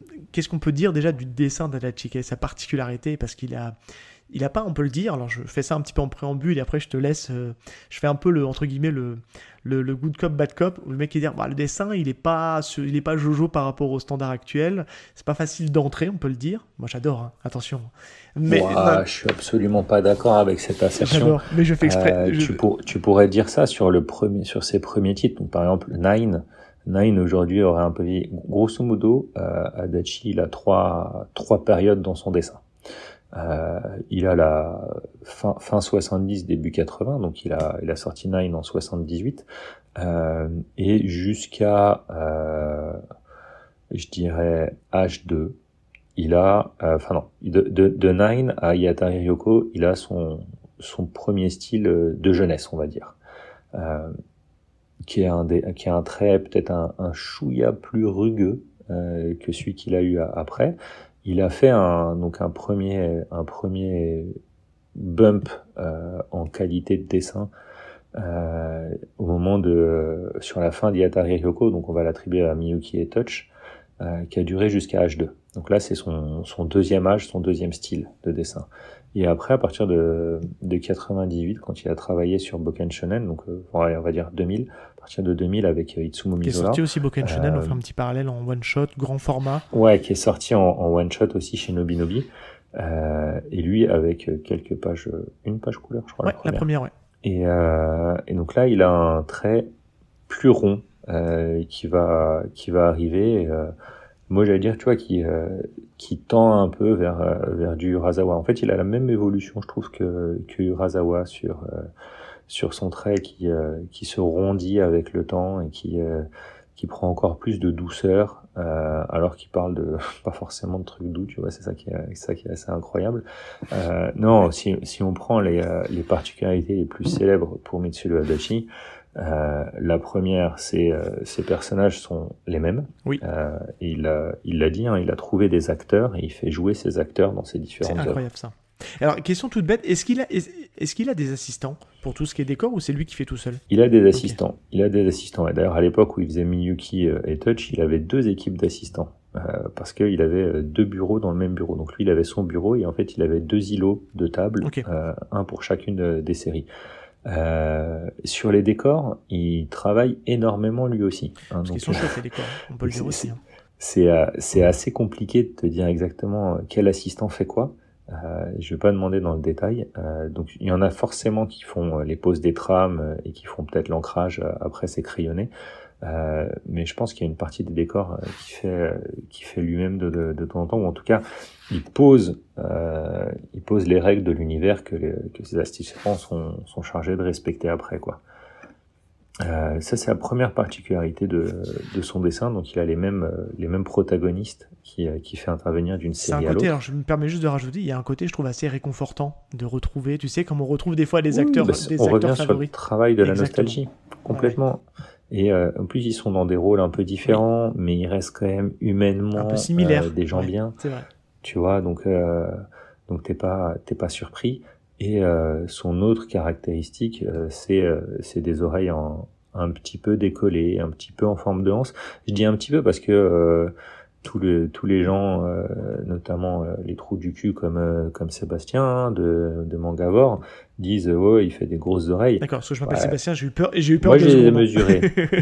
qu'est-ce qu'on peut dire déjà du dessin d'Adachi, quelle est sa particularité, parce qu'il a, il a pas, on peut le dire, alors je fais ça un petit peu en préambule et après je te laisse, euh, je fais un peu le, entre guillemets, le, le, le good cop, bad cop, où le mec qui dit, bah, le dessin, il est pas, il est pas jojo par rapport au standard actuel, c'est pas facile d'entrer, on peut le dire. Moi j'adore, hein, attention. Mais Ouah, je suis absolument pas d'accord avec cette assertion. J'adore, mais je fais exprès. Euh, je... tu, pour, tu pourrais dire ça sur le premier, sur ses premiers titres. Donc par exemple, Nine. Nine aujourd'hui aurait un peu vieilli. Grosso modo, euh, Adachi, il a trois, trois périodes dans son dessin. Euh, il a la fin, fin soixante-dix, début quatre-vingts, donc il a, il a sorti Nine en soixante-dix-huit, euh, et jusqu'à, euh, je dirais, H deux, il a, enfin euh, non, de, de, de Nine à Yatari Ryoko, il a son, son premier style de jeunesse, on va dire, euh, qui est un, des, qui est un trait peut-être un, un chouïa plus rugueux euh, que celui qu'il a eu à, après. Il a fait un, donc un premier, un premier bump euh, en qualité de dessin euh, au moment de, sur la fin d'Yatari Ryoko, donc on va l'attribuer à Miyuki et Touch, euh, qui a duré jusqu'à H deux. Donc là, c'est son, son deuxième âge, son deuxième style de dessin. Et après, à partir de, de quatre-vingt-dix-huit, quand il a travaillé sur Boken Shonen, donc euh, on va dire deux mille, à partir de deux mille avec euh, Itsumo Mizola. Qui est sorti aussi Boken Shonen, euh, on fait un petit parallèle en one-shot, grand format. Ouais, qui est sorti en, en one-shot aussi chez Nobinobi. Euh, et lui, avec quelques pages, une page couleur, je crois. Ouais, la première, la première ouais. Et, euh, et donc là, il a un trait plus rond euh, qui va qui va arriver. Euh, moi, j'allais dire, tu vois, qui euh, qui tend un peu vers euh, vers du Urasawa. En fait, il a la même évolution, je trouve, que que Urasawa sur euh, sur son trait qui euh, qui se rondit avec le temps et qui euh, qui prend encore plus de douceur, euh, alors qu'il parle de pas forcément de trucs doux, tu vois, c'est ça qui est, c'est ça qui est assez incroyable. Euh, non, si si on prend les euh, les particularités les plus célèbres pour Mitsuru Adachi, euh, la première, c'est euh, ces personnages sont les mêmes. Oui. Euh, et il a il l'a dit, hein, il a trouvé des acteurs et il fait jouer ces acteurs dans ses différentes œuvres. C'est incroyable ça. Alors, question toute bête, est-ce qu'il a, est, est-ce qu'il a des assistants pour tout ce qui est décor ou c'est lui qui fait tout seul ? Il a des assistants. Okay. Il a des assistants. Et d'ailleurs, à l'époque où il faisait Miyuki et Touch, il avait deux équipes d'assistants. Euh, parce qu'il avait deux bureaux dans le même bureau. Donc lui, il avait son bureau et en fait, il avait deux îlots de table, okay. euh, un pour chacune des séries. Euh, sur les décors, il travaille énormément lui aussi. Hein, parce donc, qu'ils sont chouettes les décors, on peut le dire aussi. Hein. C'est, euh, c'est assez compliqué de te dire exactement quel assistant fait quoi. Euh, je vais pas demander dans le détail. Euh, donc il y en a forcément qui font les poses des trames et qui font peut-être l'ancrage après c'est crayonné. Euh, mais je pense qu'il y a une partie des décors qui fait qui fait lui-même de, de, de temps en temps, ou en tout cas il pose euh, il pose les règles de l'univers que les, que ses assistants sont sont chargés de respecter après quoi. Euh, ça c'est la première particularité de de son dessin, donc il a les mêmes les mêmes protagonistes qui qui fait intervenir d'une série à l'autre. C'est un côté, alors je me permets juste de rajouter, il y a un côté je trouve assez réconfortant de retrouver, tu sais comme on retrouve des fois des acteurs oui, bah, des on acteurs revient favoris. Sur le travail de la Exactement. nostalgie complètement. Ouais. Et euh, en plus ils sont dans des rôles un peu différents, oui. mais ils restent quand même humainement un peu similaires. Euh, des gens ouais, bien. C'est vrai. Tu vois, donc euh, donc t'es pas t'es pas surpris. Et euh, son autre caractéristique, euh, c'est euh, c'est des oreilles en un petit peu décollées, un petit peu en forme de hanse. Je dis un petit peu parce que euh, tous les tous les gens, euh, notamment euh, les trous du cul comme euh, comme Sébastien hein, de de Mangavore, disent euh, ouais il fait des grosses oreilles. D'accord, parce que je m'appelle ouais. Sébastien, j'ai eu peur et j'ai eu peur. Moi je les ai secondes. mesurées.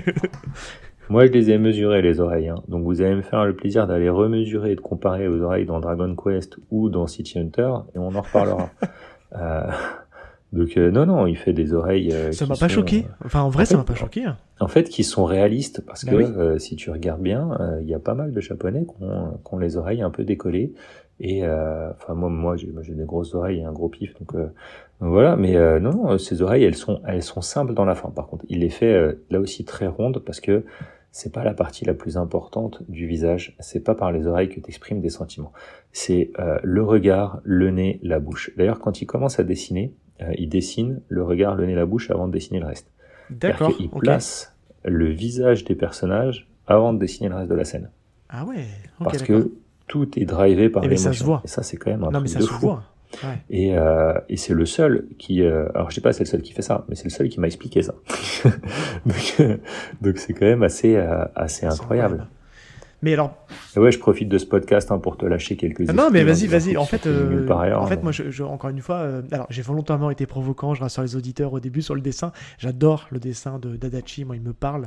Moi je les ai mesurées les oreilles. Hein. Donc vous allez me faire le plaisir d'aller remesurer et de comparer aux oreilles dans Dragon Quest ou dans City Hunter et on en reparlera. euh, Donc euh, non non, il fait des oreilles. Euh, ça m'a pas sont, choqué. Enfin en vrai, en fait, ça m'a pas choqué. En fait, qui sont réalistes parce bah que oui. euh, si tu regardes bien, il euh, y a pas mal de Japonais qui ont, qui ont les oreilles un peu décollées. Et euh, enfin moi moi j'ai, moi j'ai des grosses oreilles et un gros pif donc, euh, donc voilà. Mais euh, non non, ces oreilles elles sont elles sont simples dans la forme. Par contre, il les fait euh, là aussi très rondes parce que c'est pas la partie la plus importante du visage. C'est pas par les oreilles que t'exprimes des sentiments. C'est euh, le regard, le nez, la bouche. D'ailleurs, quand il commence à dessiner. Euh, il dessine le regard, le nez, la bouche avant de dessiner le reste. D'accord. Il okay. place le visage des personnages avant de dessiner le reste de la scène. Ah ouais. Okay, Parce d'accord. que tout est drivé par et l'émotion. Ça se voit. Et ça, c'est quand même un non, truc mais ça de se fou. Voit. Ouais. Et, euh, et c'est le seul qui... Euh, alors, je sais pas, c'est le seul qui fait ça, mais c'est le seul qui m'a expliqué ça. donc, euh, donc, c'est quand même assez, euh, assez incroyable. incroyable. Mais alors. Et ouais, je profite de ce podcast hein, pour te lâcher quelques. Ah non, mais vas-y, hein, vas-y. En fait, euh, ailleurs, en fait, mais... moi, je, je, encore une fois, euh, alors j'ai volontairement été provocant. Je rassure les auditeurs au début sur le dessin. J'adore le dessin de d'Adachi. Moi, il me parle.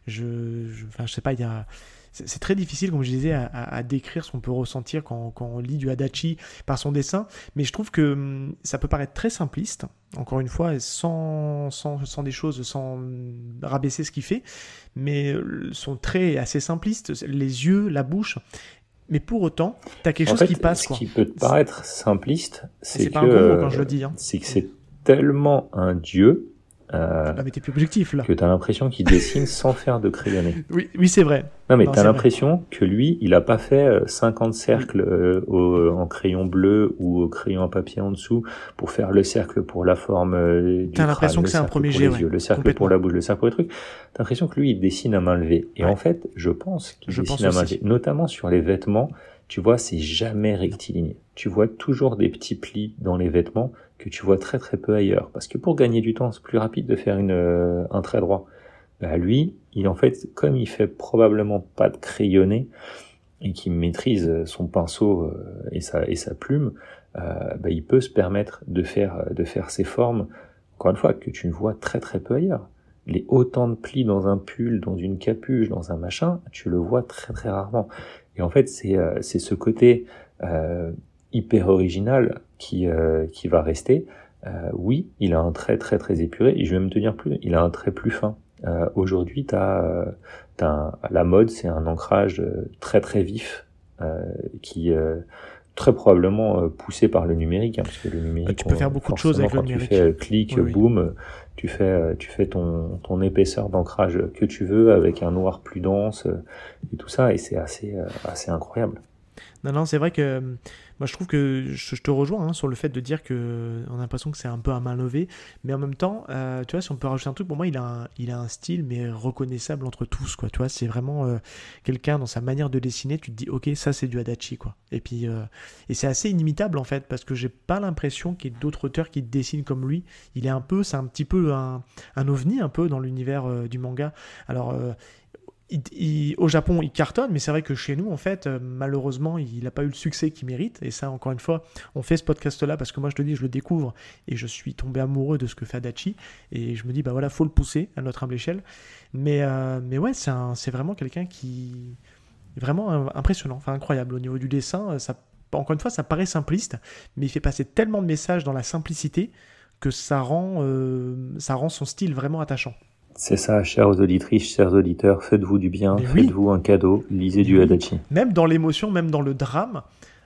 Je, je, enfin, je sais pas, il y a. C'est, c'est très difficile, comme je disais, à, à, à décrire ce qu'on peut ressentir quand, quand on lit du Adachi par son dessin. Mais je trouve que hum, ça peut paraître très simpliste. Encore une fois, sans, sans, sans des choses, sans rabaisser ce qu'il fait. Mais son trait est assez simpliste. Les yeux, la bouche. Mais pour autant, tu as quelque en chose fait, qui passe. Ce quoi. qui peut te paraître simpliste, c'est, c'est que, pas un gros mot quand je le dis. Hein. C'est que c'est tellement un dieu. Euh, ah, mais t'es plus objectif là. Que t'as l'impression qu'il dessine sans faire de crayonné. Oui, oui, c'est vrai. Non, mais non, t'as l'impression vrai. que lui, il a pas fait cinquante cercles oui. euh, au, en crayon bleu ou au crayon à papier en dessous pour faire le cercle pour la forme euh, du T'as l'impression crâne, que c'est un premier jet, ouais. Le cercle pour la bouche, le cercle pour les trucs. T'as l'impression que lui, il dessine à main levée. Et ouais. en fait, je pense qu'il je dessine pense à main levée. Notamment sur les vêtements, tu vois, c'est jamais rectiligne. Tu vois toujours des petits plis dans les vêtements que tu vois très très peu ailleurs. Parce que pour gagner du temps, c'est plus rapide de faire une, euh, un trait droit. Bah lui, il en fait, comme il fait probablement pas de crayonné et qu'il maîtrise son pinceau euh, et sa et sa plume, euh, bah il peut se permettre de faire de faire ces formes. Encore une fois, que tu ne vois très très peu ailleurs. Les autant de plis dans un pull, dans une capuche, dans un machin, tu le vois très très rarement. Et en fait, c'est euh, c'est ce côté euh, hyper original qui euh, qui va rester. Euh, oui, il a un trait très très épuré et je vais me tenir plus. Il a un trait plus fin. Euh, aujourd'hui, t'as, euh, t'as un, la mode, c'est un ancrage euh, très très vif euh, qui euh, très probablement euh, poussé par le numérique, hein, parce que le numérique, tu peux on, faire beaucoup de choses avec le numérique. Quand tu fais euh, clic, oui, boom, oui. tu fais euh, tu fais ton ton épaisseur d'ancrage que tu veux avec un noir plus dense euh, et tout ça, et c'est assez euh, assez incroyable. Non, non, c'est vrai que moi je trouve que je, je te rejoins hein, sur le fait de dire que on a l'impression que c'est un peu à main levée, mais en même temps, euh, tu vois, si on peut rajouter un truc, pour moi, il a un, il a un style mais reconnaissable entre tous, quoi. Tu vois, c'est vraiment euh, quelqu'un dans sa manière de dessiner, tu te dis, ok, ça c'est du Adachi, quoi. Et puis, euh, et c'est assez inimitable en fait, parce que j'ai pas l'impression qu'il y ait d'autres auteurs qui dessinent comme lui. Il est un peu, c'est un petit peu un, un ovni un peu dans l'univers euh, du manga. Alors euh, Il, il, au Japon, il cartonne, mais c'est vrai que chez nous, en fait, euh, malheureusement, il n'a pas eu le succès qu'il mérite. Et ça, encore une fois, on fait ce podcast-là parce que moi, je te dis, je le découvre et je suis tombé amoureux de ce que fait Adachi. Et je me dis, bah voilà, faut le pousser à notre humble échelle. Mais, euh, mais ouais, c'est, un, c'est vraiment quelqu'un qui est vraiment impressionnant, enfin incroyable au niveau du dessin. Ça, encore une fois, ça paraît simpliste, mais il fait passer tellement de messages dans la simplicité que ça rend, euh, ça rend son style vraiment attachant. C'est ça, chères auditrices, chers auditeurs, faites-vous du bien, mais faites-vous oui. un cadeau, lisez mais du oui. Adachi. Même dans l'émotion, même dans le drame,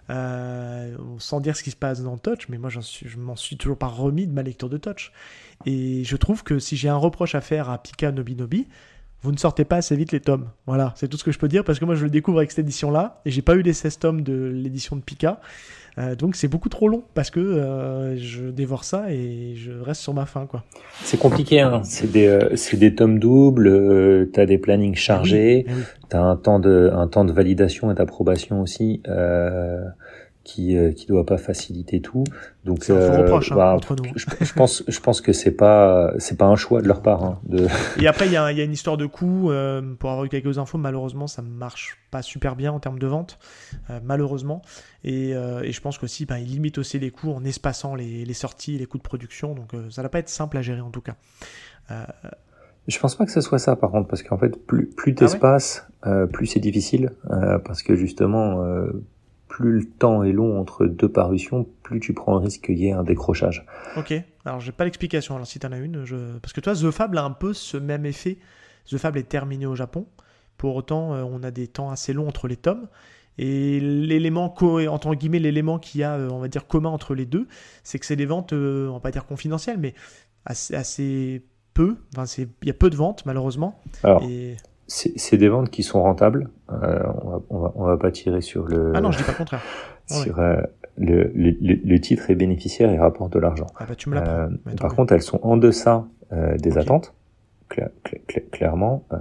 euh, sans dire ce qui se passe dans Touch, mais moi j'en suis, je m'en suis toujours pas remis de ma lecture de Touch. Et je trouve que si j'ai un reproche à faire à Pika Nobinobi, vous ne sortez pas assez vite les tomes. Voilà, c'est tout ce que je peux dire, parce que moi je le découvre avec cette édition-là, et j'ai pas eu les seize tomes de l'édition de Pika. Euh, donc c'est beaucoup trop long parce que euh, je dévore ça et je reste sur ma faim, quoi. C'est compliqué, hein. C'est des euh, c'est des tomes doubles. Euh, t'as des plannings chargés. Oui, oui. T'as un temps de un temps de validation et d'approbation aussi euh, qui euh, qui doit pas faciliter tout. Donc c'est un faux reproche euh, bah, hein, entre nous. Je, je pense je pense que c'est pas c'est pas un choix de leur part. Hein, de... Et après il y a il y a une histoire de coût. Euh, pour avoir eu quelques infos, malheureusement ça marche pas super bien en termes de vente, euh, malheureusement. Et, euh, et je pense qu'aussi, ben, il limite aussi les coûts en espaçant les, les sorties, les coûts de production. Donc, euh, ça va pas être simple à gérer en tout cas. Euh... Je pense pas que ce soit ça, par contre, parce qu'en fait, plus, plus t'espaces, ah ouais euh, plus c'est difficile, euh, parce que justement, euh, plus le temps est long entre deux parutions, plus tu prends le risque qu'il y ait un décrochage. Ok. Alors, j'ai pas l'explication. Alors, si t'en as une, je... parce que toi, The Fable a un peu ce même effet. The Fable est terminé au Japon. Pour autant, euh, on a des temps assez longs entre les tomes. Et l'élément, co- entre guillemets, l'élément qu'il y a, on va dire, commun entre les deux, c'est que c'est des ventes, euh, on va pas dire confidentielles, mais assez, assez peu. Enfin, c'est, il y a peu de ventes, malheureusement. Alors, et... c'est, c'est des ventes qui sont rentables. Euh, on va, on va, on va pas tirer sur le. Ah non, je dis pas le contraire. sur euh, le, le, le titre est bénéficiaire et rapporte de l'argent. Ah bah tu me l'apprends. Euh, par contre, elles sont en deçà euh, des okay. attentes, cla- cla- cla- clairement. Euh,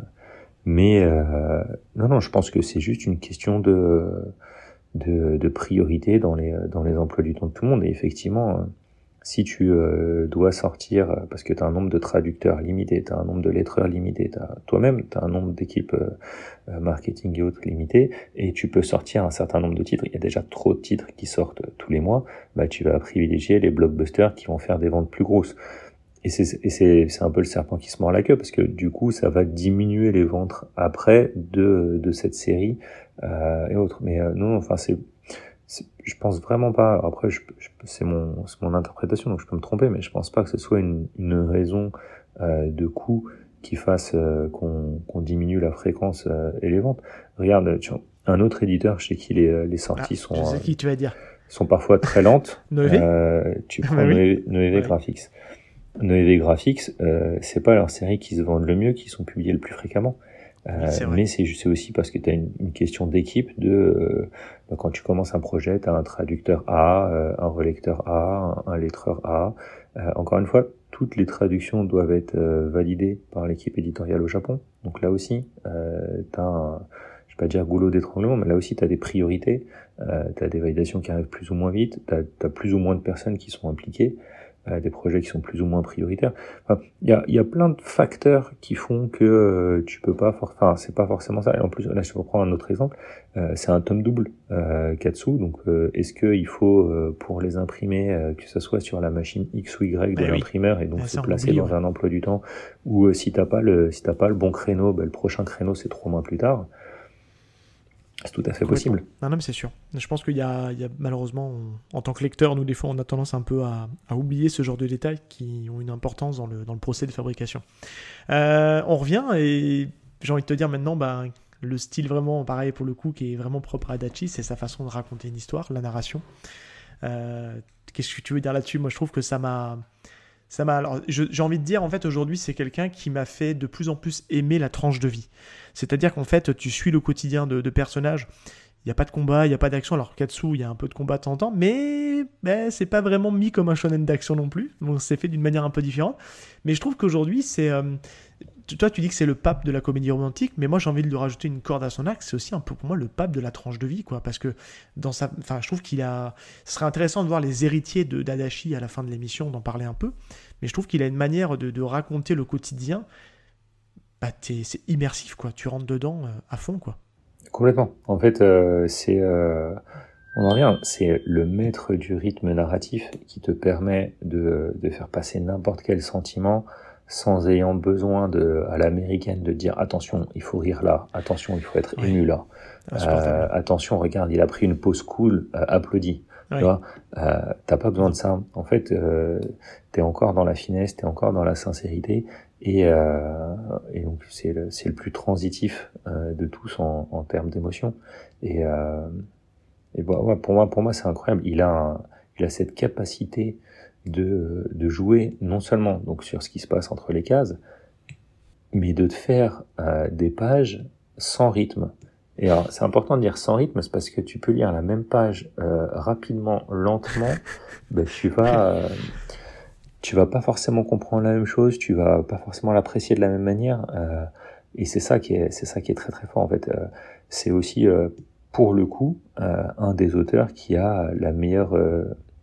Mais euh, non, non, je pense que c'est juste une question de, de de priorité dans les dans les emplois du temps de tout le monde. Et effectivement, si tu euh, dois sortir, parce que tu as un nombre de traducteurs limité, tu as un nombre de lettreurs limité, t'as, toi-même, tu as un nombre d'équipes euh, marketing et autres limité, et tu peux sortir un certain nombre de titres, il y a déjà trop de titres qui sortent tous les mois, bah, tu vas privilégier les blockbusters qui vont faire des ventes plus grosses. Et c'est, et c'est, c'est un peu le serpent qui se mord la queue, parce que du coup, ça va diminuer les ventes après de, de cette série euh, et autres. Mais euh, non, enfin, c'est, c'est, je pense vraiment pas. Après, je, je, c'est mon, c'est mon interprétation, donc je peux me tromper, mais je pense pas que ce soit une, une raison euh, de coût qui fasse euh, qu'on, qu'on diminue la fréquence euh, et les ventes. Regarde, tu vois, un autre éditeur chez qui les, les sorties ah, sont, je sais qui tu vas dire. sont parfois très lentes. Noévé euh, tu prends bah oui. Noévé, Noévé ouais. Graphics. Noévé Graphics, euh, c'est pas leurs séries qui se vendent le mieux, qui sont publiées le plus fréquemment. Euh, oui, c'est mais c'est, c'est aussi parce que tu as une, une question d'équipe de euh, bah, quand tu commences un projet, tu as un traducteur A, euh, un relecteur A, un, un lettreur A. Euh, encore une fois, toutes les traductions doivent être euh, validées par l'équipe éditoriale au Japon. Donc là aussi, euh, tu as un, je vais pas dire goulot d'étranglement, mais là aussi tu as des priorités, euh, tu as des validations qui arrivent plus ou moins vite, tu as plus ou moins de personnes qui sont impliquées. Des projets qui sont plus ou moins prioritaires. Enfin, il y a, y a plein de facteurs qui font que euh, tu peux pas, for- enfin, c'est pas forcément ça. Et en plus, là, je vais reprendre un autre exemple. Euh, c'est un tome double, euh, Katsu. Donc, euh, est-ce que il faut euh, pour les imprimer, euh, que ce soit sur la machine X ou Y de bah l'imprimeur, oui. et donc ah, se placer oublie, dans ouais. un emploi du temps, ou euh, si t'as pas le, si t'as pas le bon créneau, bah, le prochain créneau c'est trois mois plus tard. C'est tout à fait possible. Non, non, mais c'est sûr. Je pense qu'il y a, il y a malheureusement, on, en tant que lecteur, nous, des fois, on a tendance un peu à, à oublier ce genre de détails qui ont une importance dans le, dans le procès de fabrication. Euh, on revient et j'ai envie de te dire maintenant, bah, le style vraiment, pareil pour le coup, qui est vraiment propre à Adachi, c'est sa façon de raconter une histoire, la narration. Euh, qu'est-ce que tu veux dire là-dessus ? Moi, je trouve que ça m'a... Ça m'a, alors, je, j'ai envie de dire, en fait, aujourd'hui, c'est quelqu'un qui m'a fait de plus en plus aimer la tranche de vie. C'est-à-dire qu'en fait, tu suis le quotidien de, de personnages. Il n'y a pas de combat, il n'y a pas d'action. Alors, Katsu, il y a un peu de combat de temps en temps, mais ben, c'est pas vraiment mis comme un shonen d'action non plus. Donc, c'est fait d'une manière un peu différente. Mais je trouve qu'aujourd'hui, c'est... Euh, toi, tu dis que c'est le pape de la comédie romantique, mais moi, j'ai envie de lui rajouter une corde à son arc. C'est aussi un peu, pour moi, le pape de la tranche de vie, quoi. Parce que, dans sa... enfin, je trouve qu'il a... Ce serait intéressant de voir les héritiers de d'Adachi à la fin de l'émission, d'en parler un peu. Mais je trouve qu'il a une manière de, de raconter le quotidien. Bah, c'est immersif, quoi. Tu rentres dedans euh, à fond, quoi. Complètement. En fait, euh, c'est... Euh... On en revient, c'est le maître du rythme narratif qui te permet de, de faire passer n'importe quel sentiment sans ayant besoin de, à l'américaine de dire attention, il faut rire là, attention, il faut être oui. ému là, euh, attention, regarde, il a pris une pause cool, euh, applaudis. Oui. Tu vois, euh, t'as pas besoin de ça. En fait, euh, t'es encore dans la finesse, t'es encore dans la sincérité, et, euh, et donc c'est le, c'est le plus transitif euh, de tous en, en termes d'émotion. Et, euh, et bah, ouais, pour moi, pour moi, c'est incroyable. Il a, un, il a cette capacité de, de jouer non seulement donc sur ce qui se passe entre les cases, mais de te faire euh, des pages sans rythme. Et alors, c'est important de dire sans rythme, c'est parce que tu peux lire la même page euh, rapidement, lentement, ben tu vas, euh, tu vas pas forcément comprendre la même chose, tu vas pas forcément l'apprécier de la même manière, euh, et c'est ça qui est, c'est ça qui est très très fort en fait. Euh, c'est aussi euh, pour le coup euh, un des auteurs qui a la meilleure euh,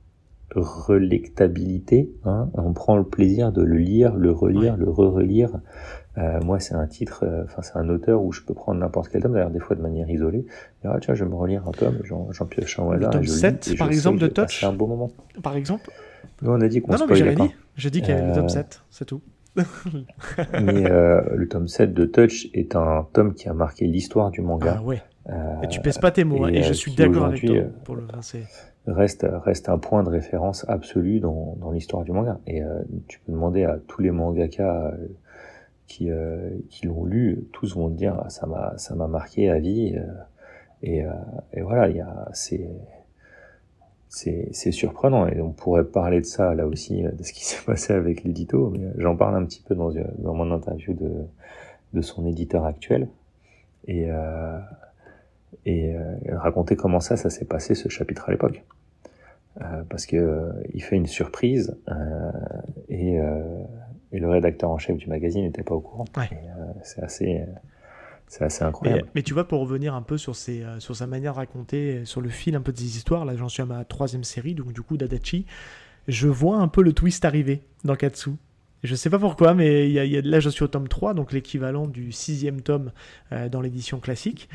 relectabilité, hein. On prend le plaisir de le lire, le relire, ouais. le re-relire. Euh, moi, c'est un titre, enfin, euh, c'est un auteur où je peux prendre n'importe quel tome, d'ailleurs, des fois de manière isolée. Et, ah, tiens, je vais me relire un tome, j'en, j'en pioche un là. Le tome sept, lis, par exemple, de Touch. C'est un bon moment. Par exemple. Nous, on a dit qu'on non, non, mais j'ai rien dit. J'ai dit qu'il y avait euh... le tome sept, c'est tout. mais euh, le tome sept de Touch est un tome qui a marqué l'histoire du manga. Ah ouais. Euh, et tu pèses pas tes mots, et, hein, et je suis d'accord avec toi. Pour le... c'est... reste reste un point de référence absolu dans dans l'histoire du manga. Et euh, tu peux demander à tous les mangaka euh, qui euh, qui l'ont lu, tous vont te dire ah, ça m'a ça m'a marqué à vie. Euh, et euh, et voilà, il y a c'est c'est c'est surprenant, et on pourrait parler de ça là aussi, de ce qui s'est passé avec l'édito, mais j'en parle un petit peu dans dans mon interview de de son éditeur actuel, et euh, et euh, raconter comment ça ça s'est passé, ce chapitre à l'époque, euh, parce que euh, il fait une surprise, euh, et euh, et le rédacteur en chef du magazine n'était pas au courant. Ouais. Et, euh, c'est assez euh, c'est assez incroyable. Mais, mais tu vois, pour revenir un peu sur ses, euh, sur sa manière de raconter, sur le fil un peu des histoires, là j'en suis à ma troisième série, donc du coup d'Adachi. je vois un peu le twist arriver dans Katsu. Je sais pas pourquoi, mais y a, y a, là je suis au tome trois, donc l'équivalent du sixième tome euh, dans l'édition classique.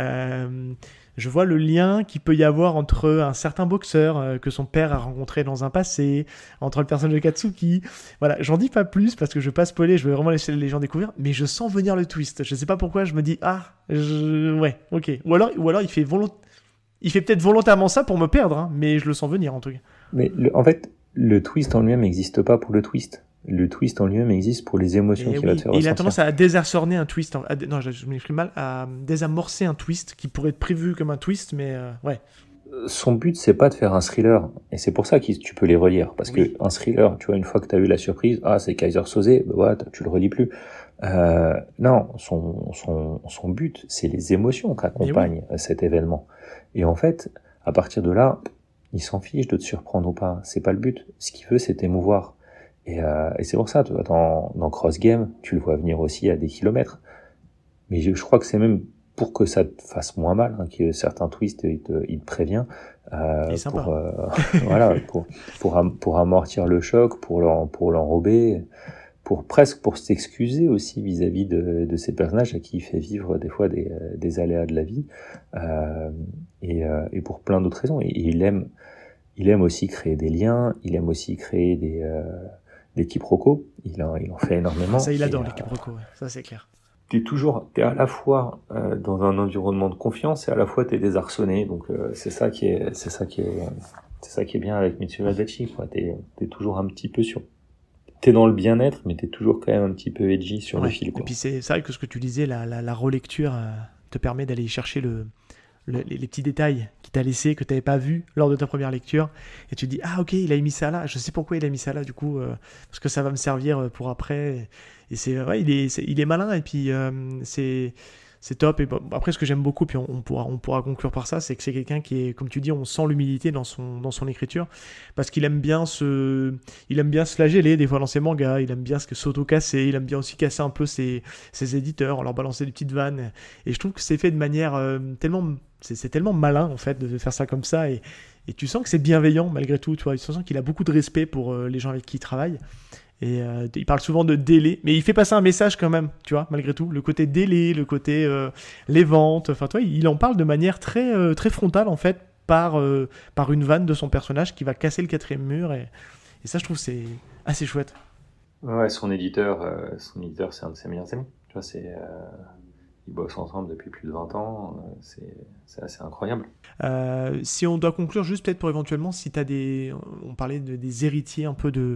Euh, je vois le lien qu'il peut y avoir entre un certain boxeur euh, que son père a rencontré dans un passé, entre le personnage de Katsuki. Voilà, j'en dis pas plus parce que je veux pas spoiler, je veux vraiment laisser les gens découvrir, mais je sens venir le twist. Je sais pas pourquoi, je me dis, ah, je... ouais, ok. Ou alors, ou alors il fait volont... il fait peut-être volontairement ça pour me perdre, hein, mais je le sens venir en tout cas. Mais le, en fait, le twist en lui-même n'existe pas pour le twist. Le twist en lui-même existe pour les émotions et qu'il oui, va te faire et ressentir. Il a tendance à désarçonner un twist. En... Non, je, je m'exprime mal. À désamorcer un twist qui pourrait être prévu comme un twist, mais euh, ouais. Son but, c'est pas de faire un thriller. Et c'est pour ça que tu peux les relire. Parce oui. que un thriller, tu vois, une fois que tu as eu la surprise, ah, c'est Kaiser Soze, bah ouais, tu le relis plus. Euh, non, son, son, son but, c'est les émotions qu'accompagnent oui. cet événement. Et en fait, à partir de là, il s'en fiche de te surprendre ou pas. C'est pas le but. Ce qu'il veut, c'est t'émouvoir. Et, euh, et c'est pour ça, tu vois, dans, dans Cross Game, tu le vois venir aussi à des kilomètres. Mais je, je crois que c'est même pour que ça te fasse moins mal, hein, que certains twists, il te, il te prévient, euh, pour, euh, voilà, pour, pour, am- pour amortir le choc, pour l'en, pour l'enrober, pour presque pour s'excuser aussi vis-à-vis de, de ces personnages à qui il fait vivre des fois des, des aléas de la vie, euh, et, euh, et pour plein d'autres raisons. Et, et il aime, il aime aussi créer des liens, il aime aussi créer des, euh, des quiproquos. Il en, il en fait énormément. Ça, il adore et, les quiproquos, ouais. Ça c'est clair. T'es toujours, t'es à la fois euh, dans un environnement de confiance et à la fois t'es désarçonné. Donc euh, c'est ça qui est, c'est ça qui est, c'est ça qui est bien avec Mitsuo Adachi, quoi. T'es, t'es toujours un petit peu sur, t'es dans le bien-être, mais t'es toujours quand même un petit peu edgy sur ouais. le fil, quoi. Et puis c'est, c'est vrai que ce que tu disais, la, la, la relecture euh, te permet d'aller chercher le, le les, les petits détails qu'il t'a laissé, que t'avais pas vu lors de ta première lecture, et tu te dis ah ok, il a mis ça là. Je sais pourquoi il a mis ça là du coup, euh, parce que ça va me servir pour après. Et c'est ouais, il est, c'est, il est malin et puis euh, c'est, c'est top. Et bon, après, ce que j'aime beaucoup, puis on, on pourra, on pourra conclure par ça, c'est que c'est quelqu'un qui est, comme tu dis, on sent l'humilité dans son, dans son écriture, parce qu'il aime bien se, il aime bien se flageller des fois dans ses mangas. Il aime bien se s'auto-casser. Il aime bien aussi casser un peu ses, ses éditeurs, en leur balancer des petites vannes. Et je trouve que c'est fait de manière euh, tellement, c'est, c'est tellement malin en fait de faire ça comme ça. Et, et tu sens que c'est bienveillant malgré tout. Tu vois, tu sens qu'il a beaucoup de respect pour euh, les gens avec qui il travaille. Et euh, il parle souvent de délai, mais il fait passer un message quand même, tu vois, malgré tout. Le côté délai, le côté euh, les ventes, enfin, toi, il en parle de manière très, euh, très frontale, en fait, par, euh, par une vanne de son personnage qui va casser le quatrième mur. Et, et ça, je trouve, c'est assez chouette. Ouais, son éditeur, euh, son éditeur, c'est un de ses meilleurs amis. Tu vois, c'est, euh, ils bossent ensemble depuis plus de vingt ans. Euh, c'est, c'est assez incroyable. Euh, si on doit conclure, juste peut-être pour éventuellement, si tu as des. On parlait de, des héritiers un peu de.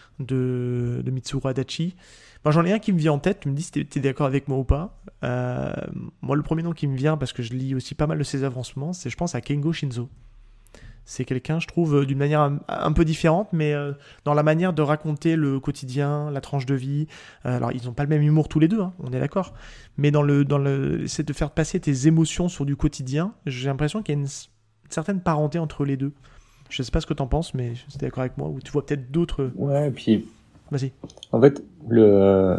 de, de Mitsuo Adachi. Moi, j'en ai un qui me vient en tête, tu me dis si tu es d'accord avec moi ou pas. Euh, moi, le premier nom qui me vient, parce que je lis aussi pas mal de ses avancements, c'est, je pense, à Kengo Shinzo. C'est quelqu'un, je trouve, d'une manière un, un peu différente, mais euh, dans la manière de raconter le quotidien, la tranche de vie. Euh, alors, ils n'ont pas le même humour tous les deux, hein, on est d'accord. Mais dans le, dans le, c'est de faire passer tes émotions sur du quotidien. J'ai l'impression qu'il y a une, une certaine parenté entre les deux. Je sais pas ce que t'en penses, mais tu es d'accord avec moi, ou tu vois peut-être d'autres... Ouais, et puis... Vas-y. En fait, le...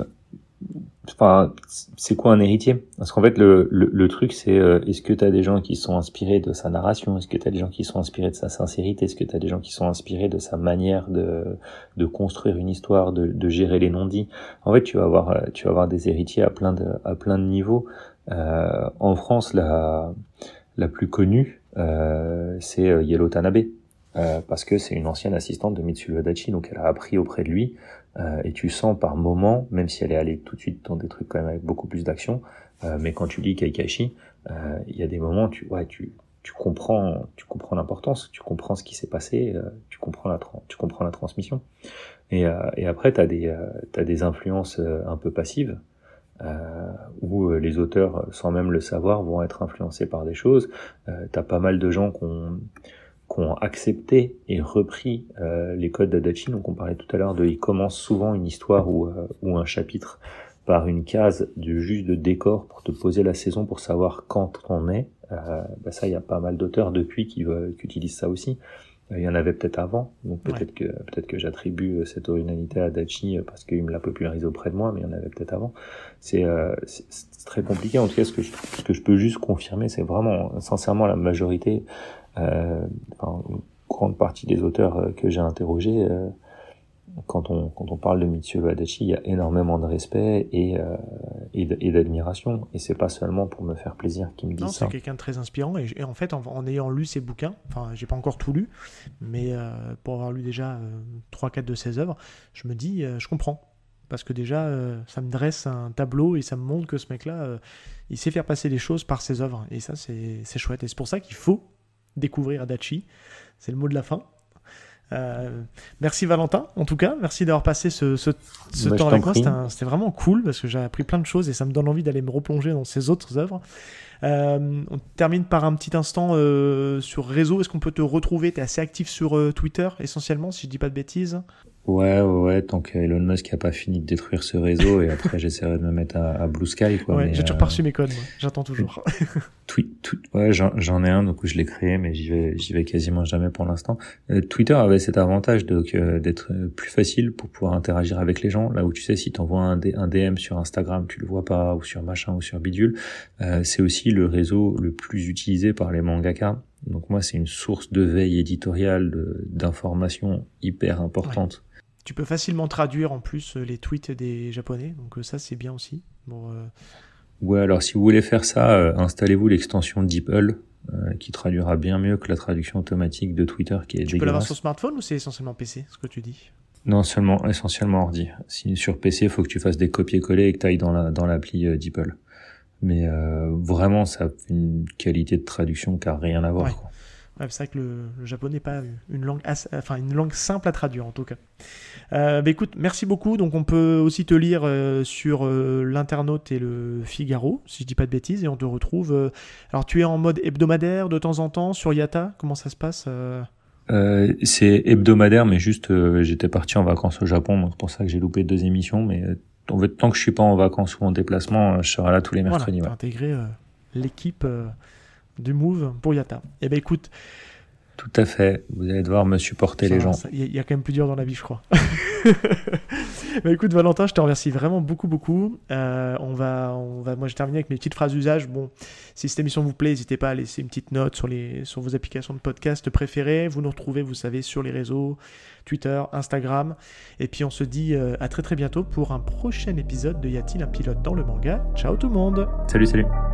Enfin, c'est quoi un héritier ? Parce qu'en fait, le, le, le truc, c'est euh, est-ce que t'as des gens qui sont inspirés de sa narration ? Est-ce que t'as des gens qui sont inspirés de sa sincérité ? Est-ce que t'as des gens qui sont inspirés de sa manière de, de construire une histoire, de, de gérer les non-dits ? En fait, tu vas avoir, tu vas avoir des héritiers à plein de, à plein de niveaux. Euh, en France, la, la plus connue, euh, c'est Yellow Tanabe. Euh, parce que c'est une ancienne assistante de Mitsuo Adachi, donc elle a appris auprès de lui, euh, et tu sens par moments, même si elle est allée tout de suite dans des trucs quand même avec beaucoup plus d'action, euh, mais quand tu lis Keikashi, euh, il y a des moments, tu, ouais, tu, tu comprends, tu comprends l'importance, tu comprends ce qui s'est passé, euh, tu comprends la, tra- tu comprends la transmission, et, euh, et après t'as des, euh, t'as des influences euh, un peu passives. Euh, où euh, les auteurs, sans même le savoir, vont être influencés par des choses. Euh, t'as pas mal de gens qui ont qui ont accepté et repris euh, les codes d'Adachi. Donc on parlait tout à l'heure de, il commence souvent une histoire ou euh, ou un chapitre par une case de juste de décor pour te poser la saison, pour savoir quand on est. Euh, bah ça, il y a pas mal d'auteurs depuis qui, euh, qui utilisent ça aussi. Euh, il y en avait peut-être avant, donc peut-être ouais. que peut-être que j'attribue cette originalité à Adachi parce qu'il me l'a popularisé auprès de moi, mais il y en avait peut-être avant. C'est, euh, c'est, c'est très compliqué. En tout cas, ce que je, ce que je peux juste confirmer, c'est vraiment sincèrement la majorité. Euh, enfin, grande partie des auteurs euh, que j'ai interrogés, euh, quand on quand on parle de Mitsuo Adachi, il y a énormément de respect et euh, et, d- et d'admiration. Et c'est pas seulement pour me faire plaisir qu'ils me disent Non, ça. c'est quelqu'un de très inspirant. Et, et en fait, en, en ayant lu ses bouquins, enfin, j'ai pas encore tout lu, mais euh, pour avoir lu déjà euh, trois quatre de ses œuvres, je me dis, euh, je comprends. Parce que déjà, euh, ça me dresse un tableau et ça me montre que ce mec-là, euh, il sait faire passer les choses par ses œuvres. Et ça, c'est, c'est chouette. Et c'est pour ça qu'il faut découvrir Adachi. C'est le mot de la fin. Euh, merci Valentin, en tout cas, merci d'avoir passé ce, ce, ce Bah, je temps t'en avec moi. prie. C'était, un- c'était vraiment cool parce que j'ai appris plein de choses et ça me donne envie d'aller me replonger dans ses autres œuvres. Euh, on termine par un petit instant euh, sur réseau. Est-ce qu'on peut te retrouver? Tu es assez actif sur euh, Twitter essentiellement, si je dis pas de bêtises. Ouais, ouais, ouais, tant que Elon Musk a pas fini de détruire ce réseau, et après j'essaierai de me mettre à, à Blue Sky, quoi. Ouais, mais, j'ai toujours euh, pas reçu mes codes, moi. J'attends toujours. Tweet, tweet- ouais, j'en, j'en ai un, donc je l'ai créé, mais j'y vais, j'y vais quasiment jamais pour l'instant. Euh, Twitter avait cet avantage de, que, d'être euh, plus facile pour pouvoir interagir avec les gens. Là où tu sais, si t'envoies un, D- un D M sur Instagram, tu le vois pas, ou sur machin, ou sur bidule. Euh, c'est aussi le réseau le plus utilisé par les mangaka. Donc moi, c'est une source de veille éditoriale, de, d'informations hyper importante. Tu peux facilement traduire en plus euh, les tweets des Japonais, donc euh, ça c'est bien aussi. Bon, euh, Ouais, alors si vous voulez faire ça, euh, installez-vous l'extension DeepL, euh, qui traduira bien mieux que la traduction automatique de Twitter, qui est tu peux l'avoir dégueulasse. sur smartphone ou c'est essentiellement P C, ce que tu dis? Non, seulement, essentiellement ordi. Si sur P C, il faut que tu fasses des copier-coller et que tu ailles dans la, dans l'appli euh, DeepL. Mais euh, vraiment, ça a une qualité de traduction qui a rien à voir. Ouais. Quoi. Ouais, c'est vrai que le, le japonais n'est pas une langue, assez- enfin, une langue simple à traduire en tout cas. Euh, bah, écoute, merci beaucoup. Donc on peut aussi te lire euh, sur euh, l'Internaute et le Figaro, si je dis pas de bêtises, et on te retrouve. euh, Alors tu es en mode hebdomadaire de temps en temps sur Yata. Comment ça se passe euh Euh, c'est hebdomadaire, mais juste, euh, j'étais parti en vacances au Japon, donc c'est pour ça que j'ai loupé deux émissions. Mais euh, en fait, tant que je suis pas en vacances ou en déplacement, euh, je serai là tous les mercredis. Voilà, t'as ouais. intégré euh, l'équipe euh, du Move pour Yata. Et ben écoute, Tout à fait. Vous allez devoir me supporter ça les va, gens. ça- il y, a- il y a quand même plus dur dans la vie, je crois. Bah, écoute Valentin, je te remercie vraiment beaucoup beaucoup. Euh, on va, on va, moi je termine avec mes petites phrases d'usage. Bon, si cette émission vous plaît, n'hésitez pas à laisser une petite note sur les, sur vos applications de podcast préférées. Vous nous retrouvez, vous savez, sur les réseaux Twitter, Instagram. Et puis on se dit euh, à très très bientôt pour un prochain épisode de Y a-t-il un pilote dans le manga. Ciao tout le monde. Salut, salut.